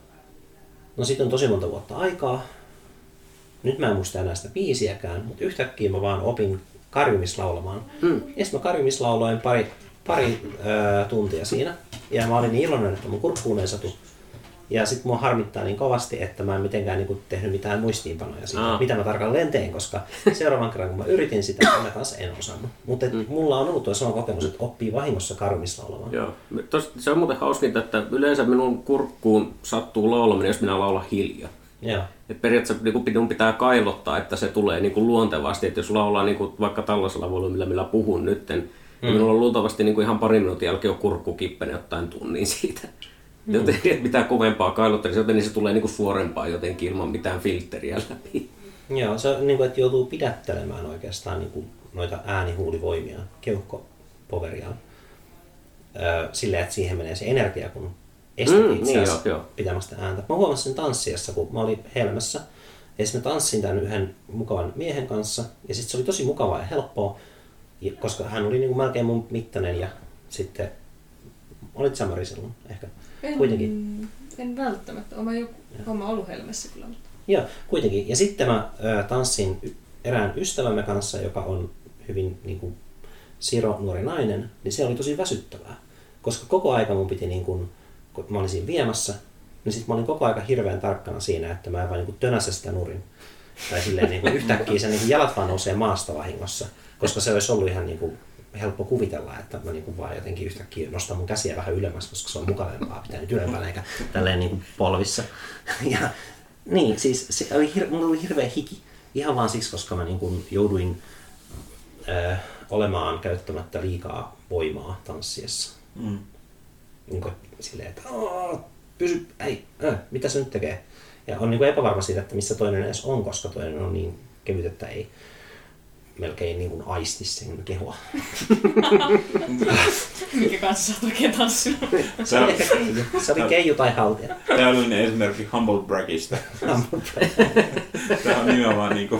Speaker 2: no siitä on tosi monta vuotta aikaa, nyt mä en muista enää sitä biisiäkään, mutta yhtäkkiä mä vaan opin karjumislaulamaan. Ja sitten mä karjumislauloin pari tuntia siinä. Ja mä olin niin iloinen, että mun kurkkuun ei satu. Ja sit mua harmittaa niin kovasti, että mä en mitenkään niin tehnyt mitään muistiinpanoja siitä, mitä mä tarkalleen tein, koska seuraavan kerran kun mä yritin sitä, mä taas en osannut. Mutta mulla on ollut tuo sama kokemus, että oppii vahingossa karjumislaulamaan.
Speaker 3: Joo. Se on muuten hauskinta, että yleensä minun kurkkuun sattuu laulaminen, jos minä laulan hiljaa.
Speaker 2: Joo.
Speaker 3: Et periaatteessa minun pitää kailottaa, että se tulee niin kuin luontevasti, että jos laulaa niin kuin vaikka tällaisella volyymilla, millä puhun nytten, niin minulla on luultavasti niin kuin ihan parin minuutin jälkeen jo kurkku kippene ottaen tunnin siitä. Joten mitä kovempaa kailottaa, niin se tulee niin kuin suorempaa jotenkin ilman mitään filtteriä läpi.
Speaker 2: Joo, se on niin kuin, että joutuu pidättelemään oikeastaan niin kuin noita äänihuulivoimia, keuhkopoveriaan, silleen, että siihen menee se energia, kun estit itseäsi pitämästä ääntä. Mä huomasin sen tanssiassa, kun mä olin Helmessä, ja sitten mä tanssin tämän yhden mukavan miehen kanssa, ja sitten se oli tosi mukavaa ja helppoa, koska hän oli niin kuin melkein mun mittainen, ja sitten olit Samari silloin ehkä. Kuitenkin.
Speaker 4: En välttämättä. Olen ollut Helmessä kyllä. Mutta.
Speaker 2: Joo, kuitenkin. Ja sitten mä tanssin erään ystävämme kanssa, joka on hyvin niin kuin siro nuori nainen, niin se oli tosi väsyttävää. Koska koko aika mun piti, niin kuin, kun mä olin siinä viemässä, niin sitten mä olin koko aika hirveän tarkkana siinä, että mä en vaan niin kuin tönässä sitä nurin. Tai silleen niin kuin yhtäkkiä se niin kuin jalat vaan nousee maasta vahingossa. Koska se olisi ollut ihan niin kuin helppo kuvitella, että mä niin vaan jotenkin yhtäkkiä nostan mun käsiä vähän ylemmäs, koska se on mukavampaa pitää nyt ylempänä eikä tälleen niin polvissa. Ja niin, siis mulla oli hirveä hiki. Ihan vaan siksi, koska mä niin kuin jouduin olemaan käyttämättä liikaa voimaa tanssiessa. Niin kuin silleen, että mitä se nyt tekee? Ja on niin kuin epävarma siitä, että missä toinen edes on, koska toinen on niin kevytettä ei melkein niin kuin aisti sen kehoa.
Speaker 4: Mikä kanssa sä oot oikein tanssinut.
Speaker 2: Se oli keiju tai haltia.
Speaker 1: Täydellinen esimerkki humble bragista. Tämä on nimenomaan niinku...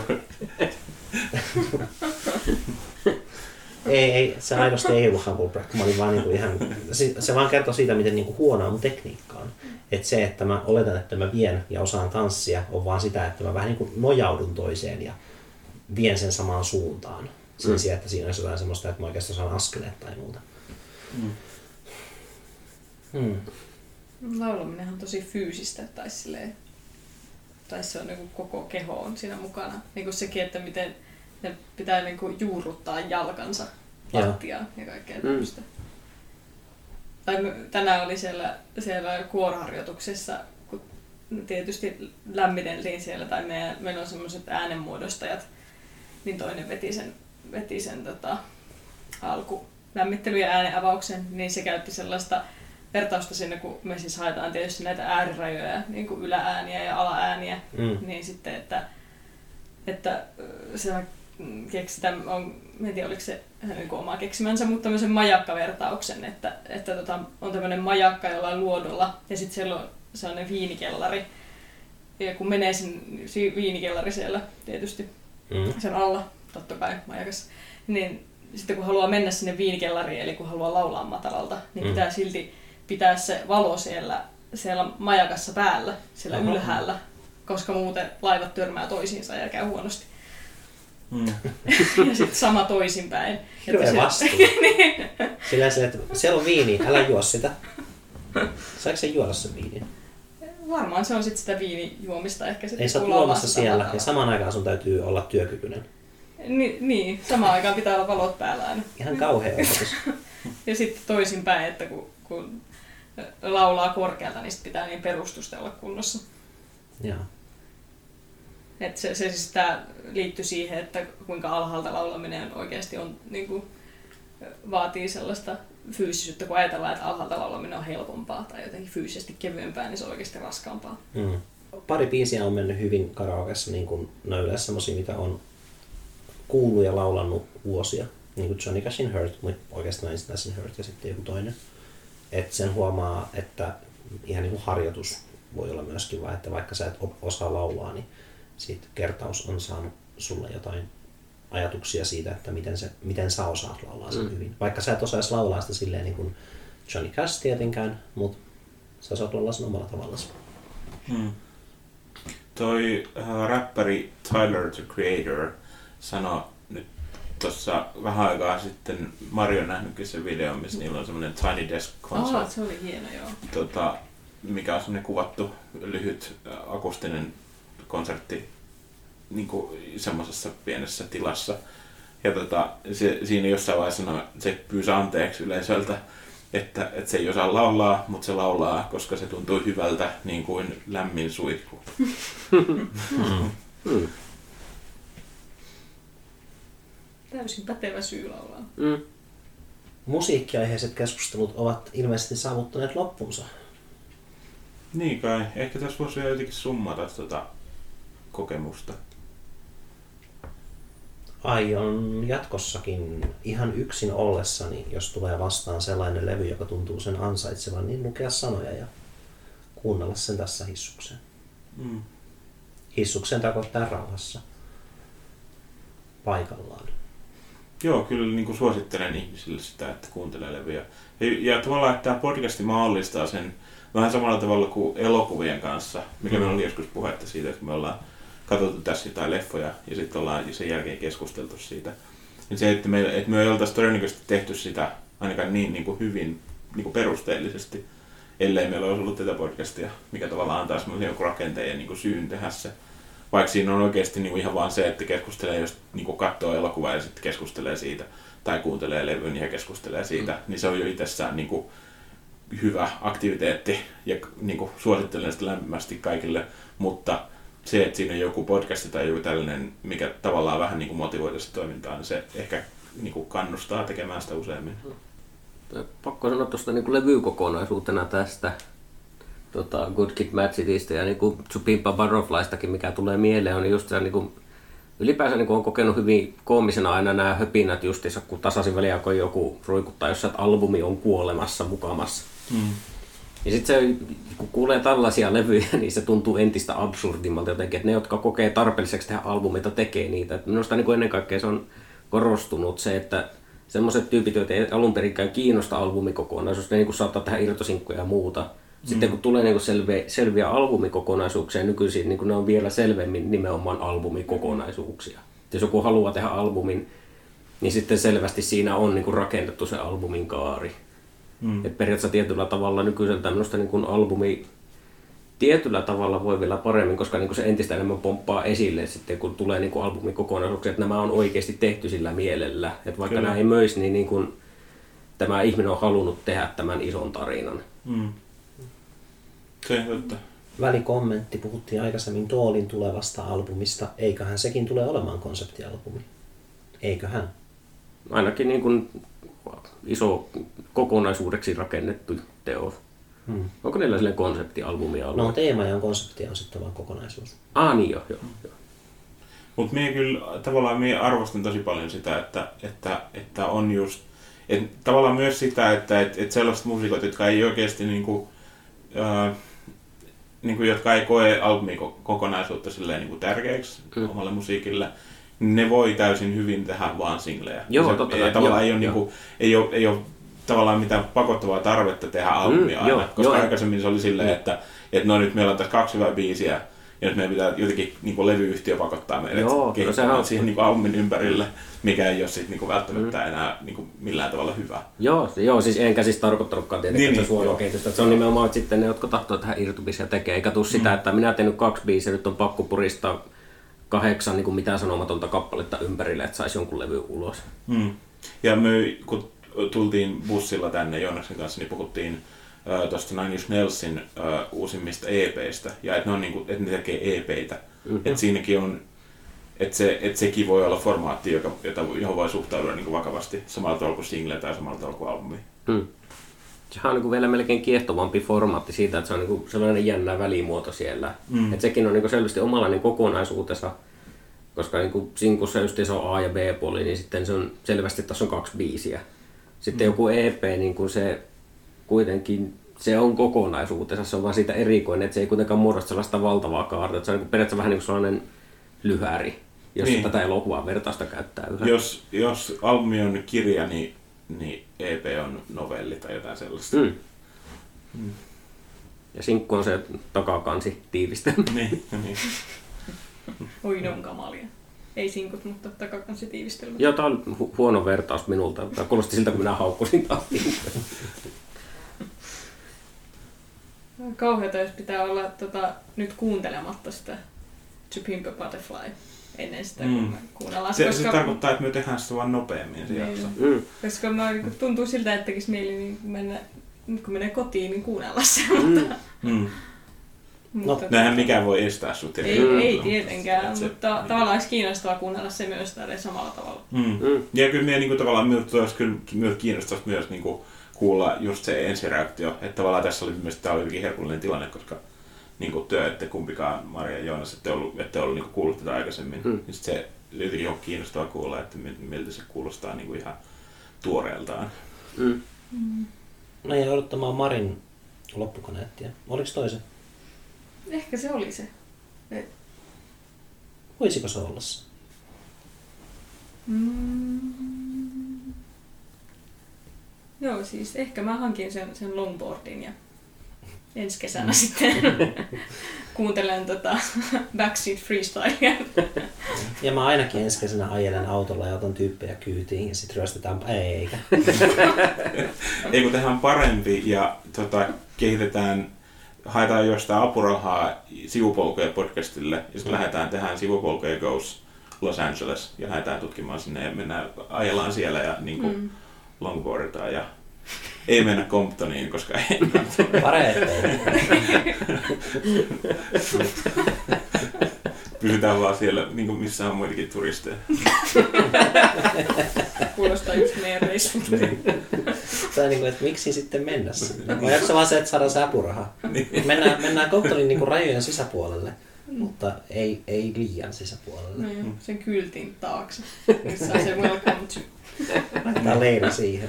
Speaker 2: Ei, se aidosti ei ollut humble brag. Mä olin vaan niinku ihan... Se vaan kertoo siitä, miten niinku huonoa mun tekniikka on. Että se, että mä oletan, että mä vien ja osaan tanssia, on vaan sitä, että mä vähän niinku nojaudun toiseen ja vien sen samaan suuntaan. Sen sijaan, että siinä olisi jotain semmoista, että mä oikeastaan saan askeleet tai muuta.
Speaker 4: Laulaminen on tosi fyysistä, tai se on niin koko keho on siinä mukana. Niin kuin sekin, että miten ne pitää niin kuin juurruttaa jalkansa lattiaan ja kaikkea tämmöistä. Tai tänään oli siellä kuoroharjoituksessa, kun tietysti lämmiteltiin siellä, tai meillä on semmoiset äänenmuodostajat, niin toinen veti sen alkulämmittelyn ja äänen-avauksen, niin se käytti sellaista vertausta sinne, kun me siis haetaan tietysti näitä äärirajoja, niin kuin yläääniä ja alaääniä, niin sitten, että se keksitään, en tiedä oliko se niin kuin oma keksimänsä, mutta tämmöisen majakkavertauksen, että on tämmöinen majakka jollain luodolla ja sitten siellä on sellainen viinikellari. Ja kun menee sen viinikellari siellä tietysti sen alla, totta kai majakassa, niin sitten kun haluaa mennä sinne viinikellariin, eli kun haluaa laulaa matalalta, niin pitää silti pitää se valo siellä majakassa päällä, siellä ylhäällä, koska muuten laivat törmää toisiinsa ja käy huonosti. Ja sitten sama toisinpäin.
Speaker 2: Hirveä vastuu. Niin. Sillä että siellä on viini, älä juo sitä. Saiko se juoda sen viinin?
Speaker 4: Varmaan se on sitten sitä viinijuomista ehkä.
Speaker 2: Ei sä oot juomassa siellä ja samaan aikaan sun täytyy olla työkykyinen.
Speaker 4: Niin, samaan aikaan pitää olla valot päällä aina.
Speaker 2: Ihan kauhea opetus. Ja
Speaker 4: sitten toisinpäin, että kun laulaa korkealta, niin pitää niin perustusta olla kunnossa.
Speaker 2: Joo.
Speaker 4: Et se siis liittyy siihen, että kuinka alhaalta laulaminen oikeasti on, niin kuin, vaatii sellaista fyysisyyttä, kun ajatellaan, että alhaalta laulaminen on helpompaa tai jotenkin fyysisesti kevyempää, niin se on oikeasti raskaampaa.
Speaker 2: Pari biisiä on mennyt hyvin karaokessa, niin kuin ne yleensä semmosia, mitä on kuullut ja laulannut vuosia. Niin kuin Johnny Cashin Hurt, mutta oikeastaan ensin Cashin Hurt ja sitten joku toinen. Et sen huomaa, että ihan niin kuin harjoitus voi olla myöskin, vaan että vaikka sä et osaa laulaa, niin siitä kertaus on saanut sulle jotain ajatuksia siitä, että miten sä osaat laulaa sen hyvin. Vaikka sä et osaisi laulaa sitä silleen niin kuin Johnny Cash tietenkään, mutta sä osaat laulaa sen omalla tavallaan.
Speaker 1: Toi räppäri Tyler, the Creator, sanoi nyt tuossa vähän aikaa sitten, Mario on nähnytkin sen videon, missä niillä on semmoinen Tiny Desk Concert.
Speaker 4: Se oli hieno, joo.
Speaker 1: Mikä on semmoinen kuvattu lyhyt akustinen konsertti niin kuin semmoisessa pienessä tilassa. Ja siinä jossain vaiheessa se pyysi anteeksi yleisöltä, että se ei osaa laulaa, mutta se laulaa, koska se tuntuu hyvältä niin kuin lämmin suihku.
Speaker 4: Täysin pätevä syy laulaa.
Speaker 2: Musiikkiaiheiset keskustelut ovat ilmeisesti saavuttaneet loppunsa.
Speaker 1: Niin kai. Ehkä tässä voisi vielä jotenkin summata kokemusta.
Speaker 2: Aion jatkossakin ihan yksin ollessani, jos tulee vastaan sellainen levy, joka tuntuu sen ansaitsevan, niin lukea sanoja ja kuunnella sen tässä hissukseen. Hissukseen tarkoittaa rauhassa. Paikallaan.
Speaker 1: Joo, kyllä niin kuin suosittelen ihmisille sitä, että kuuntelee levyjä. Ja tavallaan, että tämä podcasti mahdollistaa sen vähän samalla tavalla kuin elokuvien kanssa, mikä meillä oli joskus puhetta siitä, että me ollaan katsottu tässä jotain leffoja ja sitten ollaan sen jälkeen keskusteltu siitä. Ja se, että me ei oltaisi todennäköisesti tehty sitä ainakaan niin kuin hyvin niin kuin perusteellisesti, ellei meillä olisi ollut tätä podcastia, mikä tavallaan antaa semmoisen joku rakenteen ja niin kuin syyn tehdä se. Vaikka siinä on oikeasti niin kuin ihan vaan se, että keskustelee, jos niin kuin katsoo elokuvaa ja sitten keskustelee siitä, tai kuuntelee levyn ja keskustelee siitä, niin se on jo itsessään niin kuin hyvä aktiviteetti ja niin kuin suosittelen sitä lämpimästi kaikille, mutta se, että siinä on joku podcast tai joku tällainen, mikä tavallaan vähän niin kuin motivoi sitä toimintaa, niin se ehkä niin kuin kannustaa tekemään sitä useammin.
Speaker 3: Pakko sanoa tuosta niin kuin levykokonaisuutena tästä Good Kid, Mad Citystä ja niin kuin Pimpa Butterflystakin, mikä tulee mieleen, on just se niin kuin ylipäänsä niin on kokenut hyvin koomisena aina nämä höpinät justiinsa, kun tasaisin väliaikoin joku ruikuttaa jossain, että albumi on kuolemassa mukamassa. Ja sitten se, kun kuulee tällaisia levyjä, niin se tuntuu entistä absurdimmalta jotenkin, että ne, jotka kokee tarpeelliseksi tehdä albumita, tekee niitä. Että minusta niin ennen kaikkea se on korostunut se, että semmoiset tyypit, joita ei alun perinkään kiinnosta albumikokonaisuus, ne niin saattaa tehdä irtosinkkuja ja muuta. Sitten kun tulee niin selviä albumikokonaisuuksia, nykyisin niin ne on vielä selvemmin nimenomaan albumikokonaisuuksia. Jos joku haluaa tehdä albumin, niin sitten selvästi siinä on niin rakennettu se albumin kaari. Et periaatteessa tietyllä tavalla nykyiseltä minusta niin albumi tietyllä tavalla voi vielä paremmin, koska niin se entistä enemmän pomppaa esille sitten, kun tulee niin albumikokonaisuuksia, että nämä on oikeasti tehty sillä mielellä. Että vaikka nämä ei möisi, niin tämä ihminen on halunnut tehdä tämän ison tarinan.
Speaker 1: Se on totta.
Speaker 2: Välikommentti, puhuttiin aikaisemmin Toolin tulevasta albumista. Eiköhän sekin tule olemaan konseptialbumi? Eiköhän?
Speaker 3: Ainakin niin kuin iso kokonaisuudeksi rakennettu teos. Onko niillä silleen konseptialbumia ollut?
Speaker 2: No teema ja konsepti on sitten vaan kokonaisuus.
Speaker 3: Niin joo.
Speaker 1: Mutta minä kyllä tavallaan arvostan tosi paljon sitä, että on just... tavallaan myös sitä, että sellaiset muusikot, jotka ei oikeasti jotka ei koe albumin kokonaisuutta silleen niin kuin tärkeäksi omalle musiikille, ne voi täysin hyvin tehdä vaan singlejä.
Speaker 3: Joo, totta kai.
Speaker 1: Tavallaan ei ole tavallaan mitään pakottavaa tarvetta tehdä albumia aina, koska aikaisemmin se oli silleen, että no nyt meillä on tässä 2 hyvää biisiä, ja nyt meidän pitää jotenkin niin levyyhtiö pakottaa meidät kehittämään siihen niin albumin ympärille, mikä ei ole sit, niin välttämättä enää niin millään tavalla hyvä.
Speaker 3: Joo, siis enkä siis tarkoittanutkaan tietenkin, että se on huonoa kehitystä. Se on nimenomaan sitten ne, jotka tahtoo tehdä irtubisia tekee, eikä tule sitä, että minä teen nyt 2 biisiä, nyt on pakko puristaa 8 niin mitään sanomatonta kappaletta ympärille, että saisi jonkun levy ulos.
Speaker 1: Ja me, kun tultiin bussilla tänne Joonaksen kanssa, niin puhuttiin tuosta Nine Inch Nailsin uusimmista EPistä, ja että ne tekee EPitä. Että siinäkin on, että sekin voi olla formaatti, johon voi suhtautua niin vakavasti samalla tavalla kuin single tai samalla tavalla kuin albumi.
Speaker 3: Sehän on niin vielä melkein kiehtovampi formaatti siitä, että se on niin sellainen jännä välimuoto siellä. Että sekin on niin selvästi omanlainen kokonaisuutensa, koska niin sinkussa just se on A- ja B-puoli, niin sitten se on selvästi, että tässä on 2 biisiä. Sitten joku EP, niin se kuitenkin se on kokonaisuutensa, se on vaan siitä erikoinen, että se ei kuitenkaan muodosta sellaista valtavaa kaarta, että se on niin periaatteessa vähän niin kuin sellainen lyhäri, jos tätä elokuvaa vertausta käyttää yhä.
Speaker 1: Jos albumi on kirja, niin EP on novelli tai jotain sellaista.
Speaker 3: Ja sinkku on se takakansi tiivistelmä.
Speaker 1: niin.
Speaker 4: Oi, ne on kamalia. Ei sinkut, mutta takakansi tiivistelmä.
Speaker 3: Joo, tää on huono vertaus minulta. Tämä kuulosti siltä, kun minä haukkusin taas.
Speaker 4: Kauheata, jos pitää olla nyt kuuntelematta sitä To Pimp a Butterfly ennen sitä, kun me kuunnellaan.
Speaker 1: Se tarkoittaa, että me tehdään sitä vaan nopeammin se jakso.
Speaker 4: Koska tuntuu siltä, että tekisi mieli niin mennä, kun menee kotiin, niin kuunnella se. Mutta
Speaker 1: näinhän mikään voi estää sut.
Speaker 4: Ei tietenkään, mutta tavallaan olisi kiinnostavaa kuunnella se myös tälle samalla tavalla.
Speaker 1: Ja kyllä minä niin tavallaan myös kiinnostaisi myös niin kuulla just se ensireaktio, että tavallaan tässä oli myös jotenkin herkullinen tilanne, koska niin työ, että kumpikaan Maria ja Joonas ette ollut niin kuullut tätä aikaisemmin, niin se jotenkin on kiinnostavaa kuulla, että miltä se kuulostaa niin ihan tuoreeltaan.
Speaker 2: No ja odottamaan Marin loppukoneettia. Oliko toisen?
Speaker 4: Ehkä se oli se.
Speaker 2: Voisiko se olla se?
Speaker 4: Joo, siis ehkä mä hankin sen longboardin ja ensi kesänä sitten kuuntelen Backseat Freestylea.
Speaker 2: Ja mä ainakin ensi kesänä ajelen autolla ja otan tyyppejä kyytiin ja sit ryöstetään eikä.
Speaker 1: Ei kun tehdään parempi ja haetaan jostain apurahaa sivupolkuja podcastille ja sitten tehdään sivupolkuja Goes Los Angeles ja lähdetään tutkimaan sinne ja ajellaan siellä ja niin longboarditaan ja ei mennä Comptoniin, koska ei pysytään vaan siellä, niin kuin missä on muitakin turisteja.
Speaker 4: Kuulostaa just meidän reissulta.
Speaker 2: Tai niin kuin, että miksi sitten mennä sinne? Vai onko se vaan se, että saadaan se apuraha? Mennään Comptonin niin rajojen sisäpuolelle. mutta ei liian sisäpuolelle.
Speaker 4: No, sen kyltin taakse, missä on se welcome to.
Speaker 2: Laitetaan leira siihen.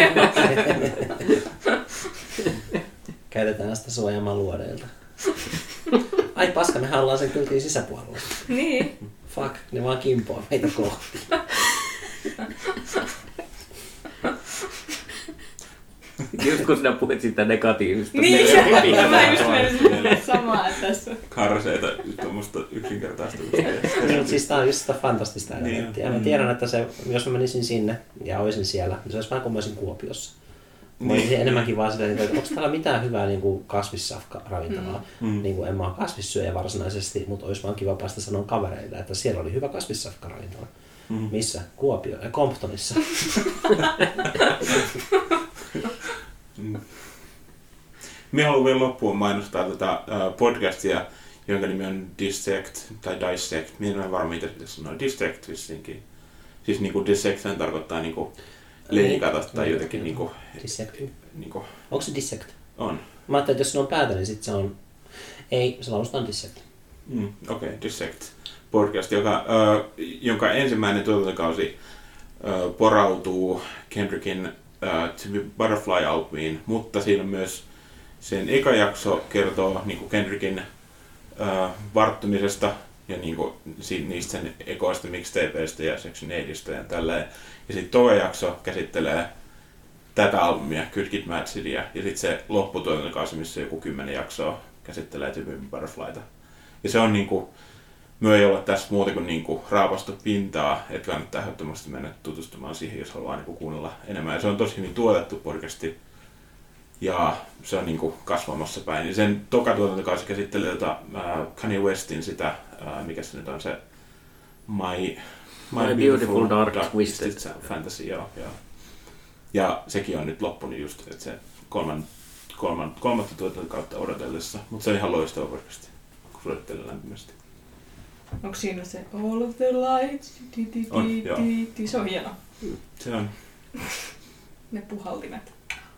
Speaker 2: Käytetään sitä suojaamaan luodeilta. Ai paska, mehän ollaan sen kyltin sisäpuolella.
Speaker 4: Niin.
Speaker 2: Fuck, ne vaan kimpoo meitä kohti.
Speaker 3: Just kun sinä puhuit siitä negatiivista.
Speaker 4: Niin, mä just menisin samaa tässä.
Speaker 1: Karseita, tuommoista yksinkertaista.
Speaker 2: Niin, siis tää on just sitä fantastista elementtiä. Mä tiedän, että jos mä menisin sinne ja olisin siellä, niin se olisi vähän kuin mä olisin Kuopiossa. Mä olisin enemmänkin vaan silleen, että onko täällä mitään hyvää niin kuin kasvissafka-ravintolaa. Niin kuin en mä ole kasvissyöjä varsinaisesti, mutta olisi vaan kiva päästä sanoa kavereille, että siellä oli hyvä kasvissafka-ravintola. Missä? Comptonissa.
Speaker 1: Minä haluan vielä loppuun mainostaa tätä podcastia, jonka nimi on Dissect tai Dissect. Minä en ole varma, mitä pitäisi sanoa. Dissect vissinkin. Siis niinku dissect tarkoittaa niinku leikata tai jotenkin niinku...
Speaker 2: Dissect.
Speaker 1: Niinku...
Speaker 2: Onko se dissect?
Speaker 1: On.
Speaker 2: Mä ajattelin, että jos se on päätä, niin sitten se on... Ei, se lausutaan dissect.
Speaker 1: Okei, Dissect podcast, jonka ensimmäinen tuotantokausi porautuu Kendrickin To Be Butterfly-albumiin, mutta siinä myös sen eka jakso kertoo niinku Kendrickin varttumisesta ja niinku niistä sen ekoista mixtapeista ja Section 8:stä ja tälleen. Ja sitten toinen jakso käsittelee tätä albumia, Could Get Mad Cityä, ja sitten se lopputuotantokausi, missä joku 10 jaksoa käsittelee To Be Butterflyta. Ja se on niinku, me ei olla tässä muuta kuin niinku raapastu pintaa, että kannattaa ehdottomasti mennä tutustumaan siihen, jos haluaa niinku kuunnella enemmän. Ja se on tosi hyvin tuotettu podcasti ja se on niinku kasvamassa päin. Ja sen toka tuotantokausi käsittelee Kanye Westin sitä, mikä se nyt on se My Beautiful Dark Twisted Fantasy. Joo. Ja sekin on nyt loppunut just, että se kolmatta tuotantokautta odotellessa, mutta se on ihan loistava podcasti. Suosittelen lämpimästi.
Speaker 4: Onko siinä se All of the Lights?
Speaker 1: On, joo.
Speaker 4: Se on hieno.
Speaker 1: Se on.
Speaker 4: Ne puhaltimet.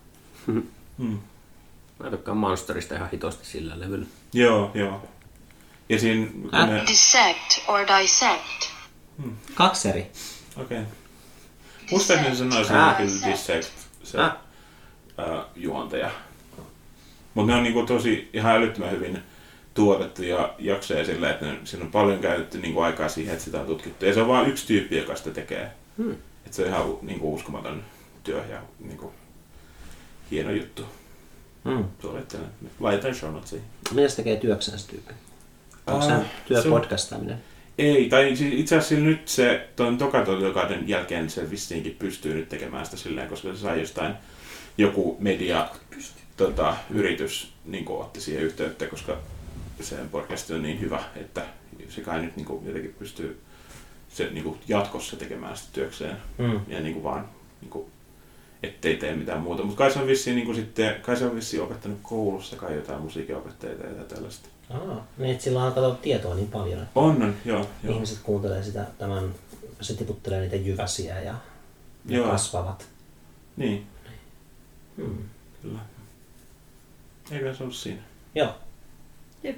Speaker 3: Mä tykkään Monsterista ihan hitosti sillä levyllä.
Speaker 1: Joo. Ja siinä...
Speaker 5: Dissect or dissect.
Speaker 2: 2 eri.
Speaker 1: Okei. Muistaakseni sanoisi kyllä Dissect, se juontaja. Mutta ne on niinku tosi ihan älyttömän hyvin tuotettu ja jaksoja sillä, että siinä on paljon käytetty niinku aikaa siihen, että sitä on tutkittu. Ja se on vain yksi tyyppi, joka sitä tekee. Että se on ihan niinku uskomaton työ ja niinku hieno juttu. Suosittelen. Laitan show notsiin.
Speaker 2: Mitä se tekee työksensä se tyyppi? Onko se työpodcastaminen?
Speaker 1: Ei, tai siis itse asiassa nyt se tuon tokatokauden jälkeen se vissiinkin pystyy nyt tekemään sitä silleen, koska se sai jostain joku media yritys niin otti siihen yhteyttä, koska se podcast on niin hyvä, että se kai nyt niin jotenkin pystyy se niin jatkossa tekemään sitä työkseen ja niin vaan niin ettei tee mitään muuta. Mutta kai se on vissiin opettanut koulussa kai jotain musiikinopettajia ja tällaista.
Speaker 2: Niin, että sillä on katsottu tietoa niin paljon, että
Speaker 1: joo.
Speaker 2: ihmiset kuuntelee sitä, se tiputtelee niitä jyväsiä ja ne kasvavat.
Speaker 1: Niin. Kyllä. Eikö se ollut siinä?
Speaker 2: Joo.
Speaker 4: Jep.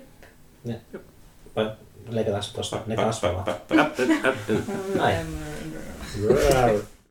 Speaker 2: Leikataan se tuosta, ne kasvavat.
Speaker 3: Näin.
Speaker 2: Näin.